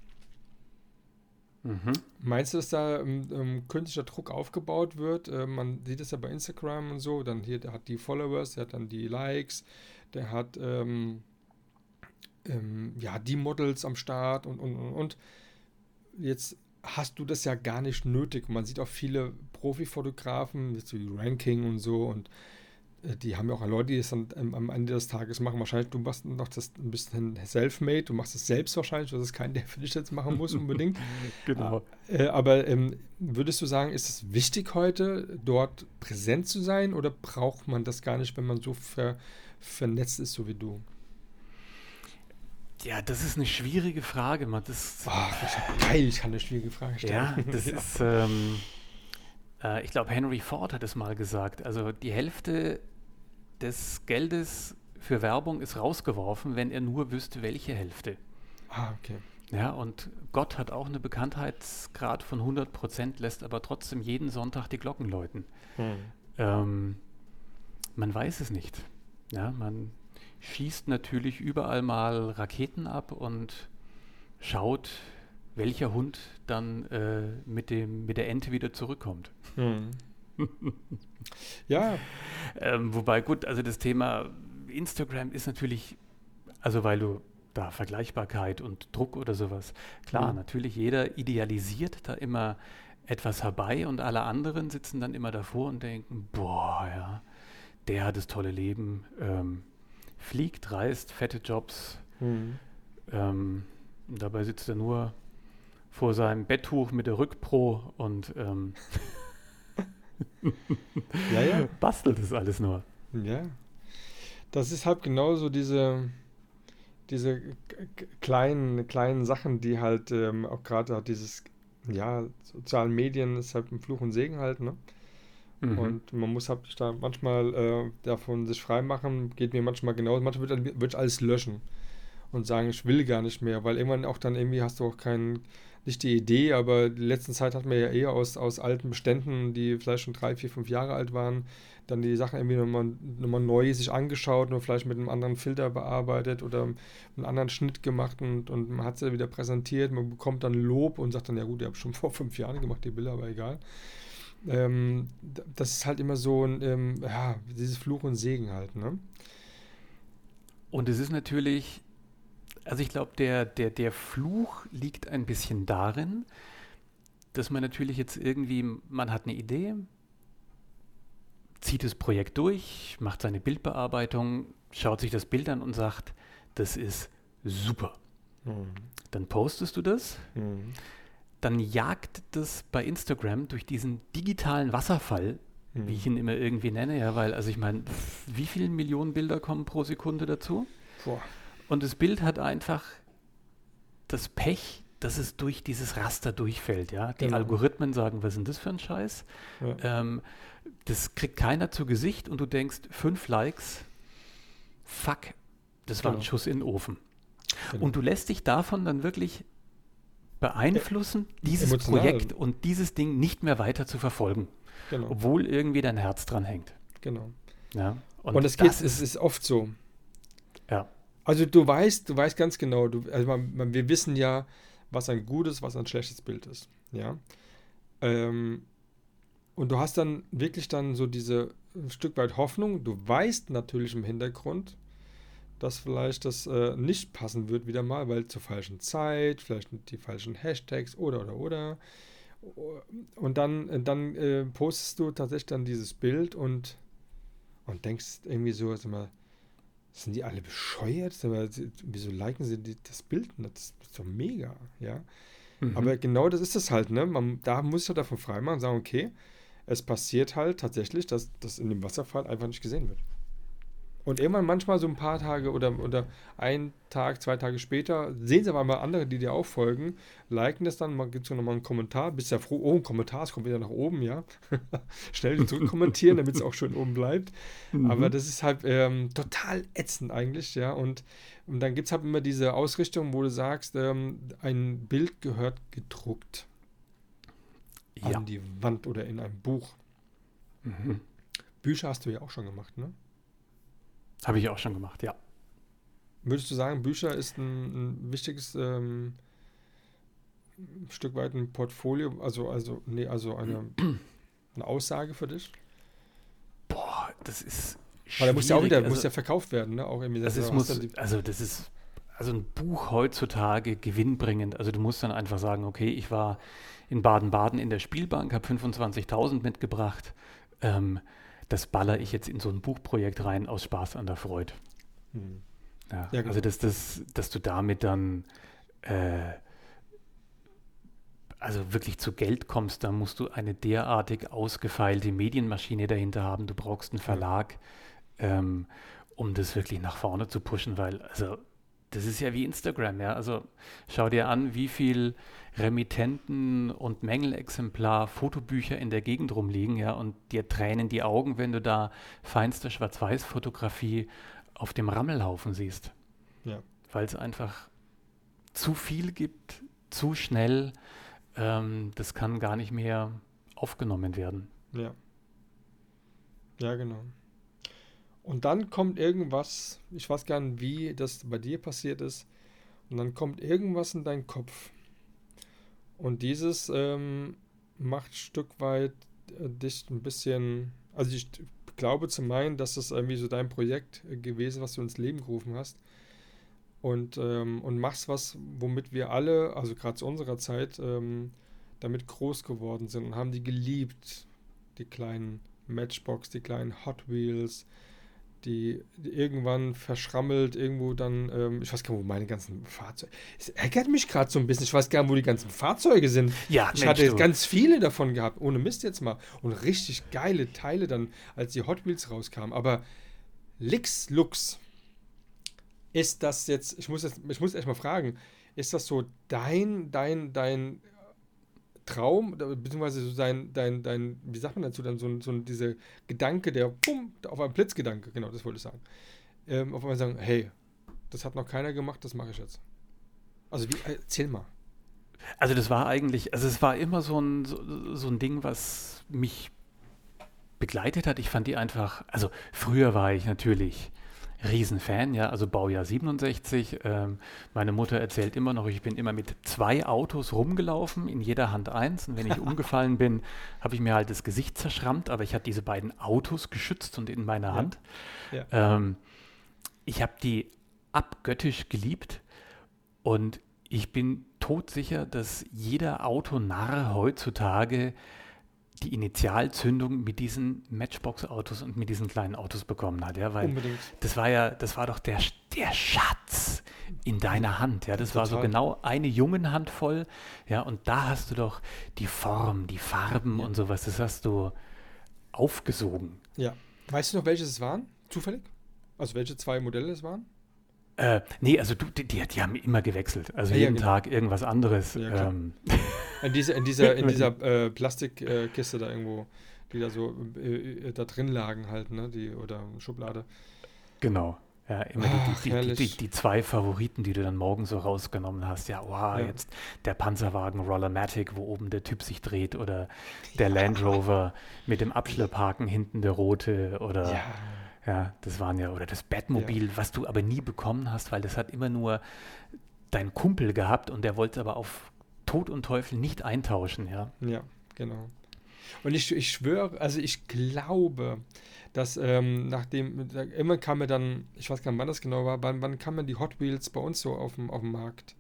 Meinst du, dass da künstlicher Druck aufgebaut wird? Man sieht es ja bei Instagram und so, dann hier, der hat die Followers, der hat dann die Likes, der hat die Models am Start und jetzt hast du das ja gar nicht nötig. Man sieht auch viele Profifotografen, jetzt wie Ranking und so, und die haben ja auch Leute, die es dann am Ende des Tages machen. Wahrscheinlich, du machst noch das ein bisschen self-made, du machst es selbst wahrscheinlich, das ist kein, der für dich jetzt machen muss unbedingt. Genau. Aber würdest du sagen, ist es wichtig heute, dort präsent zu sein oder braucht man das gar nicht, wenn man so vernetzt ist, so wie du? Ja, das ist eine schwierige Frage. Geil, ich kann eine schwierige Frage stellen. Ja, das ist, ich glaube, Henry Ford hat es mal gesagt. Also die Hälfte des Geldes für Werbung ist rausgeworfen, wenn er nur wüsste, welche Hälfte. Okay. Ja, und Gott hat auch eine Bekanntheitsgrad von 100%, lässt aber trotzdem jeden Sonntag die Glocken läuten. Man weiß es nicht. Ja, man schießt natürlich überall mal Raketen ab und schaut, welcher Hund dann mit der Ente wieder zurückkommt. Ja. Wobei, gut, also das Thema Instagram ist natürlich, also weil du da Vergleichbarkeit und Druck oder sowas, klar, natürlich jeder idealisiert da immer etwas herbei und alle anderen sitzen dann immer davor und denken, boah, ja, der hat das tolle Leben, fliegt, reist, fette Jobs, und dabei sitzt er nur vor seinem Betttuch mit der Rückpro und bastelt das alles nur. Ja, das ist halt genauso diese kleinen Sachen, die halt auch gerade dieses, sozialen Medien ist halt ein Fluch und Segen halt, ne? Und man muss halt da manchmal davon sich freimachen, geht mir manchmal genauso, manchmal würde ich alles löschen und sagen, ich will gar nicht mehr, weil irgendwann auch dann irgendwie hast du auch nicht die Idee, aber die letzten Zeit hat man ja eher aus alten Beständen, die vielleicht schon 3, 4, 5 Jahre alt waren, dann die Sachen irgendwie nochmal neu sich angeschaut und vielleicht mit einem anderen Filter bearbeitet oder einen anderen Schnitt gemacht und man hat sie wieder präsentiert, man bekommt dann Lob und sagt dann, ja gut, ich habe schon vor 5 Jahren gemacht, die Bilder, aber egal. Das ist halt immer so dieses Fluch und Segen halt, ne? Und es ist natürlich, also ich glaube, der Fluch liegt ein bisschen darin, dass man natürlich jetzt irgendwie, man hat eine Idee, zieht das Projekt durch, macht seine Bildbearbeitung, schaut sich das Bild an und sagt, das ist super. Dann postest du das, dann jagt das bei Instagram durch diesen digitalen Wasserfall, wie ich ihn immer irgendwie nenne, ja, weil, also ich meine, wie viele Millionen Bilder kommen pro Sekunde dazu? Boah. Und das Bild hat einfach das Pech, dass es durch dieses Raster durchfällt, ja. Die Algorithmen sagen, was ist denn das für ein Scheiß? Ja. Das kriegt keiner zu Gesicht und du denkst, 5 Likes, fuck, das war ein Schuss in den Ofen. Und du lässt dich davon dann wirklich beeinflussen, dieses emotional. Projekt und dieses Ding nicht mehr weiter zu verfolgen, obwohl irgendwie dein Herz dran hängt. Genau. Ja, und es ist oft so. Ja. Also du weißt ganz genau, wir wissen ja, was ein gutes, was ein schlechtes Bild ist. Ja. Und du hast dann wirklich dann so diese ein Stück weit Hoffnung. Du weißt natürlich im Hintergrund, dass vielleicht das nicht passen wird wieder mal, weil zur falschen Zeit, vielleicht die falschen Hashtags oder. Und dann postest du tatsächlich dann dieses Bild und denkst irgendwie so, sind die alle bescheuert? Wieso liken sie das Bild? Das ist doch mega, ja. Aber genau das ist es halt, ne? Da muss ich halt davon freimachen und sagen, okay, es passiert halt tatsächlich, dass das in dem Wasserfall einfach nicht gesehen wird. Und irgendwann manchmal so ein paar Tage oder 1 Tag, 2 Tage später sehen sie aber mal andere, die dir auch folgen, liken das dann, gibt es nochmal einen Kommentar, bist ja froh, oh, ein Kommentar, es kommt wieder nach oben, ja. Schnell zurück kommentieren, damit es auch schön oben bleibt. Aber das ist halt total ätzend eigentlich, ja. Und dann gibt es halt immer diese Ausrichtung, wo du sagst, ein Bild gehört gedruckt an die Wand oder in einem Buch. Bücher hast du ja auch schon gemacht, ne? Habe ich auch schon gemacht, ja. Würdest du sagen, Bücher ist ein wichtiges Stück weit ein Portfolio, also eine Aussage für dich? Boah, das ist schwierig. Weil der muss ja verkauft werden, ne? Auch irgendwie das ist ein Buch heutzutage gewinnbringend. Also du musst dann einfach sagen, okay, ich war in Baden-Baden in der Spielbank, habe 25.000 mitgebracht. das baller ich jetzt in so ein Buchprojekt rein aus Spaß an der Freude. Ja, Ja, genau. also dass du damit dann also wirklich zu Geld kommst, da musst du eine derartig ausgefeilte Medienmaschine dahinter haben. Du brauchst einen Verlag, um das wirklich nach vorne zu pushen, weil also das ist ja wie Instagram, ja. Also schau dir an, wie viel Remittenten und Mängelexemplar Fotobücher in der Gegend rumliegen, ja, und dir tränen die Augen, wenn du da feinste Schwarz-Weiß-Fotografie auf dem Rammelhaufen siehst. Ja. Weil es einfach zu viel gibt, zu schnell, das kann gar nicht mehr aufgenommen werden. Ja. Ja, genau. Und dann kommt irgendwas, ich weiß gar nicht, wie das bei dir passiert ist, und dann kommt irgendwas in deinen Kopf. Und dieses macht ein Stück weit dich ein bisschen, also ich glaube zu meinen, dass das irgendwie so dein Projekt gewesen, was du ins Leben gerufen hast. Und machst was, womit wir alle, also gerade zu unserer Zeit, damit groß geworden sind und haben die geliebt, die kleinen Matchbox, die kleinen Hot Wheels, die irgendwann verschrammelt irgendwo dann, ich weiß gar nicht, wo meine ganzen Fahrzeuge, es ärgert mich gerade so ein bisschen, ich weiß gar nicht, wo die ganzen Fahrzeuge sind. Ja, Ich Mensch, hatte du. ganz viele davon gehabt, ohne Mist jetzt mal, und richtig geile Teile dann, als die Hot Wheels rauskamen, aber Lux, ist das jetzt, ich muss erst mal fragen, ist das so dein Traum, beziehungsweise so dein, wie sagt man dazu, dann so dieser Gedanke, der, bumm, auf einen Blitzgedanke, genau, das wollte ich sagen. Auf einmal sagen, hey, das hat noch keiner gemacht, das mache ich jetzt. Also wie, erzähl mal. Also das war eigentlich, also es war immer so ein Ding, was mich begleitet hat. Ich fand die einfach, also früher war ich natürlich Riesenfan, ja, also Baujahr 67. Meine Mutter erzählt immer noch, ich bin immer mit 2 Autos rumgelaufen, in jeder Hand eins. Und wenn ich umgefallen bin, habe ich mir halt das Gesicht zerschrammt, aber ich habe diese beiden Autos geschützt und in meiner Hand. Ja. Ich habe die abgöttisch geliebt und ich bin todsicher, dass jeder Autonarr heutzutage die Initialzündung mit diesen Matchbox-Autos und mit diesen kleinen Autos bekommen hat, ja, weil Unbedingt. das war doch der Schatz in deiner Hand, ja, das war so Total. genau eine Jungenhand voll, ja, und da hast du doch die Form, die Farben Ja. und sowas, das hast du aufgesogen. Ja. Weißt du noch, welche es waren? Zufällig? Also welche 2 Modelle es waren? Nee, also die haben immer gewechselt, also Ja, jeden genau. Tag irgendwas anderes. Ja, klar. In dieser Plastikkiste da irgendwo, die da so da drin lagen halt, ne? Oder Schublade. Genau. Ja, immer Ach, herrlich. die 2 Favoriten, die du dann morgen so rausgenommen hast. Ja, wow, Ja. jetzt der Panzerwagen Rollermatic, wo oben der Typ sich dreht, oder der Land Rover mit dem Abschlepphaken hinten der rote, oder ja, das waren ja, oder das Batmobil, was du aber nie bekommen hast, weil das hat immer nur dein Kumpel gehabt und der wollte aber auf Tod und Teufel nicht eintauschen, ja. Ja, genau. Und ich schwöre, also ich glaube, dass immer kam mir dann, ich weiß gar nicht, wann das genau war, wann kamen die Hot Wheels bei uns so auf dem Markt?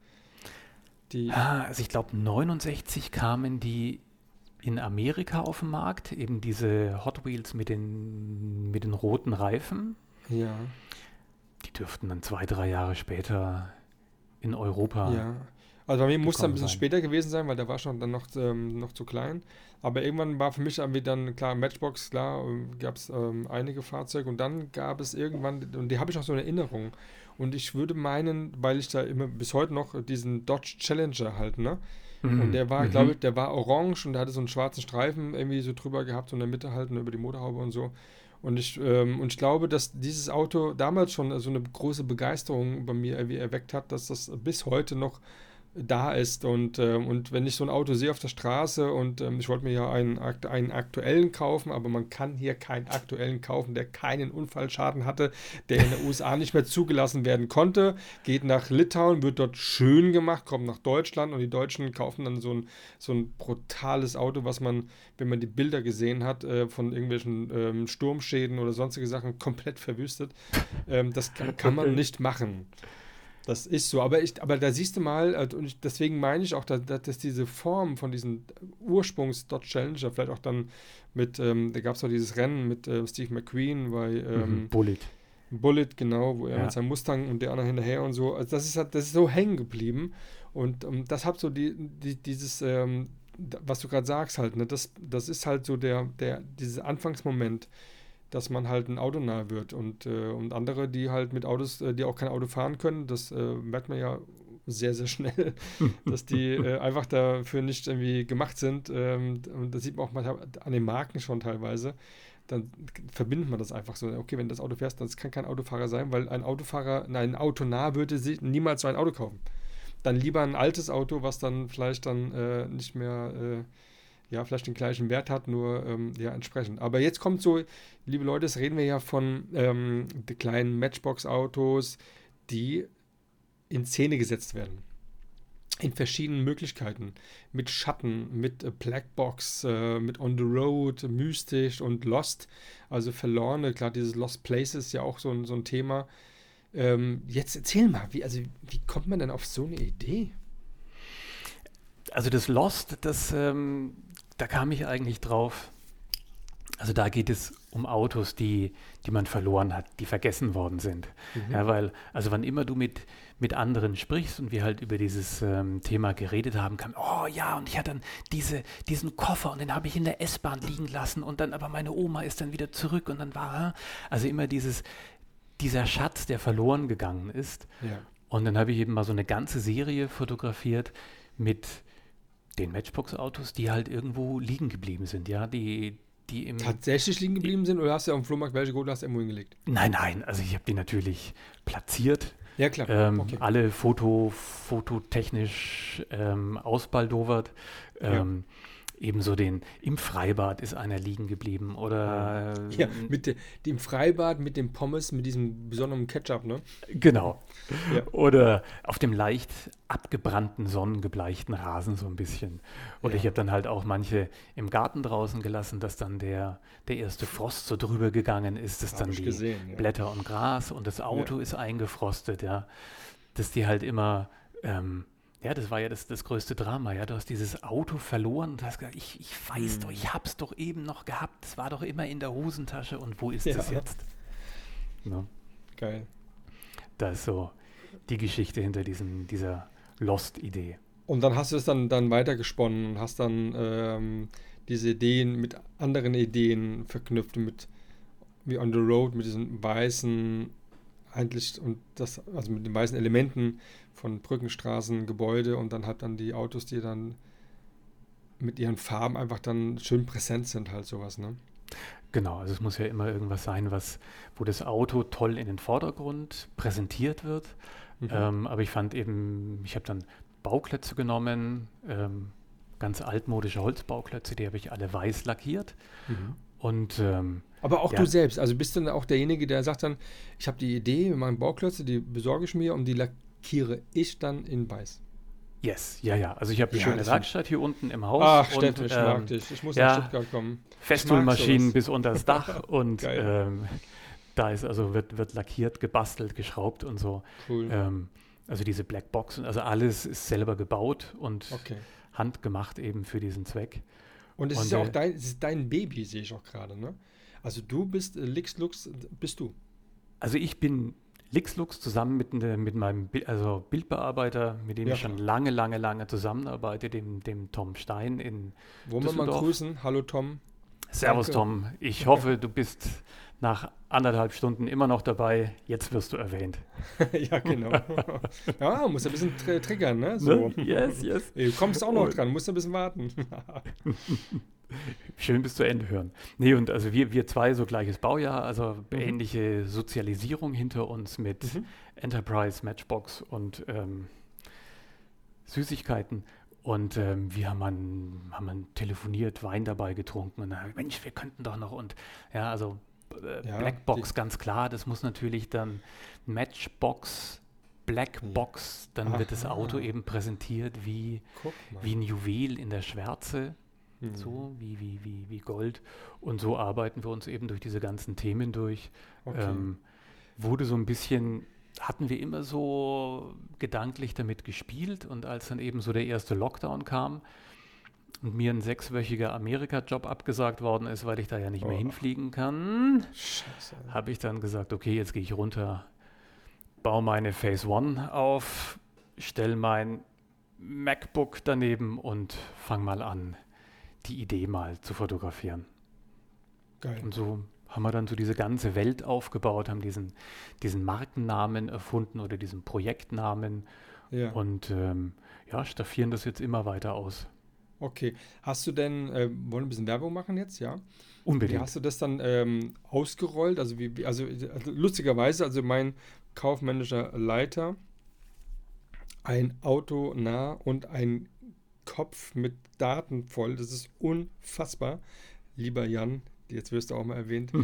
Also ich glaube 69 kamen die in Amerika auf den Markt, eben diese Hot Wheels mit den roten Reifen. Ja. Die dürften dann 2, 3 Jahre später in Europa. Ja. Also bei mir muss es ein bisschen sein. später gewesen sein, weil da war schon dann noch zu klein. Aber irgendwann war für mich dann klar, Matchbox, klar, gab es einige Fahrzeuge und dann gab es irgendwann, und die habe ich noch so in Erinnerung. Und ich würde meinen, weil ich da immer bis heute noch diesen Dodge Challenger halt, ne? Und der war, glaube ich, der war orange und der hatte so einen schwarzen Streifen irgendwie so drüber gehabt, so in der Mitte halt, über die Motorhaube und so. Und ich glaube, dass dieses Auto damals schon so eine große Begeisterung bei mir irgendwie erweckt hat, dass das bis heute noch da ist. Und wenn ich so ein Auto sehe auf der Straße und ich wollte mir ja einen aktuellen kaufen, aber man kann hier keinen aktuellen kaufen, der keinen Unfallschaden hatte, der in den USA nicht mehr zugelassen werden konnte, geht nach Litauen, wird dort schön gemacht, kommt nach Deutschland und die Deutschen kaufen dann so ein brutales Auto, was man, wenn man die Bilder gesehen hat, von irgendwelchen Sturmschäden oder sonstige Sachen komplett verwüstet. Das kann man nicht machen. Das ist so, aber da siehst du mal, und deswegen meine ich auch, dass diese Form von diesen Ursprungs-Dodge Challenger, vielleicht auch dann mit, da gab es auch dieses Rennen mit Steve McQueen bei Bullet, genau, wo er mit seinem Mustang und der andere hinterher und so, also das ist so hängen geblieben und das hat so dieses, was du gerade sagst halt, ne, das ist halt so dieses Anfangsmoment, dass man halt ein Auto nahe wird und andere, die halt mit Autos, die auch kein Auto fahren können, das merkt man ja sehr, sehr schnell, dass die einfach dafür nicht irgendwie gemacht sind und das sieht man auch mal an den Marken schon teilweise, dann verbindet man das einfach so, okay, wenn das Auto fährst, das kann kein Autofahrer sein, weil ein Auto nah würde sich niemals so ein Auto kaufen. Dann lieber ein altes Auto, was dann vielleicht dann nicht mehr vielleicht den gleichen Wert hat, nur entsprechend. Aber jetzt kommt so, liebe Leute, das reden wir ja von den kleinen Matchbox-Autos, die in Szene gesetzt werden. In verschiedenen Möglichkeiten. Mit Schatten, mit Blackbox, mit On the Road, mystisch und Lost. Also verlorene, klar, dieses Lost Places ist ja auch so ein Thema. Jetzt erzähl mal, wie kommt man denn auf so eine Idee? Also das Lost, da kam ich eigentlich drauf. Also da geht es um Autos, die man verloren hat, die vergessen worden sind. Mhm. Ja, weil, also wann immer du mit anderen sprichst und wir halt über dieses Thema geredet haben, kam, oh ja, und ich hatte dann diesen Koffer und den habe ich in der S-Bahn liegen lassen und dann aber meine Oma ist dann wieder zurück und dann war, also immer dieser Schatz, der verloren gegangen ist. Ja. Und dann habe ich eben mal so eine ganze Serie fotografiert mit den Matchbox-Autos, die halt irgendwo liegen geblieben sind, ja, die tatsächlich liegen geblieben sind oder hast du auf dem Flohmarkt welche geholt und hast irgendwo hingelegt? Nein, also ich habe die natürlich platziert. Ja, klar. Okay. Alle fototechnisch ausbaldowert. Ebenso im Freibad ist einer liegen geblieben. Oder ja, dem Freibad mit dem Pommes, mit diesem besonderen Ketchup, ne? Genau. Ja. Oder auf dem leicht abgebrannten, sonnengebleichten Rasen so ein bisschen. Oder ich habe dann halt auch manche im Garten draußen gelassen, dass dann der erste Frost so drüber gegangen ist, dass dann die Blätter und Gras und das Auto ist eingefrostet, ja. Dass die halt immer das war ja das größte Drama, ja. Du hast dieses Auto verloren und hast gesagt, ich weiß doch, ich hab's doch eben noch gehabt. Es war doch immer in der Hosentasche und wo ist es jetzt? No. Geil. Das ist so die Geschichte hinter dieser Lost-Idee. Und dann hast du es dann weitergesponnen, hast dann diese Ideen mit anderen Ideen verknüpft, wie On the Road, mit diesen weißen eigentlich also mit den weißen Elementen von Brücken, Straßen, Gebäude und dann halt dann die Autos, die dann mit ihren Farben einfach dann schön präsent sind, halt sowas, ne? Genau, also es muss ja immer irgendwas sein, wo das Auto toll in den Vordergrund präsentiert wird. Mhm. Aber ich fand eben, ich habe dann Bauklötze genommen, ganz altmodische Holzbauklötze, die habe ich alle weiß lackiert. Mhm. Und aber auch du selbst, also bist du dann auch derjenige, der sagt dann, ich habe die Idee, wir machen Bauklötze, die besorge ich mir und die lackiere ich dann in weiß. Yes, ja. Also ich habe eine schöne Werkstatt hier unten im Haus. Ach, Steffen, ich mag dich. Ich muss nach Stuttgart kommen. Festoolmaschinen bis unter das Dach und da ist wird lackiert, gebastelt, geschraubt und so. Cool. Also diese Blackboxen, also alles ist selber gebaut und handgemacht eben für diesen Zweck. Und es ist ja auch dein Baby, sehe ich auch gerade, ne? Also du bist Lixlux, bist du? Also ich bin Lixlux zusammen mit meinem Bildbearbeiter, mit dem ich schon lange zusammenarbeite, dem Tom Stein in Wollen wir mal grüßen? Hallo Tom. Servus Tom. Ich hoffe, du bist nach 1,5 Stunden immer noch dabei. Jetzt wirst du erwähnt. Ja, genau. Ja, musst ein bisschen triggern, ne? So. Ne? Yes. Du kommst auch noch dran, musst ein bisschen warten. Schön bis zu Ende hören. Nee, und also wir zwei, so gleiches Baujahr, also ähnliche Sozialisierung hinter uns mit Enterprise, Matchbox und Süßigkeiten. Und wir haben telefoniert, Wein dabei getrunken und dann, Mensch, wir könnten doch noch und also Blackbox, ganz klar, das muss natürlich dann Matchbox, Blackbox, dann wird das Auto eben präsentiert wie ein Juwel in der Schwärze. So wie Gold. Und so arbeiten wir uns eben durch diese ganzen Themen durch. Wurde so ein bisschen hatten wir immer so gedanklich damit gespielt und als dann eben so der erste Lockdown kam und mir ein 6-wöchiger Amerika-Job abgesagt worden ist, weil ich da ja nicht mehr hinfliegen kann, habe ich dann gesagt, okay, jetzt gehe ich runter, baue meine Phase One auf, stelle mein MacBook daneben und fange mal an, die Idee mal zu fotografieren. Geil. Und so haben wir dann so diese ganze Welt aufgebaut, haben diesen Markennamen erfunden oder diesen Projektnamen und staffieren das jetzt immer weiter aus. Okay. Hast du denn, wollen wir ein bisschen Werbung machen jetzt, ja? Unbedingt. Wie hast du das dann ausgerollt? Also lustigerweise, also mein kaufmännischer Leiter, ein Auto nah und ein Kopf mit Daten voll, das ist unfassbar. Lieber Jan, jetzt wirst du auch mal erwähnt,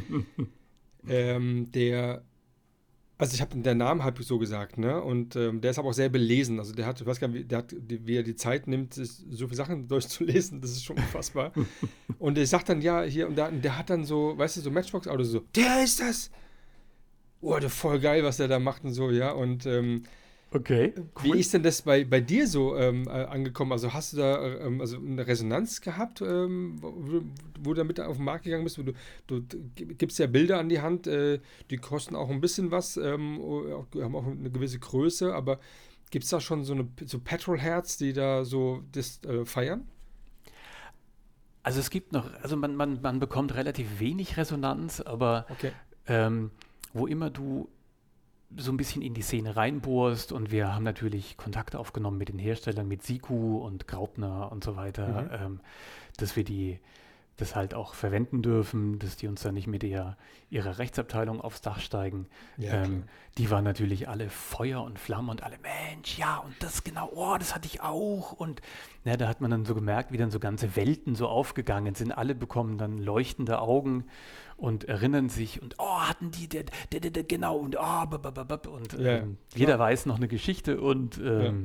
also ich habe den Namen halt so gesagt, ne? Und der ist aber auch sehr belesen. Also der hat, ich weiß gar nicht, wie er die Zeit nimmt, sich so viele Sachen durchzulesen, das ist schon unfassbar. Und ich sag dann, ja, hier und da, und der hat dann so, weißt du, so Matchbox-Autos so, der ist das! Oh, voll geil, was der da macht und so, ja. Und okay, cool. Wie ist denn das bei dir so angekommen? Also hast du da also eine Resonanz gehabt, wo du damit auf den Markt gegangen bist? Du gibst ja Bilder an die Hand, die kosten auch ein bisschen was, haben auch eine gewisse Größe, aber gibt es da schon so Petrolheads, die da so das feiern? Also es gibt noch, also man bekommt relativ wenig Resonanz, aber Okay. Wo immer du so ein bisschen in die Szene reinbohrst und wir haben natürlich Kontakt aufgenommen mit den Herstellern, mit Siku und Graupner und so weiter, dass wir das halt auch verwenden dürfen, dass die uns dann nicht mit ihrer Rechtsabteilung aufs Dach steigen. Ja, die waren natürlich alle Feuer und Flamme und alle, Mensch, ja, und das genau, oh, das hatte ich auch. Und da hat man dann so gemerkt, wie dann so ganze Welten so aufgegangen sind. Alle bekommen dann leuchtende Augen und erinnern sich und hatten die, genau, und und jeder weiß noch eine Geschichte und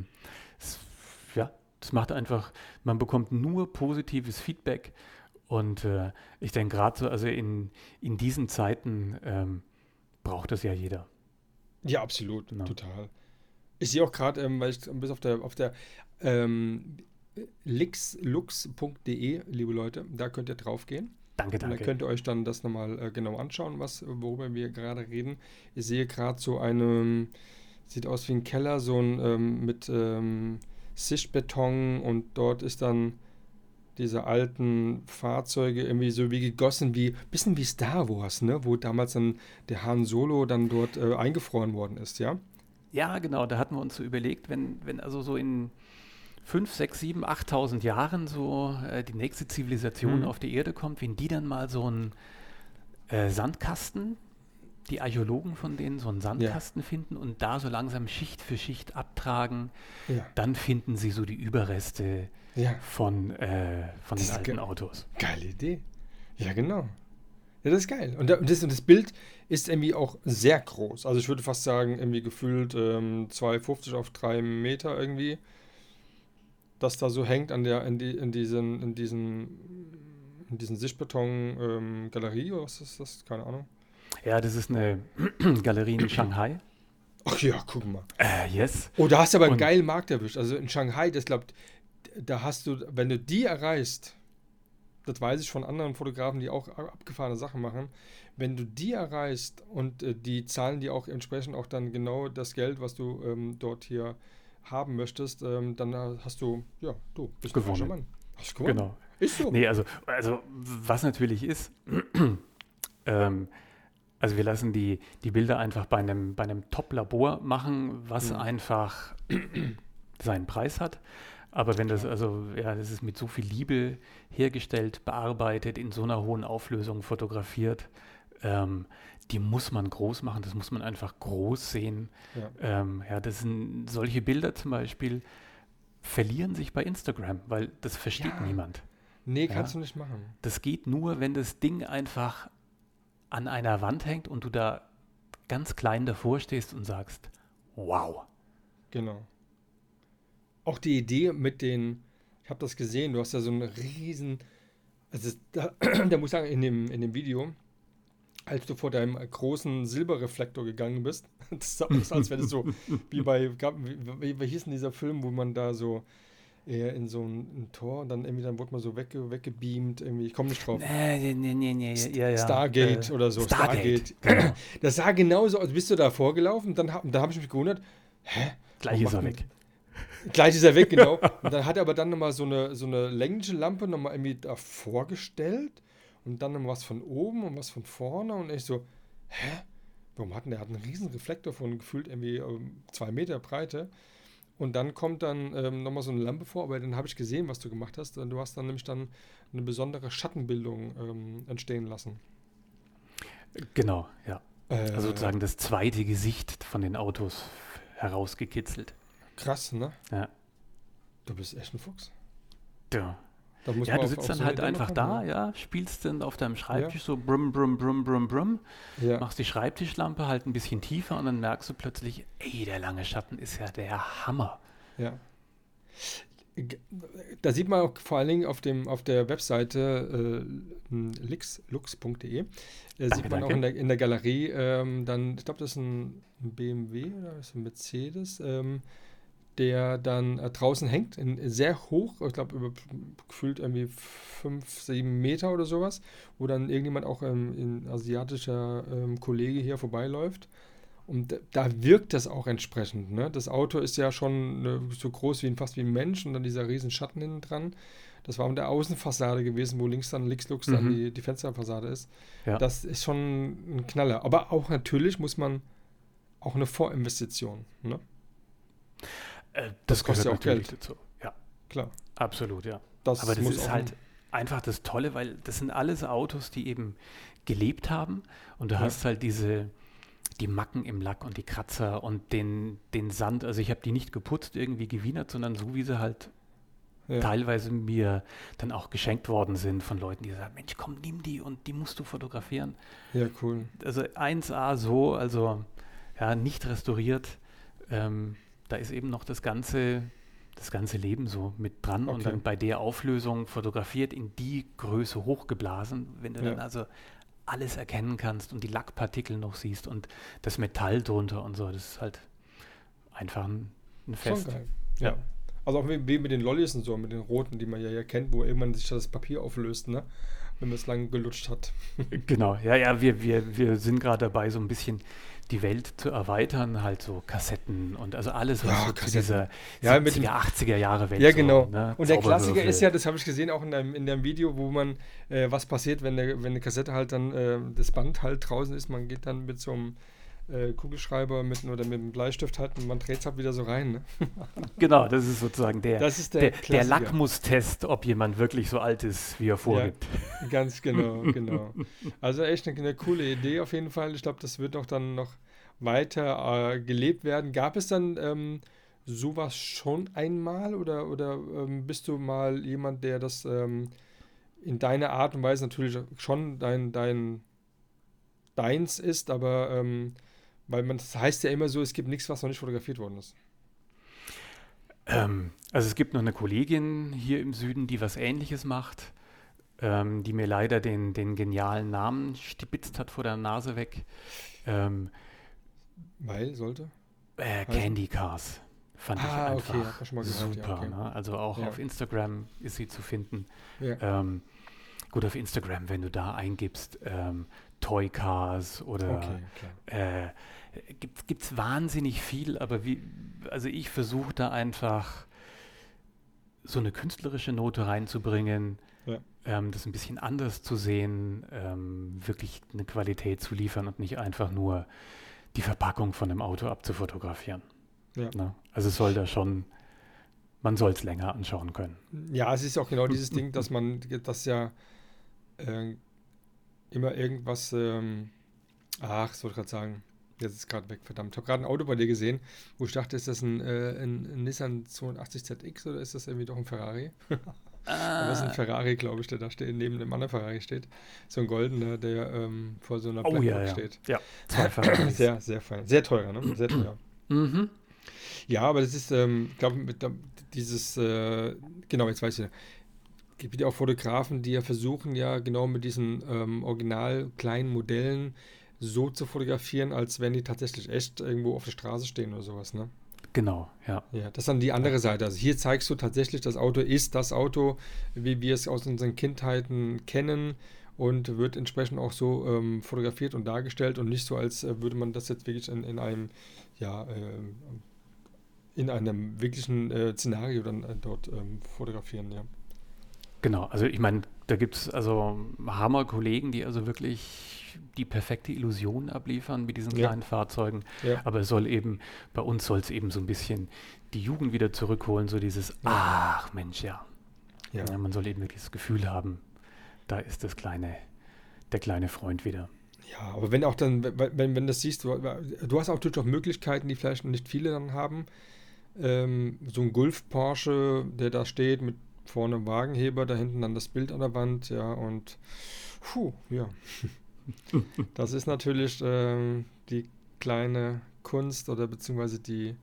das macht einfach, man bekommt nur positives Feedback. Und ich denke gerade so, also in diesen Zeiten braucht das ja jeder. Ja, absolut, Genau. total. Ich sehe auch gerade, weil ich bis auf der lux.de, liebe Leute, da könnt ihr drauf gehen. Danke. Und da könnt ihr euch dann das nochmal genau anschauen, worüber wir gerade reden. Ich sehe gerade so sieht aus wie ein Keller, so ein mit Sichtbeton und dort ist dann diese alten Fahrzeuge irgendwie so wie gegossen, bisschen wie Star Wars, ne? Wo damals dann der Han Solo dann dort eingefroren worden ist, ja? Ja, genau, da hatten wir uns so überlegt, wenn also so in 5, 6, 7, 8.000 Jahren so die nächste Zivilisation auf die Erde kommt, wenn die dann mal so einen Sandkasten, die Archäologen von denen so einen Sandkasten finden und da so langsam Schicht für Schicht abtragen, dann finden sie so die Überreste von den alten Autos. Geile Idee. Ja, genau. Ja, das ist geil. Und das Bild ist irgendwie auch sehr groß. Also ich würde fast sagen, irgendwie gefühlt 2,50 auf 3 Meter irgendwie. Das da so hängt in diesen Sichtbeton-Galerie, oder was ist das? Keine Ahnung. Ja, das ist eine Galerie in Shanghai. Ach ja, guck mal. Yes. Oh, da hast du aber einen geilen Markt erwischt. Also in Shanghai, da hast du, wenn du die erreichst, das weiß ich von anderen Fotografen, die auch abgefahrene Sachen machen, wenn du die erreichst und die zahlen dir auch entsprechend auch dann genau das Geld, was du dort hier haben möchtest, dann hast du, ja, du bist gewonnen. Ein Mann. Hast gewonnen. Genau. Ist so. Nee, also was natürlich ist, also wir lassen die Bilder einfach bei einem Top-Labor machen, was einfach seinen Preis hat. Aber wenn das, das ist mit so viel Liebe hergestellt, bearbeitet, in so einer hohen Auflösung fotografiert, die muss man groß machen, das muss man einfach groß sehen. Ja. Das sind solche Bilder zum Beispiel, verlieren sich bei Instagram, weil das versteht niemand. Nee, kannst du nicht machen. Das geht nur, wenn das Ding einfach an einer Wand hängt und du da ganz klein davor stehst und sagst, wow. Genau. Auch die Idee ich habe das gesehen, du hast ja so einen riesen, also da muss ich sagen, in dem Video, als du vor deinem großen Silberreflektor gegangen bist. Das sah aus, als wäre das so wie wie hieß denn dieser Film, wo man da so in so ein Tor und dann irgendwie, dann wurde man so weggebeamt, irgendwie, ich komme nicht drauf. Nee, ja. Stargate oder so. Stargate. Genau. Das sah genauso aus, bist du da vorgelaufen und dann habe ich mich gewundert, Gleich ist er weg. Gleich ist er weg, genau. Und dann hat er aber dann nochmal so eine längliche Lampe nochmal irgendwie davor gestellt und dann nochmal was von oben und was von vorne und ich so, warum hat der hat einen riesen Reflektor von gefühlt irgendwie 2 Meter Breite und dann kommt dann nochmal so eine Lampe vor, aber dann habe ich gesehen, was du gemacht hast. Du hast dann nämlich dann eine besondere Schattenbildung entstehen lassen. Genau, ja. Also sozusagen das zweite Gesicht von den Autos herausgekitzelt. Krass, ne? Ja. Du bist echt ein Fuchs. Ja. Du sitzt dann halt einfach da, ja, spielst dann auf deinem Schreibtisch so brumm, brumm, brumm, brumm, brumm, machst die Schreibtischlampe halt ein bisschen tiefer und dann merkst du plötzlich, der lange Schatten ist ja der Hammer. Ja. Da sieht man auch vor allen Dingen auf der Webseite lux.de sieht man auch in der Galerie dann, ich glaube, das ist ein BMW oder ist ein Mercedes, der dann draußen hängt, sehr hoch, ich glaube, gefühlt irgendwie 5, 7 Meter oder sowas, wo dann irgendjemand auch ein asiatischer Kollege hier vorbeiläuft. Und da wirkt das auch entsprechend. Ne? Das Auto ist ja schon so groß fast wie ein Mensch und dann dieser riesen Schatten hinten dran. Das war mit der Außenfassade gewesen, wo links Lux dann die Fensterfassade ist. Ja. Das ist schon ein Knaller. Aber auch natürlich muss man auch eine Vorinvestition. Ne? Das kostet ja auch Geld dazu. Ja, klar. Absolut, ja. Aber das ist halt einfach das Tolle, weil das sind alles Autos, die eben gelebt haben und du hast halt die Macken im Lack und die Kratzer und den Sand. Also ich habe die nicht geputzt, irgendwie gewienert, sondern so, wie sie halt teilweise mir dann auch geschenkt worden sind von Leuten, die sagen, Mensch, komm, nimm die und die musst du fotografieren. Ja, cool. Also 1A so, also ja, nicht restauriert. Da ist eben noch das ganze Leben so mit dran und dann bei der Auflösung fotografiert, in die Größe hochgeblasen, wenn du dann also alles erkennen kannst und die Lackpartikel noch siehst und das Metall drunter und so. Das ist halt einfach ein Fest. Schon geil. Ja. Also auch wie mit den Lollis und so, mit den roten, die man ja kennt, wo irgendwann sich das Papier auflöst, ne? Wenn man es lang gelutscht hat. Genau, ja, wir sind gerade dabei, so ein bisschen die Welt zu erweitern, halt so Kassetten und also alles, was so zu dieser 70er, 80er Jahre Welt. Ja, genau. So, ne? Und der Klassiker ist ja, das habe ich gesehen, auch in dem Video, wo man, was passiert, wenn eine Kassette halt dann, das Band halt draußen ist, man geht dann mit so einem Kugelschreiber oder mit einem Bleistift halt und man dreht es halt wieder so rein. Ne? Genau, das ist sozusagen der Lackmustest, ob jemand wirklich so alt ist, wie er vorgibt. Ja, ganz genau. Also echt eine coole Idee auf jeden Fall. Ich glaube, das wird auch dann noch weiter gelebt werden. Gab es dann sowas schon einmal oder bist du mal jemand, der das in deiner Art und Weise natürlich schon deins ist, aber weil das heißt ja immer so, es gibt nichts, was noch nicht fotografiert worden ist. Also es gibt noch eine Kollegin hier im Süden, die was Ähnliches macht, die mir leider den genialen Namen stibitzt hat vor der Nase weg. Weil, sollte? Candy Cars fand ich einfach hab ich schon mal gehört, super. Okay. Ne? Also auch auf Instagram ist sie zu finden. Ja. Gut, auf Instagram, wenn du da eingibst, Toy Cars oder gibt's wahnsinnig viel, aber also ich versuche da einfach so eine künstlerische Note reinzubringen, das ein bisschen anders zu sehen, wirklich eine Qualität zu liefern und nicht einfach nur die Verpackung von einem Auto abzufotografieren. Ja. Ne? Also es soll da schon, man soll es länger anschauen können. Ja, es ist auch genau dieses Ding, dass man das ja immer irgendwas, ich wollte gerade sagen, jetzt ist gerade weg, verdammt. Ich habe gerade ein Auto bei dir gesehen, wo ich dachte, ist das ein Nissan 280ZX oder ist das irgendwie doch ein Ferrari? Aber es ist ein Ferrari, glaube ich, der da steht, neben dem anderen Ferrari steht. So ein goldener, der vor so einer Blackbox steht. Ja, 2 Ferraris. Sehr, sehr fein. Sehr teurer, ne? Sehr teuer. Mhm. Ja, aber das ist, glaube ich, dieses, genau, jetzt weiß ich. gibt ja auch Fotografen, die ja versuchen, ja genau mit diesen original kleinen Modellen so zu fotografieren, als wenn die tatsächlich echt irgendwo auf der Straße stehen oder sowas, ne? Genau, ja. Ja, das ist dann die andere Seite. Also hier zeigst du tatsächlich, das Auto ist das Auto, wie wir es aus unseren Kindheiten kennen und wird entsprechend auch so fotografiert und dargestellt und nicht so, als würde man das jetzt wirklich in einem, ja, in einem wirklichen Szenario dann dort fotografieren, ja. Genau, also ich meine, da gibt es also Hammer-Kollegen, die also wirklich die perfekte Illusion abliefern mit diesen Ja. kleinen Fahrzeugen. Ja. Aber es soll eben, bei uns soll es eben so ein bisschen die Jugend wieder zurückholen, so dieses, ach Mensch, ja. Ja. Ja, man soll eben wirklich das Gefühl haben, da ist der kleine Freund wieder. Ja, aber wenn auch dann, wenn das siehst, du hast auch natürlich auch Möglichkeiten, die vielleicht nicht viele dann haben. So ein Golf Porsche, der da steht mit vorne einem Wagenheber, da hinten dann das Bild an der Wand, ja, und ja. Das ist natürlich die kleine Kunst oder beziehungsweise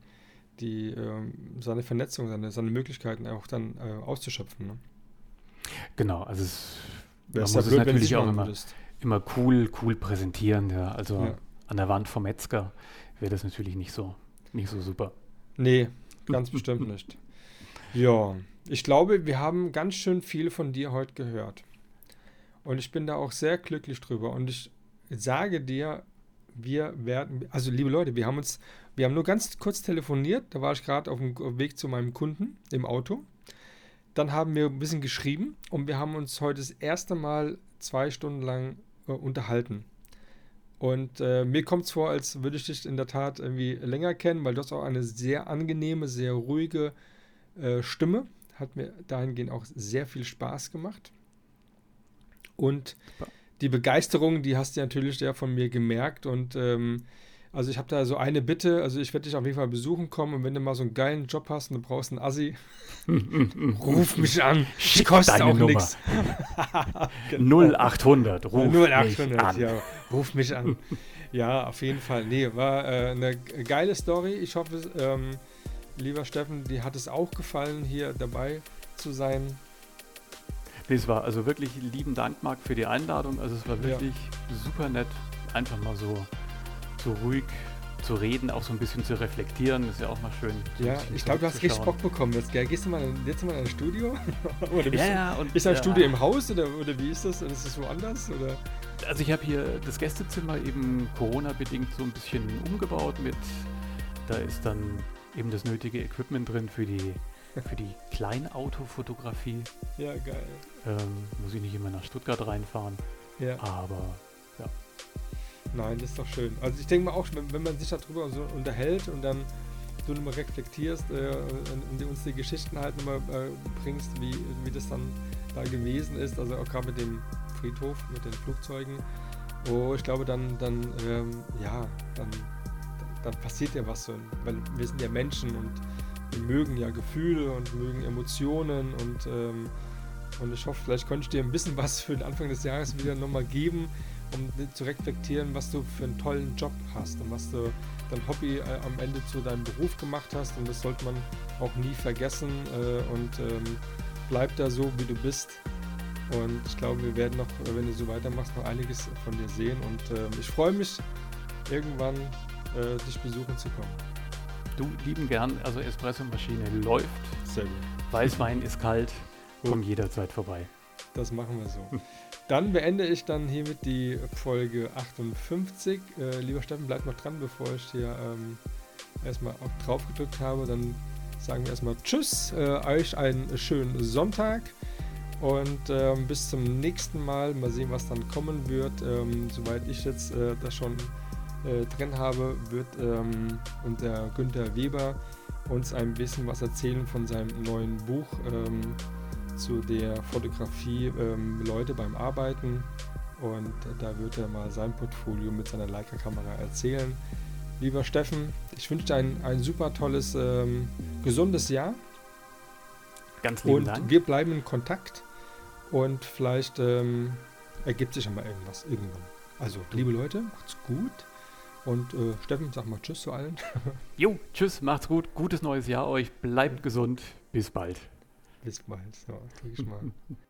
seine Vernetzung, seine Möglichkeiten auch dann auszuschöpfen. Ne? Genau, also man muss ja es blöd, wenn du natürlich es auch machen würdest. immer cool präsentieren, ja. Also Ja. an der Wand vom Metzger wäre das natürlich nicht so super. Nee, ganz bestimmt nicht. Ja, ich glaube, wir haben ganz schön viel von dir heute gehört. Und ich bin da auch sehr glücklich drüber. Und ich sage dir, also liebe Leute, wir haben nur ganz kurz telefoniert. Da war ich gerade auf dem Weg zu meinem Kunden im Auto. Dann haben wir ein bisschen geschrieben und wir haben uns heute das erste Mal 2 Stunden lang unterhalten. Und mir kommt es vor, als würde ich dich in der Tat irgendwie länger kennen, weil du hast auch eine sehr angenehme, sehr ruhige Stimme. Hat mir dahingehend auch sehr viel Spaß gemacht. Und die Begeisterung, die hast du natürlich ja von mir gemerkt. Und also ich habe da so eine Bitte, also ich werde dich auf jeden Fall besuchen kommen und wenn du mal so einen geilen Job hast und du brauchst einen Assi, ruf mich an. Schick Kostet deine auch Nummer. nichts. 0800, ruf 0800, mich an. ja, ruf mich an. Ja, auf jeden Fall. Nee, war eine geile Story. Ich hoffe, lieber Steffen, dir hat es auch gefallen, hier dabei zu sein. Nee, es war also wirklich lieben Dank, Marc, für die Einladung. Also es war wirklich super nett, einfach mal so ruhig zu reden, auch so ein bisschen zu reflektieren. Das ist ja auch mal schön. So Ja, ich glaube, du hast richtig Bock bekommen. Jetzt gehst du mal in ein Studio? Oder ist ein Studio im Haus oder wie ist das? Ist es woanders? Oder? Also ich habe hier das Gästezimmer eben Corona-bedingt so ein bisschen umgebaut da ist dann eben das nötige Equipment drin für die Kleinautofotografie. Ja, geil. Muss ich nicht immer nach Stuttgart reinfahren. Ja. Aber ja. Nein, das ist doch schön. Also ich denke mal auch, wenn man sich darüber so unterhält und dann du nochmal reflektierst und uns die Geschichten halt nochmal bringst, wie das dann da gewesen ist, also auch gerade mit dem Friedhof, mit den Flugzeugen. Oh, ich glaube, dann passiert ja was so, weil wir sind ja Menschen und wir mögen ja Gefühle und mögen Emotionen und ich hoffe, vielleicht konnte ich dir ein bisschen was für den Anfang des Jahres wieder nochmal geben, um zu reflektieren, was du für einen tollen Job hast und was du dein Hobby am Ende zu deinem Beruf gemacht hast und das sollte man auch nie vergessen und bleib da so, wie du bist und ich glaube, wir werden noch, wenn du so weitermachst, noch einiges von dir sehen und ich freue mich, irgendwann dich besuchen zu kommen. Du, lieben gern, also Espresso-Maschine läuft. Sehr gut. Weißwein ist kalt, komm jederzeit vorbei. Das machen wir so. Dann beende ich dann hiermit die Folge 58. Lieber Steffen, bleib noch dran, bevor ich hier erstmal auch drauf gedrückt habe. Dann sagen wir erstmal Tschüss, euch einen schönen Sonntag und bis zum nächsten Mal. Mal sehen, was dann kommen wird. Soweit ich jetzt das schon drin habe, wird unser Günther Weber uns ein bisschen was erzählen von seinem neuen Buch zu der Fotografie Leute beim Arbeiten und da wird er mal sein Portfolio mit seiner Leica-Kamera erzählen. Lieber Steffen, ich wünsche dir ein super tolles, gesundes Jahr. Ganz lieben Dank. Und wir bleiben in Kontakt und vielleicht ergibt sich ja mal irgendwann. Also, liebe Leute, macht's gut. Und Steffen, sag mal Tschüss zu allen. Jo, tschüss, macht's gut. Gutes neues Jahr euch. Bleibt gesund. Bis bald. Bis bald. So, drück ich mal.